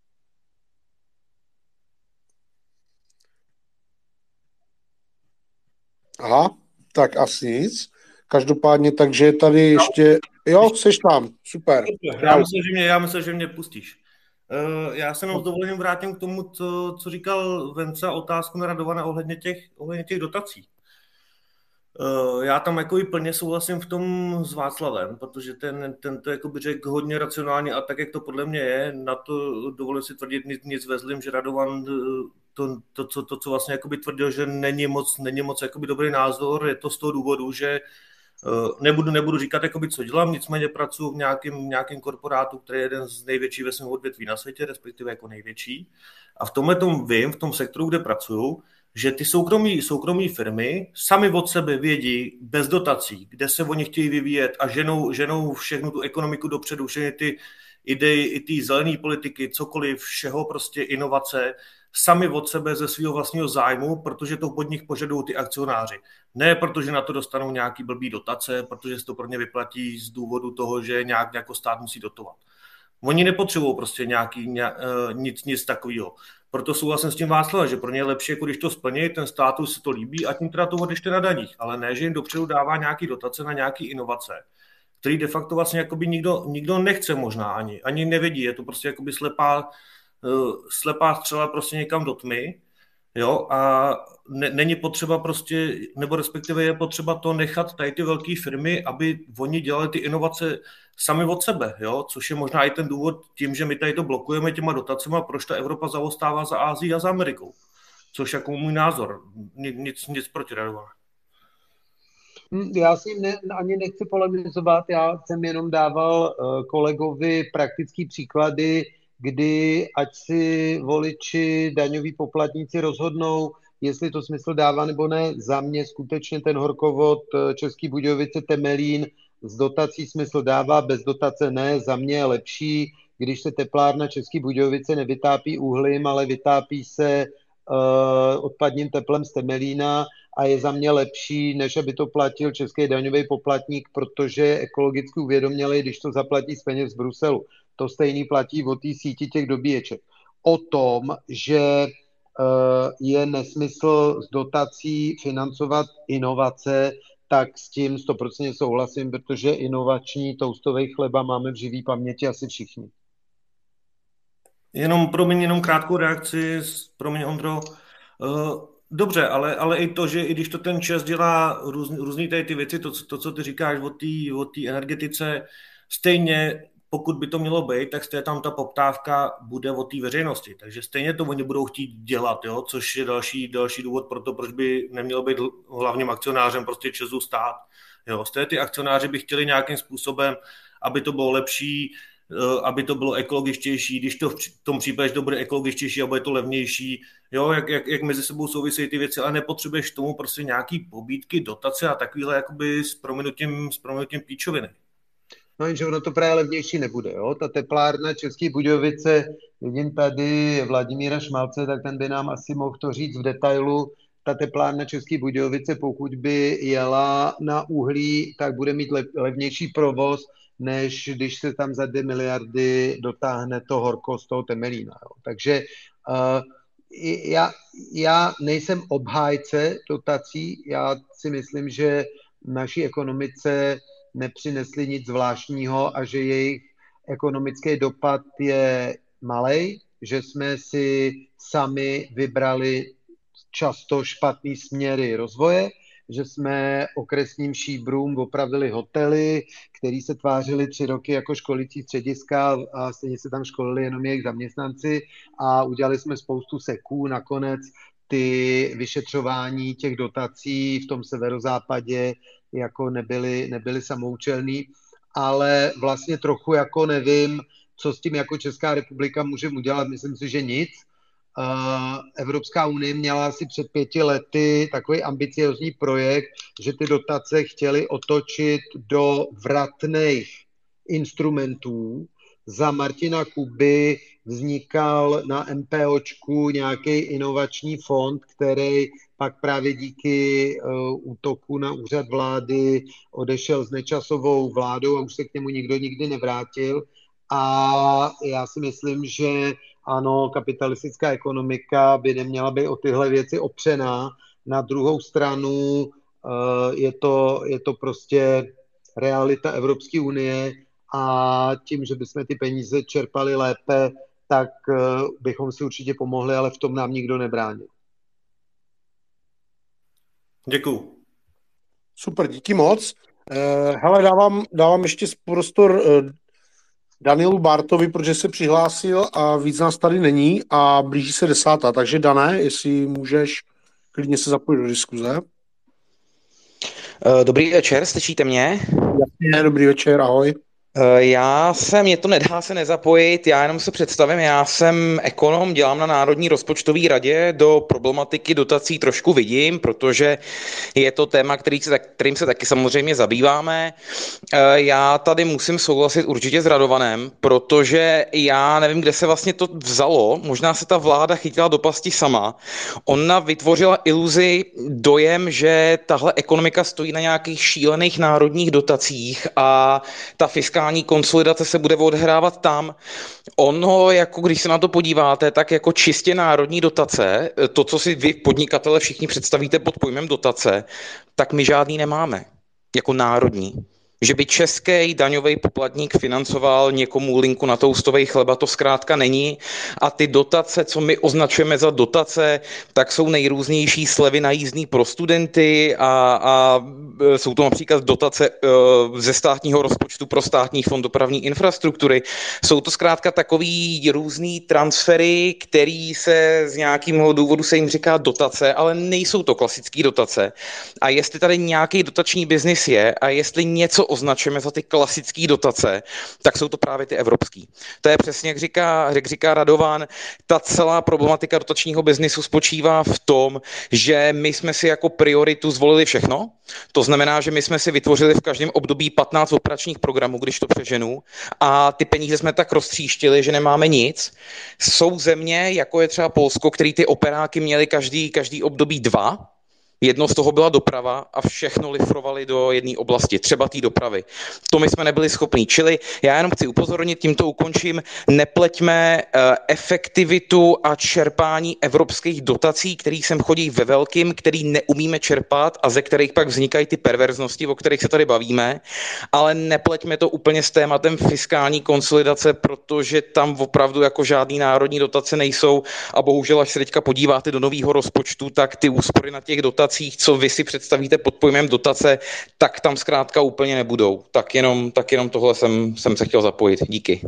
Aha, tak asi nic. Každopádně, takže je tady ještě... Jo, seš tam, super. Já myslím, že mě, já myslím, že mě pustíš. Uh, já se jenom s dovolením vrátím k tomu, co, co říkal Venca, otázku na Radovana ohledně těch, ohledně těch dotací. Uh, já tam jako i plně souhlasím v tom s Václavem, protože ten, ten to jako by řekl hodně racionálně a tak, jak to podle mě je, na to dovolím si tvrdit nic, nic vezlím, že Radovan to, to, to, to co vlastně jako by tvrdil, že není moc, není moc jako by dobrý názor, je to z toho důvodu, že Nebudu, nebudu říkat, jakoby, co dělám, nicméně pracuji v nějakém, nějakém korporátu, který je jeden z největších ve svém odvětví na světě, respektive jako největší. A v tomhle tom vím, v tom sektoru, kde pracuju, že ty soukromí, soukromí firmy sami od sebe vědí bez dotací, kde se oni chtějí vyvíjet a ženou, ženou všechnu tu ekonomiku dopředu, všechny ty idei, i ty zelené politiky, cokoliv, všeho prostě inovace, sami od sebe ze svého vlastního zájmu, protože to pod nich požadují ty akcionáři. Ne protože na to dostanou nějaký blbý dotace, protože se to pro ně vyplatí z důvodu toho, že nějak jako stát musí dotovat. Oni nepotřebují prostě nějaký, ně, nic, nic takového. Proto souhlasím s tím Václavem, že pro ně je lepší, jako když to splní, ten státu si to líbí a tím teda to odečte na daních, ale ne, že jim dopředu dává nějaký dotace na nějaký inovace, který de facto vlastně jakoby nikdo, nikdo nechce možná ani, ani nevidí, je to prostě jakoby slepá, slepá střela prostě někam do tmy, jo, a ne, není potřeba prostě, nebo respektive je potřeba to nechat tady ty velké firmy, aby oni dělali ty inovace sami od sebe, jo, což je možná i ten důvod tím, že my tady to blokujeme těma dotacema, proč ta Evropa zaostává za Ázií a za Amerikou, což jako můj názor, nic, nic proti Radovanu. Já s ním ne, ani nechci polemizovat, já jsem jenom dával uh, kolegovi praktický příklady, kdy ať si voliči, daňoví poplatníci rozhodnou, jestli to smysl dává nebo ne. Za mě skutečně ten horkovod Český Budějovice Temelín z dotací smysl dává, bez dotace ne. Za mě je lepší, když se teplárna Český Budějovice nevytápí uhlím, ale vytápí se uh, odpadním teplem z Temelína a je za mě lepší, než aby to platil český daňový poplatník, protože je ekologicky uvědomělý, když to zaplatí z peněz z Bruselu. To stejný platí o té síti těch dobíječek. O tom, že je nesmysl z dotací financovat inovace, tak s tím sto procent souhlasím, protože inovační toastový chleba máme v živý paměti asi všichni. Jenom pro mě jenom krátkou reakci, pro mě Ondro. Dobře, ale, ale i to, že i když to ten ČEZ dělá různý, různý tady ty věci, to, to co ty říkáš o té o té energetice, stejně pokud by to mělo být, tak stejně tam ta poptávka bude od té veřejnosti. Takže stejně to oni budou chtít dělat, jo? Což je další, další důvod pro to, proč by nemělo být hlavním akcionářem prostě ČEZu stát. Jo? Stejně ty akcionáři by chtěli nějakým způsobem, aby to bylo lepší, aby to bylo ekologičtější, když to v tom případě, že to bude ekologičtější a bude to levnější, jo, jak, jak, jak mezi sebou souvisejí ty věci, ale nepotřebuješ tomu prostě nějaký pobídky, dotace a takovýhle jakoby s prominutím, s prominutím píčoviny. No jenže ono to právě levnější nebude, jo. Ta teplárna České Budějovice, vidím tady Vladimíra Šmalce, tak ten by nám asi mohl to říct v detailu. Ta teplárna České Budějovice, pokud by jela na uhlí, tak bude mít levnější provoz, než když se tam za dvě miliardy dotáhne to horko z toho Temelína. Jo. Takže uh, já, já nejsem obhájce dotací, já si myslím, že naší ekonomice nepřinesli nic zvláštního a že jejich ekonomický dopad je malej, že jsme si sami vybrali často špatný směry rozvoje, že jsme okresním šíbrům opravili hotely, které se tvářily tři roky jako školící střediska a stejně se tam školili jenom jejich zaměstnanci a udělali jsme spoustu seků. Nakonec ty vyšetřování těch dotací v tom severozápadě jako nebyly, nebyly samoučelný, ale vlastně trochu jako nevím, co s tím jako Česká republika můžeme udělat. Myslím si, že nic. Evropská unie měla asi před pěti lety takový ambiciozní projekt, že ty dotace chtěli otočit do vratných instrumentů. Za Martina Kuby vznikal na MPOčku nějaký inovační fond, který pak právě díky uh, útoku na úřad vlády odešel s Nečasovou vládou a už se k němu nikdo nikdy nevrátil. A já si myslím, že ano, kapitalistická ekonomika by neměla být o tyhle věci opřená. Na druhou stranu uh, je to, je to prostě realita Evropské unie a tím, že bychom ty peníze čerpali lépe, tak uh, bychom si určitě pomohli, ale v tom nám nikdo nebránil. Děkuju. Super, díky moc. Uh, hele, dávám, dávám ještě prostor uh, Danielu Bártovi, protože se přihlásil a víc nás tady není a blíží se desátá. Takže Dané, jestli můžeš klidně se zapojit do diskuze. Dobrý večer, slyšíte mě? Jasně, dobrý večer, ahoj. Já jsem, mě to nedá se nezapojit, já jenom se představím, já jsem ekonom, dělám na Národní rozpočtové radě, do problematiky dotací trošku vidím, protože je to téma, který se, kterým se taky samozřejmě zabýváme. Já tady musím souhlasit určitě s Radovanem, protože já nevím, kde se vlastně to vzalo, možná se ta vláda chytila do pasti sama. Ona vytvořila iluzi, dojem, že tahle ekonomika stojí na nějakých šílených národních dotacích a ta fiskální konsolidace se bude odhrávat tam. Ono, jako když se na to podíváte, tak jako čistě národní dotace, to, co si vy podnikatele všichni představíte pod pojmem dotace, tak my žádný nemáme. Jako národní. Že by český daňový poplatník financoval někomu linku na toustovej chleba, to zkrátka není. A ty dotace, co my označujeme za dotace, tak jsou nejrůznější slevy na jízdný pro studenty a, a jsou to například dotace uh, ze státního rozpočtu pro státní fond dopravní infrastruktury. Jsou to zkrátka takový různý transfery, který se z nějakého důvodu se jim říká dotace, ale nejsou to klasické dotace. A jestli tady nějaký dotační biznis je a jestli něco označujeme za ty klasické dotace, tak jsou to právě ty evropský. To je přesně, jak říká, jak říká Radovan, ta celá problematika dotačního biznisu spočívá v tom, že my jsme si jako prioritu zvolili všechno. To znamená, že my jsme si vytvořili v každém období patnáct operačních programů, když to přeženu, a ty peníze jsme tak roztříštili, že nemáme nic. Jsou země, jako je třeba Polsko, který ty operáky měli každý, každý období dva. Jedno z toho byla doprava a všechno lifrovali do jedné oblasti, třeba té dopravy. To my jsme nebyli schopní. Čili já jenom chci upozornit, tímto ukončím, nepleťme uh, efektivitu a čerpání evropských dotací, který sem chodí ve velkým, který neumíme čerpat a ze kterých pak vznikají ty perverznosti, o kterých se tady bavíme, ale nepleťme to úplně s tématem fiskální konsolidace, protože tam opravdu jako žádný národní dotace nejsou a bohužel, až se teďka podíváte do nového rozpočtu, tak ty úspory na těch dotacích, co vy si představíte pod pojmem dotace, tak tam zkrátka úplně nebudou. Tak jenom, tak jenom tohle jsem, jsem se chtěl zapojit. Díky.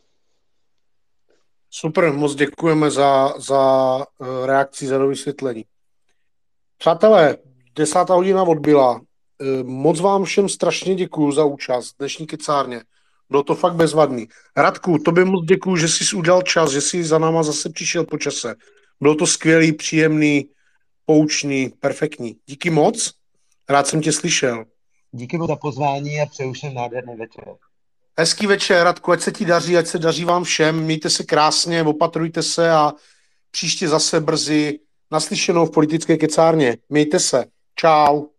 Super, moc děkujeme za, za reakci, za vysvětlení. Přátelé, desátá hodina odbyla. Moc vám všem strašně děkuju za účast v dnešní kecárně. Bylo to fakt bezvadný. Radku, tobě moc děkuju, že jsi udělal čas, že jsi za náma zase přišel po čase. Bylo to skvělý, příjemný, poučný, perfektní. Díky moc, rád jsem tě slyšel. Díky moc za pozvání a přeju všem nádherný večer. Hezký večer, Radku, ať se ti daří, ať se daří vám všem, mějte se krásně, opatrujte se a příště zase brzy naslyšenou v politické kecárně. Mějte se. Čau.